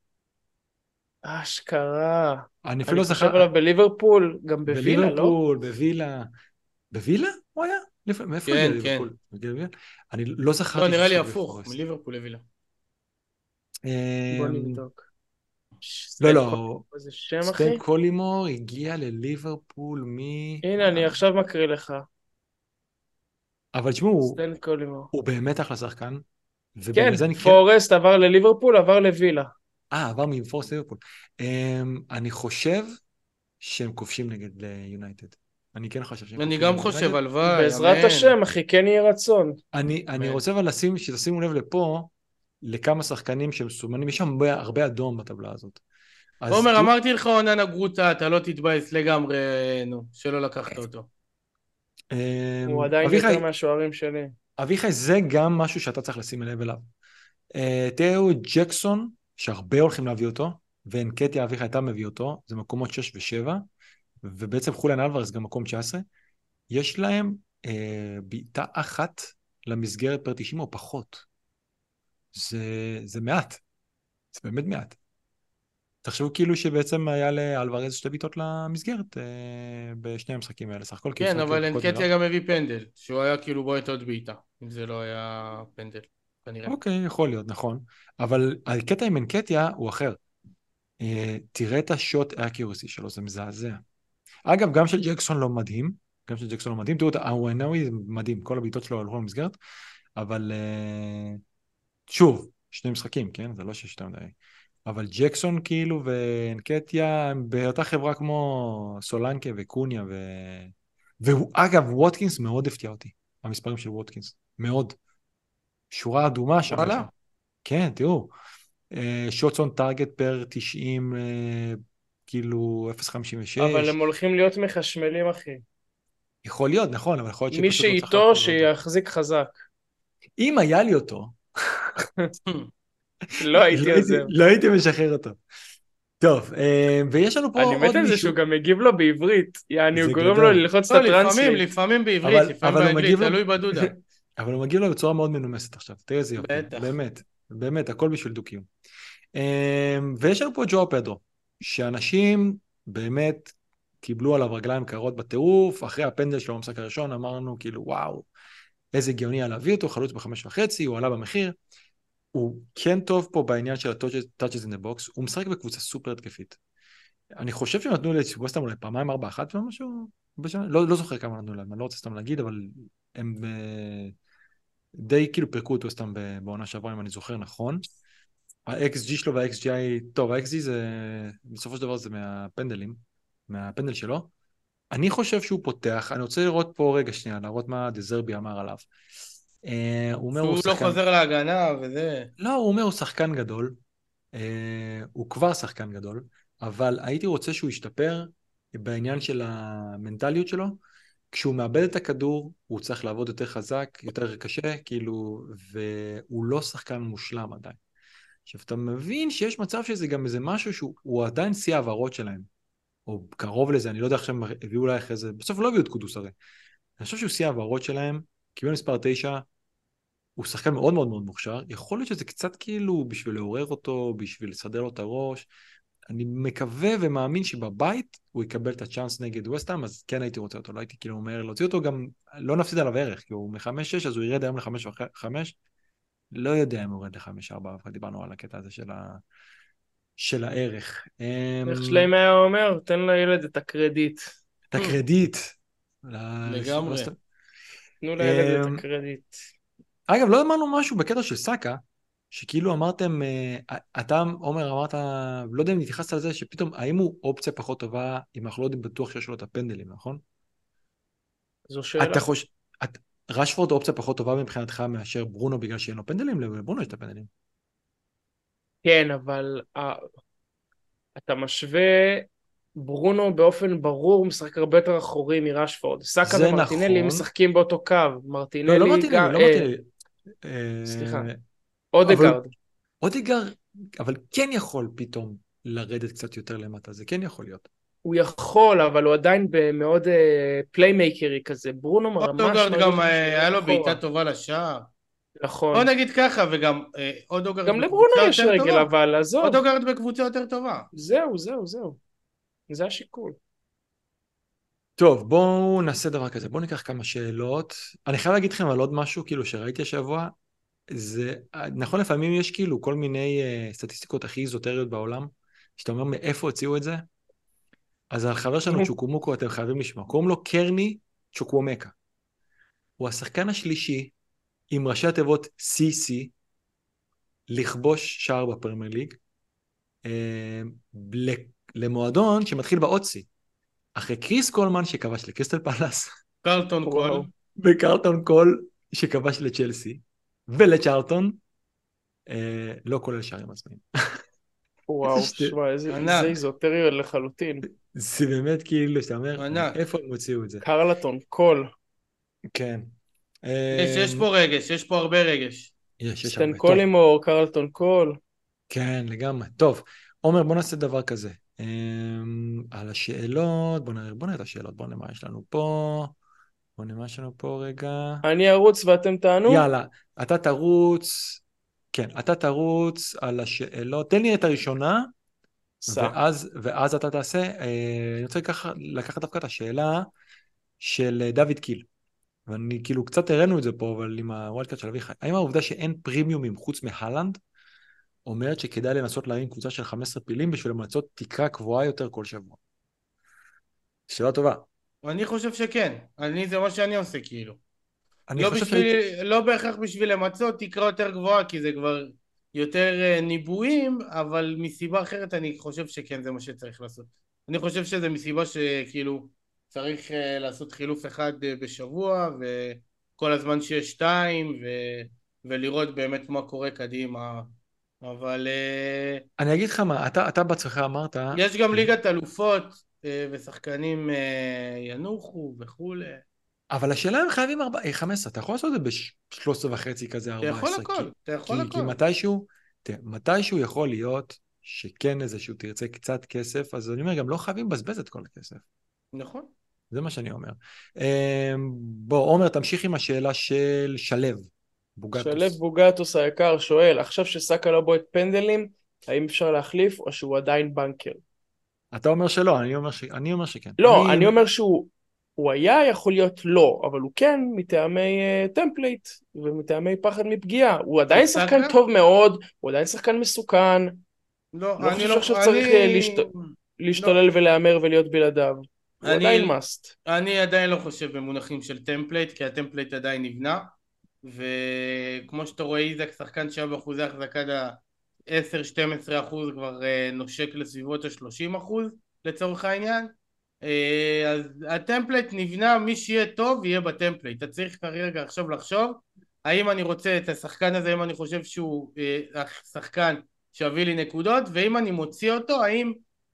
אשכרה. אני אפילו אני לא חושב זכר, עליו בליברפול, גם בווילה, לא? בליברפול, בווילה. בווילה? הוא היה? לפ- מאיפה הגיע כן, כן. לליברפול? הוא הגיע לווילה? אני לא זכרתי לא, שהוא נראה לי שיחק הפוך, בפורסט. מליברפול לווילה. בוא אמ, נבדוק. לא, סטן לא, קולימו, איזה שם, סטן אחי? קולימור הגיע לליברפול מ... הנה, אני עכשיו מקריא לך. אבל תשמעו, הוא- סטן קולימו. הוא באמת אחלה שחקן, כן, ובגלל זה אני כן... פורסט עבר לליברפול, עבר לווילה. אה, עבר מפורסט ליברפול. אמ, אני חושב שהם כובשים נגד יונייטד. אני כן חושב שהם אני כובשים גם נגד חושב, יונייטד. הלוואי, בעזרת אמן. השם, אחי, כן יהיה רצון. אני, אני אמן. רוצה אבל לשים, שתשימו לב לפה, לכמה שחקנים שמסומנים, יש שם הרבה, הרבה אדום בטבלה הזאת. אז עומר, תראו, אמרתי לך עונה נגרוטה, אתה לא תתבאס לגמרי, נו, שלא לקחת אותו. אמ, הוא עדיין אביחי, יותר מהשוערים שלי. אביחי, זה גם משהו שאתה צריך לשים לב אליו. אה, תראו, ג'קסון, שהרבה הולכים להביא אותו, ואנקטיה אביחי הייתה מביא אותו, זה מקומות שש ושבע, ובעצם חוליאן אלוורס גם מקום תשע עשרה, יש להם אה, בעיטה אחת למסגרת פר תשעים או פחות. זה, זה מעט, זה באמת מעט. תחשבו כאילו שבעצם היה לאלוורז שתי בעיטות למסגרת אה, בשני המשחקים האלה, סך הכל כאילו כן, שחק אבל דקות ולא. אנקטיה גם הביא פנדל, שהוא היה כאילו בועט עוד בעיטה, אם זה לא היה פנדל, כנראה. אוקיי, יכול להיות, נכון. אבל הקטע עם אנקטיה הוא אחר. אה, תראה את השוט אקיורסי שלו, זה מזעזע. אגב, גם של ג'קסון לא מדהים, גם של ג'קסון לא מדהים, תראו, הוואנאווי מדהים, כל הבעיטות שלו הלכו למסגרת, אבל אה, שוב, שני משחקים, כן? זה לא שיש יותר מדי. אבל ג'קסון כאילו ואנקטיה הם באותה חברה כמו סולנקה וקוניה ו... והוא, אגב, ווטקינס מאוד הפתיע אותי, המספרים של ווטקינס, מאוד. שורה אדומה שם יש וואלה? לו. כן, תראו, שוטס און טארגט פר תשעים, אה, כאילו אפס נקודה חמישים אבל ושש, הם הולכים להיות מחשמלים, אחי. יכול להיות, נכון, אבל יכול להיות מי שפשוט לא צריך להפעיל שאיתו, אותו. שיחזיק חזק. אם היה לי אותו, לא הייתי לא הייתי, עוזב. לא הייתי משחרר אותו. טוב, אה, ויש לנו פה אני מת עוד על זה מישהו, שהוא גם מגיב לו בעברית. יעני, הוא זה גורם לו גדול, ללחוץ לא, את לפעמים, הטרנסליט. לפעמים בעברית, אבל, לפעמים אבל הוא באנגלית, מגיב לו, תלוי בדודה. אבל הוא מגיב לו בצורה מאוד מנומסת עכשיו, תראה איזה יופי, בטח. באמת, באמת, הכל בשביל דו-קיום. אה, ויש לנו פה את ג'ואו פדרו, שאנשים באמת קיבלו עליו רגליים קרות בטירוף, אחרי הפנדל שלו במשחק הראשון אמרנו כאילו וואו, איזה גאוני היה להביא אותו, חלוץ בחמש וחצי, הוא עלה במחיר, הוא כן טוב פה בעניין של ה-touches in the box, הוא משחק בקבוצה סופר התקפית. אני חושב שהם נתנו לווסטהאם אולי פעמיים ארבע אחת ומשהו, בשנה, לא, לא זוכר כמה נתנו להם, אני לא רוצה סתם להגיד, אבל הם אה, די כאילו פירקו את ווסטהאם בעונה שעברה, אם אני זוכר נכון. ה-אקס ג'י שלו וה-אקס ג'י איי, טוב, ה-אקס ג'י זה, בסופו של דבר זה מהפנדלים, מהפנדל שלו. אני חושב שהוא פותח, אני רוצה לראות פה רגע שנייה, להראות מה דזרבי אמר עליו. אה, הוא אומר הוא שהוא לא שחקן, חוזר להגנה וזה. לא, הוא אומר הוא שחקן גדול, אה, הוא כבר שחקן גדול, אבל הייתי רוצה שהוא ישתפר בעניין של המנטליות שלו. כשהוא מאבד את הכדור, הוא צריך לעבוד יותר חזק, יותר קשה, כאילו, והוא לא שחקן מושלם עדיין. עכשיו, אתה מבין שיש מצב שזה גם איזה משהו שהוא עדיין שיא העברות שלהם, או קרוב לזה, אני לא יודע איך שהם הביאו לה אחרי זה, בסוף לא הביאו את קודוס הרי. אני חושב שהוא שיא העברות שלהם, קיבל מספר תשע, הוא שחקן מאוד מאוד מאוד מוכשר, יכול להיות שזה קצת כאילו בשביל לעורר אותו, בשביל לסדר לו את הראש, אני מקווה ומאמין שבבית הוא יקבל את הצ'אנס נגד ווסטהאם, אז כן הייתי רוצה אותו, לא הייתי כאילו אומר להוציא אותו, גם לא נפסיד עליו ערך, כי הוא מחמש שש, אז הוא ירד היום לחמש וחמש, לא יודע אם הוא ירד לחמש ארבע, דיברנו על הקטע הזה של, ה... של הערך. איך אמ, שלהם היה אומר, תן לילד את הקרדיט. את הקרדיט. ל- לגמרי. לווסטהאם. תנו לילד את אמ, הקרדיט. אגב, לא אמרנו משהו בקטע של סאקה, שכאילו אמרתם, אה, אתה, עומר, אמרת, לא יודע אם התייחסת לזה, שפתאום, האם הוא אופציה פחות טובה, אם אנחנו לא יודעים בטוח שיש לו את הפנדלים, נכון? זו שאלה. אתה חושב, את, רשפורד אופציה פחות טובה מבחינתך מאשר ברונו בגלל שאין לו פנדלים? לברונו יש את הפנדלים. כן, אבל uh, אתה משווה ברונו באופן ברור משחק הרבה יותר אחורי מרשפורד. סאקה זה ומרטינלי נכון. משחקים באותו קו. לא, מרטינלי לא מרטינלי, גם... לא אה, מרטינלי. סליחה, אה, אבל אודגרד. אודיגר, אבל כן יכול פתאום לרדת קצת יותר למטה, זה כן יכול להיות. הוא יכול, אבל הוא עדיין במאוד פליימייקרי כזה. ברונו ממש אודוגרד מרגיש גם לי אה, שהוא היה לו בעיטה אחורה. טובה לשער. נכון. בוא נגיד ככה, וגם אה, אודוגרד גם לברונו בקבוצה יש יותר רגל, טובה. אבל עזוב. אודוגרד בקבוצה יותר טובה. זהו, זהו, זהו. זה השיקול. טוב, בואו נעשה דבר כזה, בואו ניקח כמה שאלות. אני חייב להגיד לכם על עוד משהו, כאילו, שראיתי השבוע, זה, נכון, לפעמים יש כאילו כל מיני uh, סטטיסטיקות הכי איזוטריות בעולם, שאתה אומר מאיפה הוציאו את זה, אז החבר שלנו צ'וקומוקו, אתם חייבים לשמוע, קוראים לו קרני צ'וקוומקה. הוא השחקן השלישי עם ראשי התיבות סי סי, לכבוש שער בפרמייר ליג, אה, למועדון שמתחיל באוצי, אחרי קריס קולמן שכבש לקריסטל פלאס, קרלטון קול. וקרלטון קול שכבש לצ'לסי, ולצ'ארטון, אה, לא כולל שערים עצמאים. וואו, שתי- שמע, איזה ענק. זה איזוטרי לחלוטין. זה באמת כאילו, שאתה אומר, ענק. איפה הם הוציאו את זה? קרלטון, קול. כן. יש, יש פה רגש, יש פה הרבה רגש. יש, יש סטן הרבה. טוב, קולימור, קרלטון קול. כן, לגמרי. טוב, עומר, בוא נעשה דבר כזה. אמ, על השאלות, בוא נראה, בוא נראה את השאלות, בוא נראה מה יש לנו פה. בוא נראה מה יש לנו פה רגע. אני ארוץ ואתם תענו? יאללה, אתה תרוץ, כן, אתה תרוץ על השאלות. תן לי את הראשונה, סע. ואז, ואז אתה תעשה, אה, אני רוצה לקחת, לקחת דווקא את השאלה של אה, דוד קיל. ואני כאילו קצת הראינו את זה פה, אבל עם הוואלד קאט של אביחי. האם העובדה שאין פרימיומים חוץ מהלנד, אומרת שכדאי לנסות להרים קבוצה של חמישה עשר פילים בשביל למצות תקרה קבועה יותר כל שבוע? שאלה טובה. אני חושב שכן, אני זה מה שאני עושה כאילו. אני לא חושב שהיית... בשביל, לא בהכרח בשביל למצות תקרה יותר גבוהה, כי זה כבר יותר אה, ניבויים, אבל מסיבה אחרת אני חושב שכן, זה מה שצריך לעשות. אני חושב שזה מסיבה שכאילו צריך אה, לעשות חילוף אחד אה, בשבוע, וכל הזמן שיש שתיים, ו... ולראות באמת מה קורה קדימה. אבל אה, אני אגיד לך מה, אתה, אתה בעצמך אמרת, יש גם ליגת אלופות, אה, ושחקנים אה, ינוחו וכולי. אבל השאלה הם חייבים ארבע, אה, חמש עשרה, אתה יכול לעשות את זה ב-שלוש עשרה וחצי כזה, אתה יכול ארבע עשרה, הכל, כי, אתה יכול כי, הכל. כי מתישהו, תראה, מתישהו יכול להיות שכן איזשהו תרצה קצת כסף, אז אני אומר, גם לא חייבים לבזבז את כל הכסף. נכון. זה מה שאני אומר. אמ, בוא, עומר, תמשיך עם השאלה של שלו, שלב בוגטוס. בוגטוס היקר שואל, עכשיו שסאקה לא בועט פנדלים, האם אפשר להחליף או שהוא עדיין בנקר? אתה אומר שלא, אני אומר, ש... אני אומר שכן. לא, אני... אני אומר שהוא הוא היה יכול להיות לא, אבל הוא כן מטעמי uh, טמפלייט ומטעמי פחד מפגיעה. הוא עדיין סאקה? שחקן טוב מאוד, הוא עדיין שחקן מסוכן. לא, לא אני חושב לא, שעכשיו אני... צריך uh, להשת... לא, להשתולל ולהמר ולהיות בלעדיו. הוא עדיין אני, מאסט. אני עדיין לא חושב במונחים של טמפלייט, כי הטמפלייט עדיין נבנה, וכמו שאתה רואה, איזק שחקן שהיה באחוזי החזקה עשר שתים עשרה אחוז כבר אה, נושק לסביבות ה-שלושים אחוז לצורך העניין. אה, אז הטמפלייט נבנה, מי שיהיה טוב יהיה בטמפלייט. אתה צריך כרגע עכשיו לחשוב האם אני רוצה את השחקן הזה, האם אני חושב שהוא אה, השחקן שיביא לי נקודות, ואם אני מוציא אותו, האם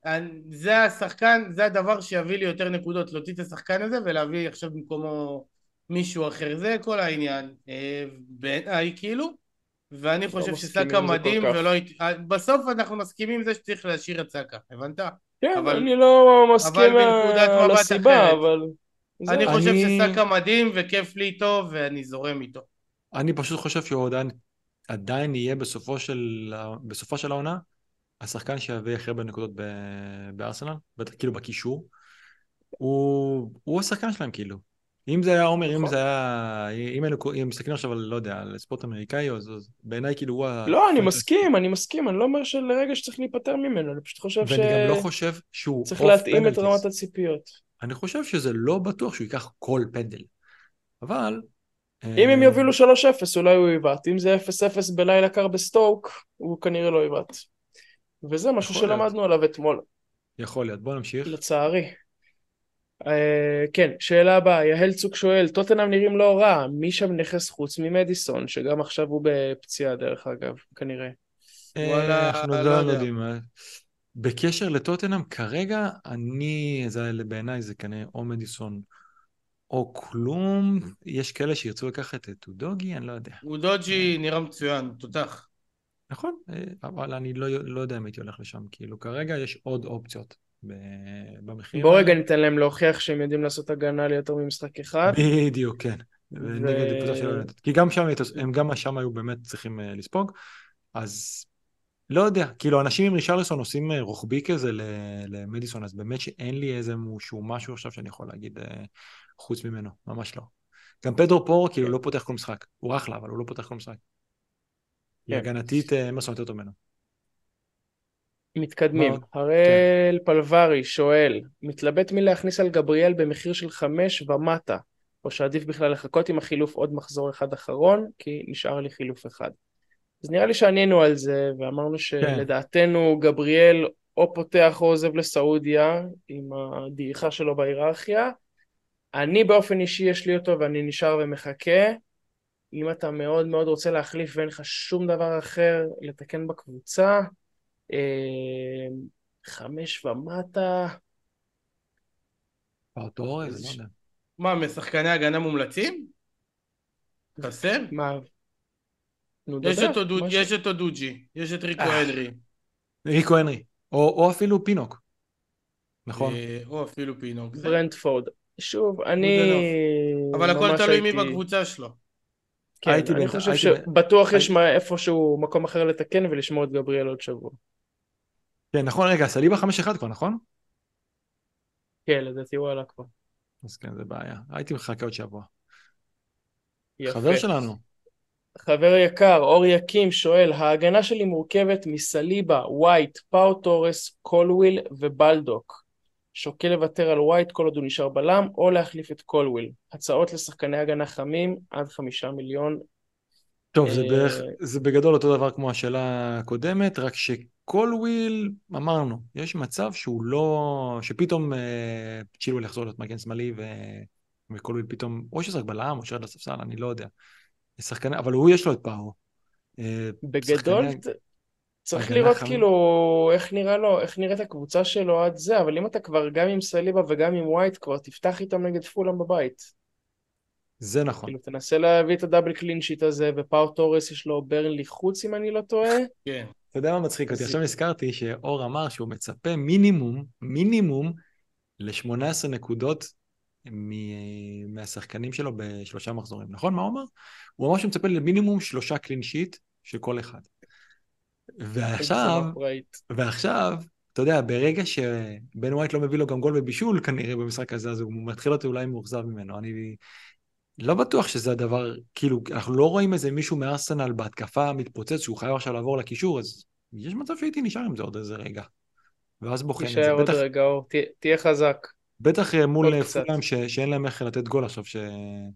זה השחקן, זה הדבר שיביא לי יותר נקודות, להוציא את השחקן הזה ולהביא עכשיו במקומו מישהו אחר. זה כל העניין אה, בעיניי כאילו, ואני לא חושב מסכים שסאקה עם זה כל מדהים כך. ולא... בסוף אנחנו מסכימים עם זה שצריך להשאיר את סאקה, הבנת? כן, אבל, אני לא אבל מסכים בנקודת uh, מבט לסיבה, אחרת. אבל אני זהו. חושב אני... שסאקה מדהים וכיף לי איתו ואני זורם איתו. אני פשוט חושב שהוא עדיין, עדיין יהיה בסופו של, בסופו של העונה, השחקן שיביא הכי הרבה נקודות ב- בארסנל, בטח כאילו בקישור, הוא, הוא השחקן שלהם כאילו. אם זה היה עומר, אם נכון. זה היה, אם היינו אם מסתכלים עכשיו על, לא יודע, על ספורט אמריקאי, אז, אז בעיניי כאילו הוא לא, אני הפנטסטי. מסכים, אני מסכים, אני לא אומר שלרגע שצריך להיפטר ממנו, אני פשוט חושב ואני גם לא חושב שהוא שצריך אוף להתאים את רמת פנלטיז. הציפיות. אני חושב שזה לא בטוח שהוא ייקח כל פנדל. אבל... אם הם אה, יובילו שלוש אפס, אולי הוא יבעט. אם זה אפס אפס בלילה קר בסטוק, הוא כנראה לא יבעט. וזה משהו יכול להיות, שלמדנו עליו אתמול, יכול להיות. בוא נמשיך. לצערי. Uh, כן, שאלה הבאה, יהל צוק שואל, טוטנהאם נראים לא רע, מי שם נכס חוץ ממדיסון, שגם עכשיו הוא בפציעה דרך אגב, כנראה. אה, וואלה, אנחנו לא עדיין לא יודע. יודעים. אה. בקשר לטוטנהאם, כרגע אני, זה בעיניי זה כנראה או מדיסון או כלום. יש כאלה שירצו לקחת את אודוגי, אני לא יודע. אודוג'י נראה מצוין, תותח. נכון, אה, אבל אני לא, לא יודע אם הייתי הולך לשם. כאילו, כרגע יש עוד אופציות ב- במחירים בוא האלה. רגע ניתן להם להוכיח שהם יודעים לעשות הגנה ליותר ממשחק אחד. בדיוק, כן. ו... נגד קבוצה שלא יודעת. כי גם שם, הם גם שם היו באמת צריכים אה, לספוג. אז לא יודע, כאילו אנשים עם רישרליסון עושים אה, רוחבי כזה ל- למדיסון, אז באמת שאין לי איזה שהוא משהו עכשיו שאני יכול להגיד אה, חוץ ממנו, ממש לא. גם פדרו פורו כאילו כן, לא פותח כל משחק, הוא אחלה, אבל הוא לא פותח כל משחק. היא כן. הגנתית, אה, אמרסון יותר טוב ממנו. מה מתקדמים. עוד? כן. הראל פלברי שואל, מתלבט מי להכניס על גבריאל במחיר של חמש ומטה, או שעדיף בכלל לחכות עם החילוף עוד מחזור אחד אחרון, כי נשאר לי חילוף אחד. אז נראה לי שענינו על זה, ואמרנו כן. שלדעתנו גבריאל או פותח או עוזב לסעודיה, עם הדעיכה שלו בהיררכיה. אני באופן אישי יש לי אותו ואני נשאר ומחכה. אם אתה מאוד מאוד רוצה להחליף ואין לך שום דבר אחר לתקן בקבוצה, אה, חמש ומטה. פאוטורז, לא יודע. מה, משחקני הגנה מומלצים? חסר? מה? נו, יש דבר. את אודו- מה ש- יש את אודוג'י, יש את ריקו אה, הנרי, ריקו הנרי, או, או אפילו פינוק, נכון? אה, או אפילו פינוק, זה ברנטפורד. שוב, good אני enough. אבל הכל ממש תלוי מי הייתי... בקבוצה שלו. כן, הייתי אני בינתיים, חושב הייתי ב... שבטוח יש הייתי... מה- איפשהו מקום אחר לתקן ולשמור את גבריאל עוד שבוע. כן, נכון, רגע, סליבה חמש אחד כבר, נכון? כן, לדעתי הוא עלה כבר. אז כן, זה בעיה. הייתי מחכה עוד שבוע. יפה. חבר שלנו. חבר יקר, אור יקים שואל, ההגנה שלי מורכבת מסליבה, ווייט, פאו טורס, קולוויל ובלדוק. שוקל לוותר על ווייט כל עוד הוא נשאר בלם, או להחליף את קולוויל. הצעות לשחקני הגנה חמים עד חמישה מיליון. טוב, זה בערך, אה, זה בגדול אותו דבר כמו השאלה הקודמת, רק שכל וויל, אמרנו, יש מצב שהוא לא, שפתאום אה, צ'ילואל יחזור להיות מגן שמאלי, ו... וכל וויל פתאום, או ששחק בלם, או שירד לספסל, אני לא יודע. שחקני, אבל הוא יש לו את פאו. אה, בגדול שחקני צריך הגנה לראות חמים, כאילו איך נראה לו, איך נראית הקבוצה שלו עד זה, אבל אם אתה כבר גם עם סליבה וגם עם ווייט, כבר תפתח איתם נגד פולאם בבית. זה נכון. כאילו תנסה להביא את הדאבל קלין שיט הזה, ופאו טורס יש לו ברנלי חוץ אם אני לא טועה. כן. אתה יודע מה מצחיק אותי? אז עכשיו נזכרתי שאור אמר שהוא מצפה מינימום, מינימום ל-שמונה עשרה נקודות מ- מהשחקנים שלו בשלושה מחזורים, נכון? מה הוא אמר? הוא אמר שהוא מצפה למינימום שלושה קלין שיט של כל אחד. זה ועכשיו, לא פרייט. ועכשיו, אתה יודע, ברגע שבן ווייט לא מביא לו גם גול ובישול כנראה במשחק הזה, אז הוא מתחיל אותי אולי מאוכזב ממנו. אני לא בטוח שזה הדבר, כאילו, אנחנו לא רואים איזה מישהו מארסנל בהתקפה מתפוצץ שהוא חייב עכשיו לעבור לקישור, אז יש מצב שהייתי נשאר עם זה עוד איזה רגע. ואז בוחן את זה. תישאר עוד בטח, רגע, אור, תה- תהיה חזק. בטח אה, עוד מול אה, קצת. פולאם ש... שאין להם איך לתת גול עכשיו ש...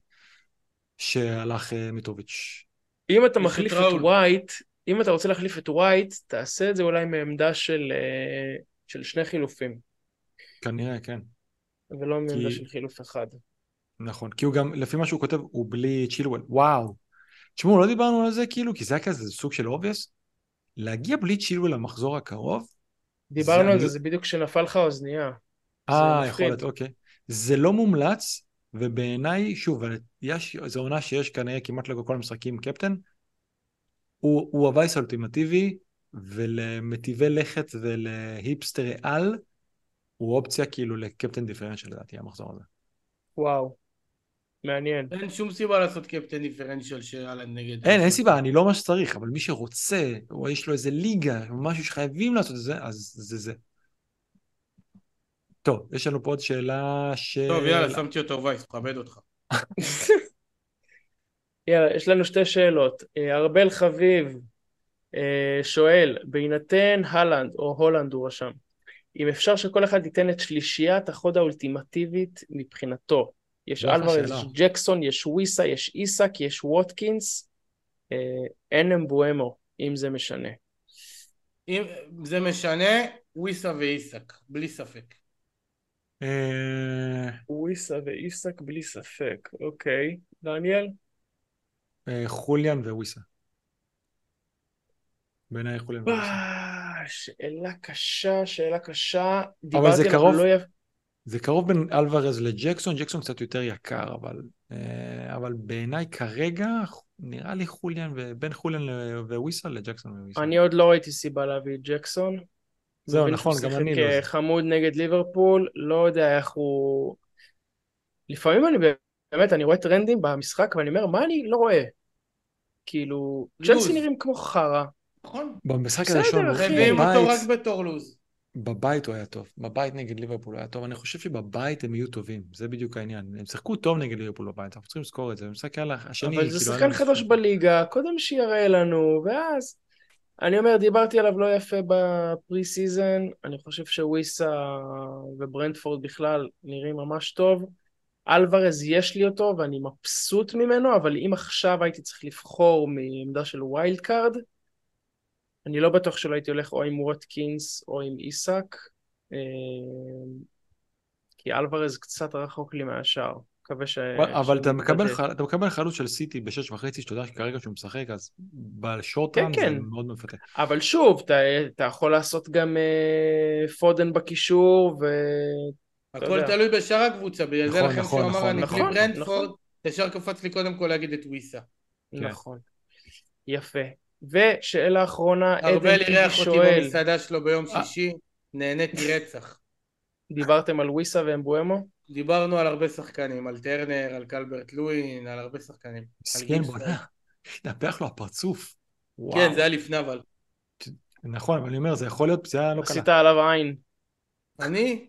שהלך אה, מיטרוביץ'. אם אתה יש את מחליף את ראול. ווייט, אם אתה רוצה להחליף את ווייט, תעשה את זה אולי מעמדה של, אה, של שני חילופים, כנראה, כן. ולא מעמדה כי, של חילוף אחד. נכון. כי הוא גם, לפי מה שהוא כותב, הוא בלי צ'ילואל. וואו. תשמעו, לא דיברנו על זה כאילו, כי זה היה כזה סוג של אובייס. להגיע בלי צ'ילואל למחזור הקרוב, זה, דיברנו על אני... זה, זה בדיוק כשנפל לך האוזנייה. זה אה, יכול להיות, מפחיד. אוקיי. זה לא מומלץ, ובעיניי, שוב, יש, זו עונה שיש כנראה כמעט לכל המשחקים קפטן, הוא, הוא הווייס האולטימטיבי, ולמטיבי לכת ולהיפסטרי על, הוא אופציה כאילו לקפטן דיפרנציאל לדעתי, המחזור הזה. וואו, מעניין. אין שום סיבה לעשות קפטן דיפרנציאל שאלן נגד... אין, אין סיבה, אני לא מה שצריך, אבל מי שרוצה, או יש לו איזה ליגה, או משהו שחייבים לעשות את זה, אז זה זה. טוב, יש לנו פה עוד שאלה טוב, יאללה, של... שמתי אותו וייס, מכבד אותך. יאללה, יש לנו שתי שאלות. אה, ארבל חביב אה, שואל, בהינתן הלנד, או הולנד הוא רשם, אם אפשר שכל אחד ייתן את שלישיית החוד האולטימטיבית מבחינתו. יש זה אחלה אלוורז, שאלה. יש ג'קסון, יש וויסה, יש איסק, יש ווטקינס, אה, אין אמבואמו, אם זה משנה. אם זה משנה, וויסה ואיסק, בלי ספק. אה, וויסה ואיסק בלי ספק, אוקיי. דניאל? אה, חוליאן וויסה. בעיניי חוליאן וויסה. אה, שאלה קשה, שאלה קשה. אבל זה דיברתי עליו קרוב, לא יפה. זה קרוב בין אלוורז לג'קסון, ג'קסון קצת יותר יקר, אבל, אה, אבל בעיניי כרגע נראה לי חוליאן, ובין חוליאן וויסה לג'קסון וויסה. אני עוד לא ראיתי סיבה להביא את ג'קסון. זהו, מבין שהוא נכון, גם שיחק אני לא זה. חמוד נגד ליברפול, לא יודע איך הוא... לפעמים אני באמת, אני רואה טרנדים במשחק ואני אומר, מה אני לא רואה? כאילו, צ'לסי לוז. נראים כמו חרא. נכון. במשחק הראשון, בסדר, הוא- אחי. מביאים אותו בבית, רק בתור לוז. בבית הוא היה טוב. בבית נגד ליברפול הוא היה טוב. אני חושב שבבית הם יהיו טובים. זה בדיוק העניין. הם שיחקו טוב נגד ליברפול בבית. אנחנו צריכים לזכור את זה. במשחק השני, אבל זה כאילו, היה שחקן להם... חדש בליגה, קודם שיראה לנו, ואז... אני אומר, דיברתי עליו לא יפה בפרי סיזן, אני חושב שוויסה וברנדפורד בכלל נראים ממש טוב. אלוורז יש לי אותו ואני מבסוט ממנו, אבל אם עכשיו הייתי צריך לבחור מעמדה של ווילד קארד, אני לא בטוח שלא הייתי הולך או עם ווטקינס או עם איסק, אה, כי אלוורז קצת רחוק לי מהשאר. מקווה ש... אבל אתה מקבל, שמתבדק. ח- אתה מקבל חלוץ של סיטי בשש וחצי, שאתה יודע שכרגע שהוא משחק, אז בשורט כן, רן זה כן. מאוד מפתה. אבל שוב, אתה, אתה יכול לעשות גם אה, פודן בקישור, ו... אתה הכל יודע. תלוי בשאר הקבוצה, בגלל זה נכון, לכן נכון, שהוא אמר נכון, אני נכון, בלי נכון. ברנדפורד, ישר קפץ לי קודם כל להגיד את וויסה. כן. נכון. יפה. ושאלה אחרונה, עדן ארבל טיבי אירח אותי שואל, במסעדה שלו ביום אה. שישי, נהניתי רצח. דיברתם על וויסה ואמבואמו? דיברנו על הרבה שחקנים, על טרנר, על קלברט לואין, על הרבה שחקנים. על מסכן, גיבסון. בוא'נה, התנפח לו הפרצוף. כן, וואו. זה היה לפני אבל. נכון, אבל אני אומר, זה יכול להיות פציעה לא קלה. עשית עליו עין. אני?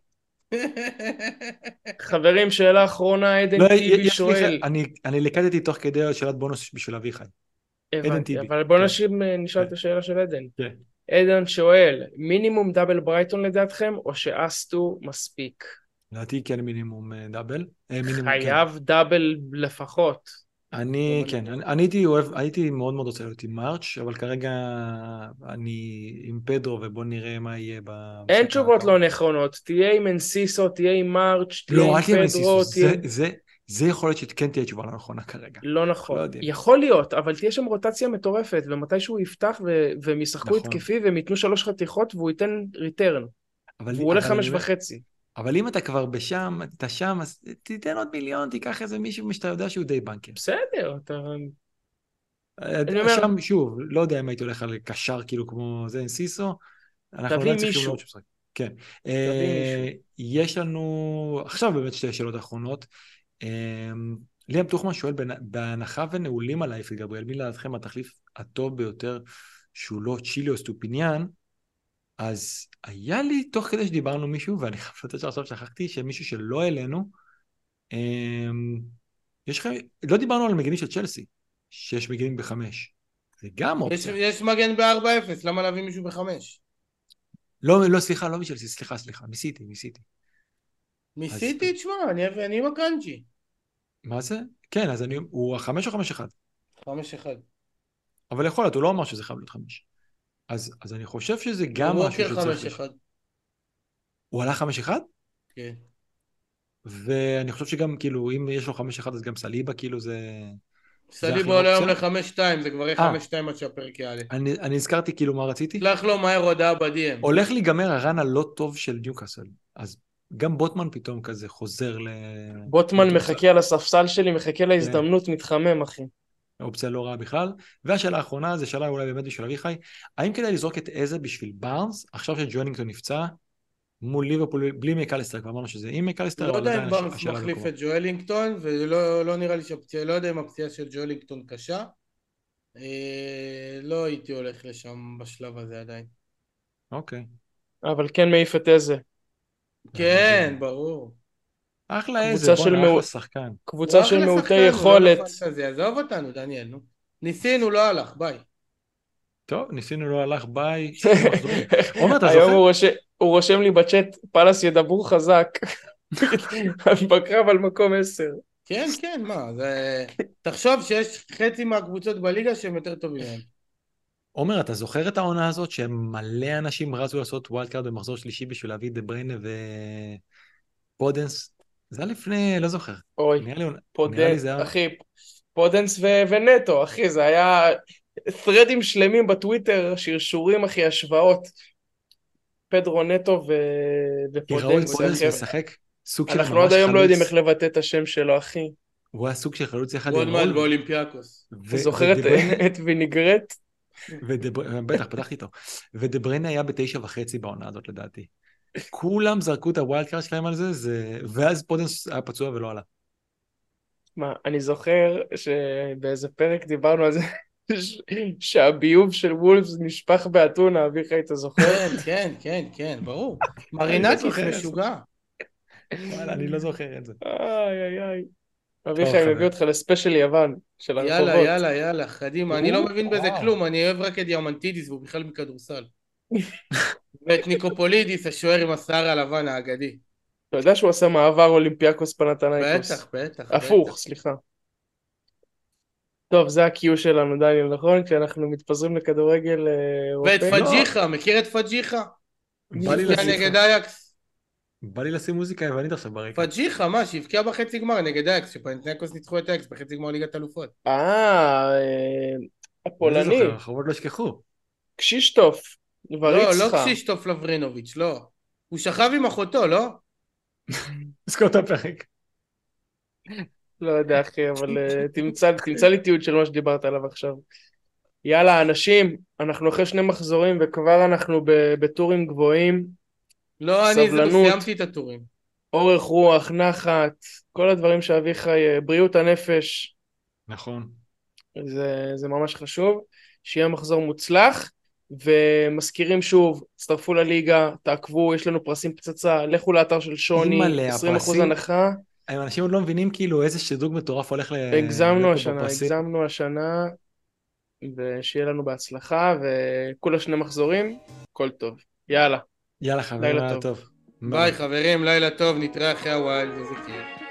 חברים, שאלה אחרונה, עדן לא, טיבי יש לי, שואל. אני, אני לקטתי תוך כדי שאלת בונוס בשביל אביחי. עדן הבנתי, טיבי. אבל בוא כן, נשאיר, נשאל את כן, השאלה של עדן. כן. עדן שואל, מינימום דאבל ברייטון לדעתכם, או שאסטו מספיק? לדעתי כן מינימום אה, דאבל. אה, מינימום, כן. חייב דאבל לפחות. אני, כן, אני, אני הייתי אוהב, הייתי מאוד מאוד רוצה להיות עם מרץ', אבל כרגע אני עם פדרו, ובוא נראה מה יהיה במשחק. אין תשובות הקרוב. לא נכונות, תהיה עם אנסיסו, תהיה עם מרץ', תהיה לא, עם אל תהיה מסיסו, פדרו, זה, תהיה... זה, זה יכול להיות שכן תהיה תשובה לא נכונה כרגע. לא אנחנו לא נכון. יודעים. יכול להיות, אבל תהיה שם רוטציה מטורפת, ומתי שהוא יפתח ו- והם ישחקו נכון. התקפי, והם ייתנו שלוש חתיכות, והוא ייתן ריטרן. אבל, והוא עולה אבל, אני חמש אומר, וחצי. אבל אם אתה כבר בשם, אתה שם, אז תיתן עוד מיליון, תיקח איזה מישהו שאתה יודע שהוא די בנקר. בסדר, אתה... אני אומר, שם, שוב, לא יודע אם הייתי הולך על קשר כאילו כמו זה, סיסו, אנחנו תביא עדיין צריכים מישהו. לראות שמשחק. כן. תביא מישהו. יש לנו, עכשיו באמת שתי שאלות אחרונות. ליאם טוחמן שואל, בהנחה ונעולים על אייפי גבריאל, מי לדעתכם התחליף הטוב ביותר שהוא לא צ'ילי או סטופיניאן? אז היה לי, תוך כדי שדיברנו מישהו, ואני חושב שעכשיו שכחתי, שמישהו שלא אלינו, יש לכם, לא דיברנו על מגנים של צ'לסי, שיש מגנים בחמש. זה גם יש, אופציה. יש מגן ב-ארבע אפס, למה להביא מישהו בחמש? לא, לא, סליחה, לא משלסי, סליחה, סליחה, מסיטי, מסיטי. ניסיתי, תשמע, אני, אני עם הקנג'י. מה זה? כן, אז אני, הוא החמש או חמש אחד? חמש אחד. אבל יכול להיות, הוא לא אמר שזה חייב להיות חמש. אז, אז אני חושב שזה גם משהו ווקר שצריך... חמש אחד. הוא עלה חמש אחד? כן. ואני חושב שגם, כאילו, אם יש לו חמש אחד, אז גם סליבה, כאילו, זה... סליבה עולה היום ל-חמש שתיים, זה כבר יהיה חמש שתיים עד שהפרק יעלה. אני, אני הזכרתי כאילו מה רציתי. שלח לו מהר הודעה ב-די אם. הולך להיגמר הרן הלא טוב של ניוקאסל. אז גם בוטמן פתאום כזה חוזר ל... בוטמן מחכה על הספסל שלי, מחכה להזדמנות, מתחמם, אחי. אופציה לא רעה בכלל. והשאלה האחרונה, זה שאלה אולי באמת בשביל אביחי, האם כדאי לזרוק את איזה בשביל בארנס, עכשיו שג'וינינגטון נפצע, מול ליברפול, בלי מקליסטר, כבר אמרנו שזה עם מקליסטר, לא אבל יודע עדיין אם בארנס השאלה מחליף במקומו. את ג'ואלינגטון, ולא לא נראה לי שהפציעה, לא יודע אם הפציעה של ג'ואלינגטון קשה. אה, לא הייתי הולך לשם בשלב הזה עדיין. אוקיי. אבל כן מעיף את איזה. כן, ברור. אחלה איזה, קבוצה של בואנה, מאו- אחלה שחקן. קבוצה של הוא אחלה מעוטי שחקן, הוא יכולת. לא בפנטזיה, עזוב אותנו, דניאל, נו. ניסינו, לא הלך, ביי. טוב, ניסינו לא הלך, ביי, שישה מחזורים. עומר, אתה היום זוכר? הוא רושם- הוא רושם לי בצ'אט, פלס ידברו חזק. בקרב על מקום עשר. כן, כן, מה, זה... תחשוב שיש חצי מהקבוצות בליגה שהם יותר טובים מהם. עומר, אתה זוכר את העונה הזאת שמלא אנשים רצו לעשות ווילד קארד במחזור שלישי בשביל להביא דה בריינה ופודנס? זה היה לפני, לא זוכר. אוי, נראה לי, נראה פודנס, לי זה היה... אחי, פודנס ו- ונטו, אחי, זה היה ת'רדים שלמים בטוויטר, שרשורים, אחי, השוואות. פדרו נטו ו... כי ראו את ופודנס, פודנס אחי. משחק סוג של ממש אנחנו עד היום לא יודעים חלוץ. איך לבטא את השם שלו, אחי. הוא היה סוג של חלוץ יחד הוא עם עוד מעט רול. באולימפיאקוס. ו- אתה זוכר את- ודה בריינה- את ויניגרט? ודה בריינה- בטח, פתחתי איתו. ודה בריינה היה בתשע וחצי בעונה הזאת לדעתי. כולם זרקו את הווילד קארד שלהם על זה, זה... ואז פודנס היה פצוע ולא עלה. מה, אני זוכר שבאיזה פרק דיברנו על זה, ש- שהביוב של וולפס נשפך באתונה, אביחי, אתה זוכר? כן, כן, כן, כן, ברור. מרינקיס זוכר את זה. משוגע. וואלה, אני לא זוכר את זה. איי איי איי. טוב, אביחי, אני חבר. מביא אותך לספיישל יוון של יאללה, הרחובות. יאללה, יאללה, קדימה. אני לא מבין בזה וואו. כלום, אני אוהב רק את דיאמנטידיס והוא בכלל מכדורסל. ואת ניקופולידיס, השוער עם השיער הלבן האגדי. אתה יודע שהוא עשה מעבר אולימפיאקוס פנתנייקוס? בטח, בטח. הפוך, בטח. סליחה. טוב, זה ה-Q שלנו, דניאל, נכון? כשאנחנו מתפזרים לכדורגל אה, ואת אירופאי. פג'יחה, מכיר את פג'יחה? בא לי שהבקיע לשים- נגד אייקס. בא לי לשים מוזיקה יוונית עכשיו ברקע. פג'יחה, מה, שהבקיע בחצי גמר נגד אייקס, שפנתנייקוס ניצחו את אייקס בחצי גמר ליגת אלופות. אה, אה, אני הפולני, זוכר, החובות לא ישכחו. קשישטוף, לא, וריצחה. לא קשישטוף לברינוביץ', לא. הוא שכב עם אחותו, לא? נזכור את הפרק. לא יודע, אחי, אבל אה, תמצא, תמצא לי תיעוד של מה שדיברת עליו עכשיו. יאללה, אנשים, אנחנו אחרי שני מחזורים וכבר אנחנו ב- בטורים גבוהים, לא, אני סבלנות. זהו, סיימתי את הטורים. אורך רוח, נחת, כל הדברים שאביחי, אה, בריאות הנפש, נכון. זה, זה ממש חשוב. שיהיה מחזור מוצלח. ומזכירים שוב, הצטרפו לליגה, תעקבו, יש לנו פרסים פצצה, לכו לאתר של שוני, אימא'לה, עשרים אחוז הפרסים, הנחה. אנשים עוד לא מבינים כאילו איזה שדרוג מטורף הולך ל- הגזמנו להיות פה השנה, בפרסים. הגזמנו השנה, ושיהיה לנו בהצלחה, וכולה שני מחזורים, הכל טוב. יאללה, יאללה חברים, לילה לילה טוב. טוב. ביי חברים, לילה טוב, נתראה אחרי הווילד, איזה כיף.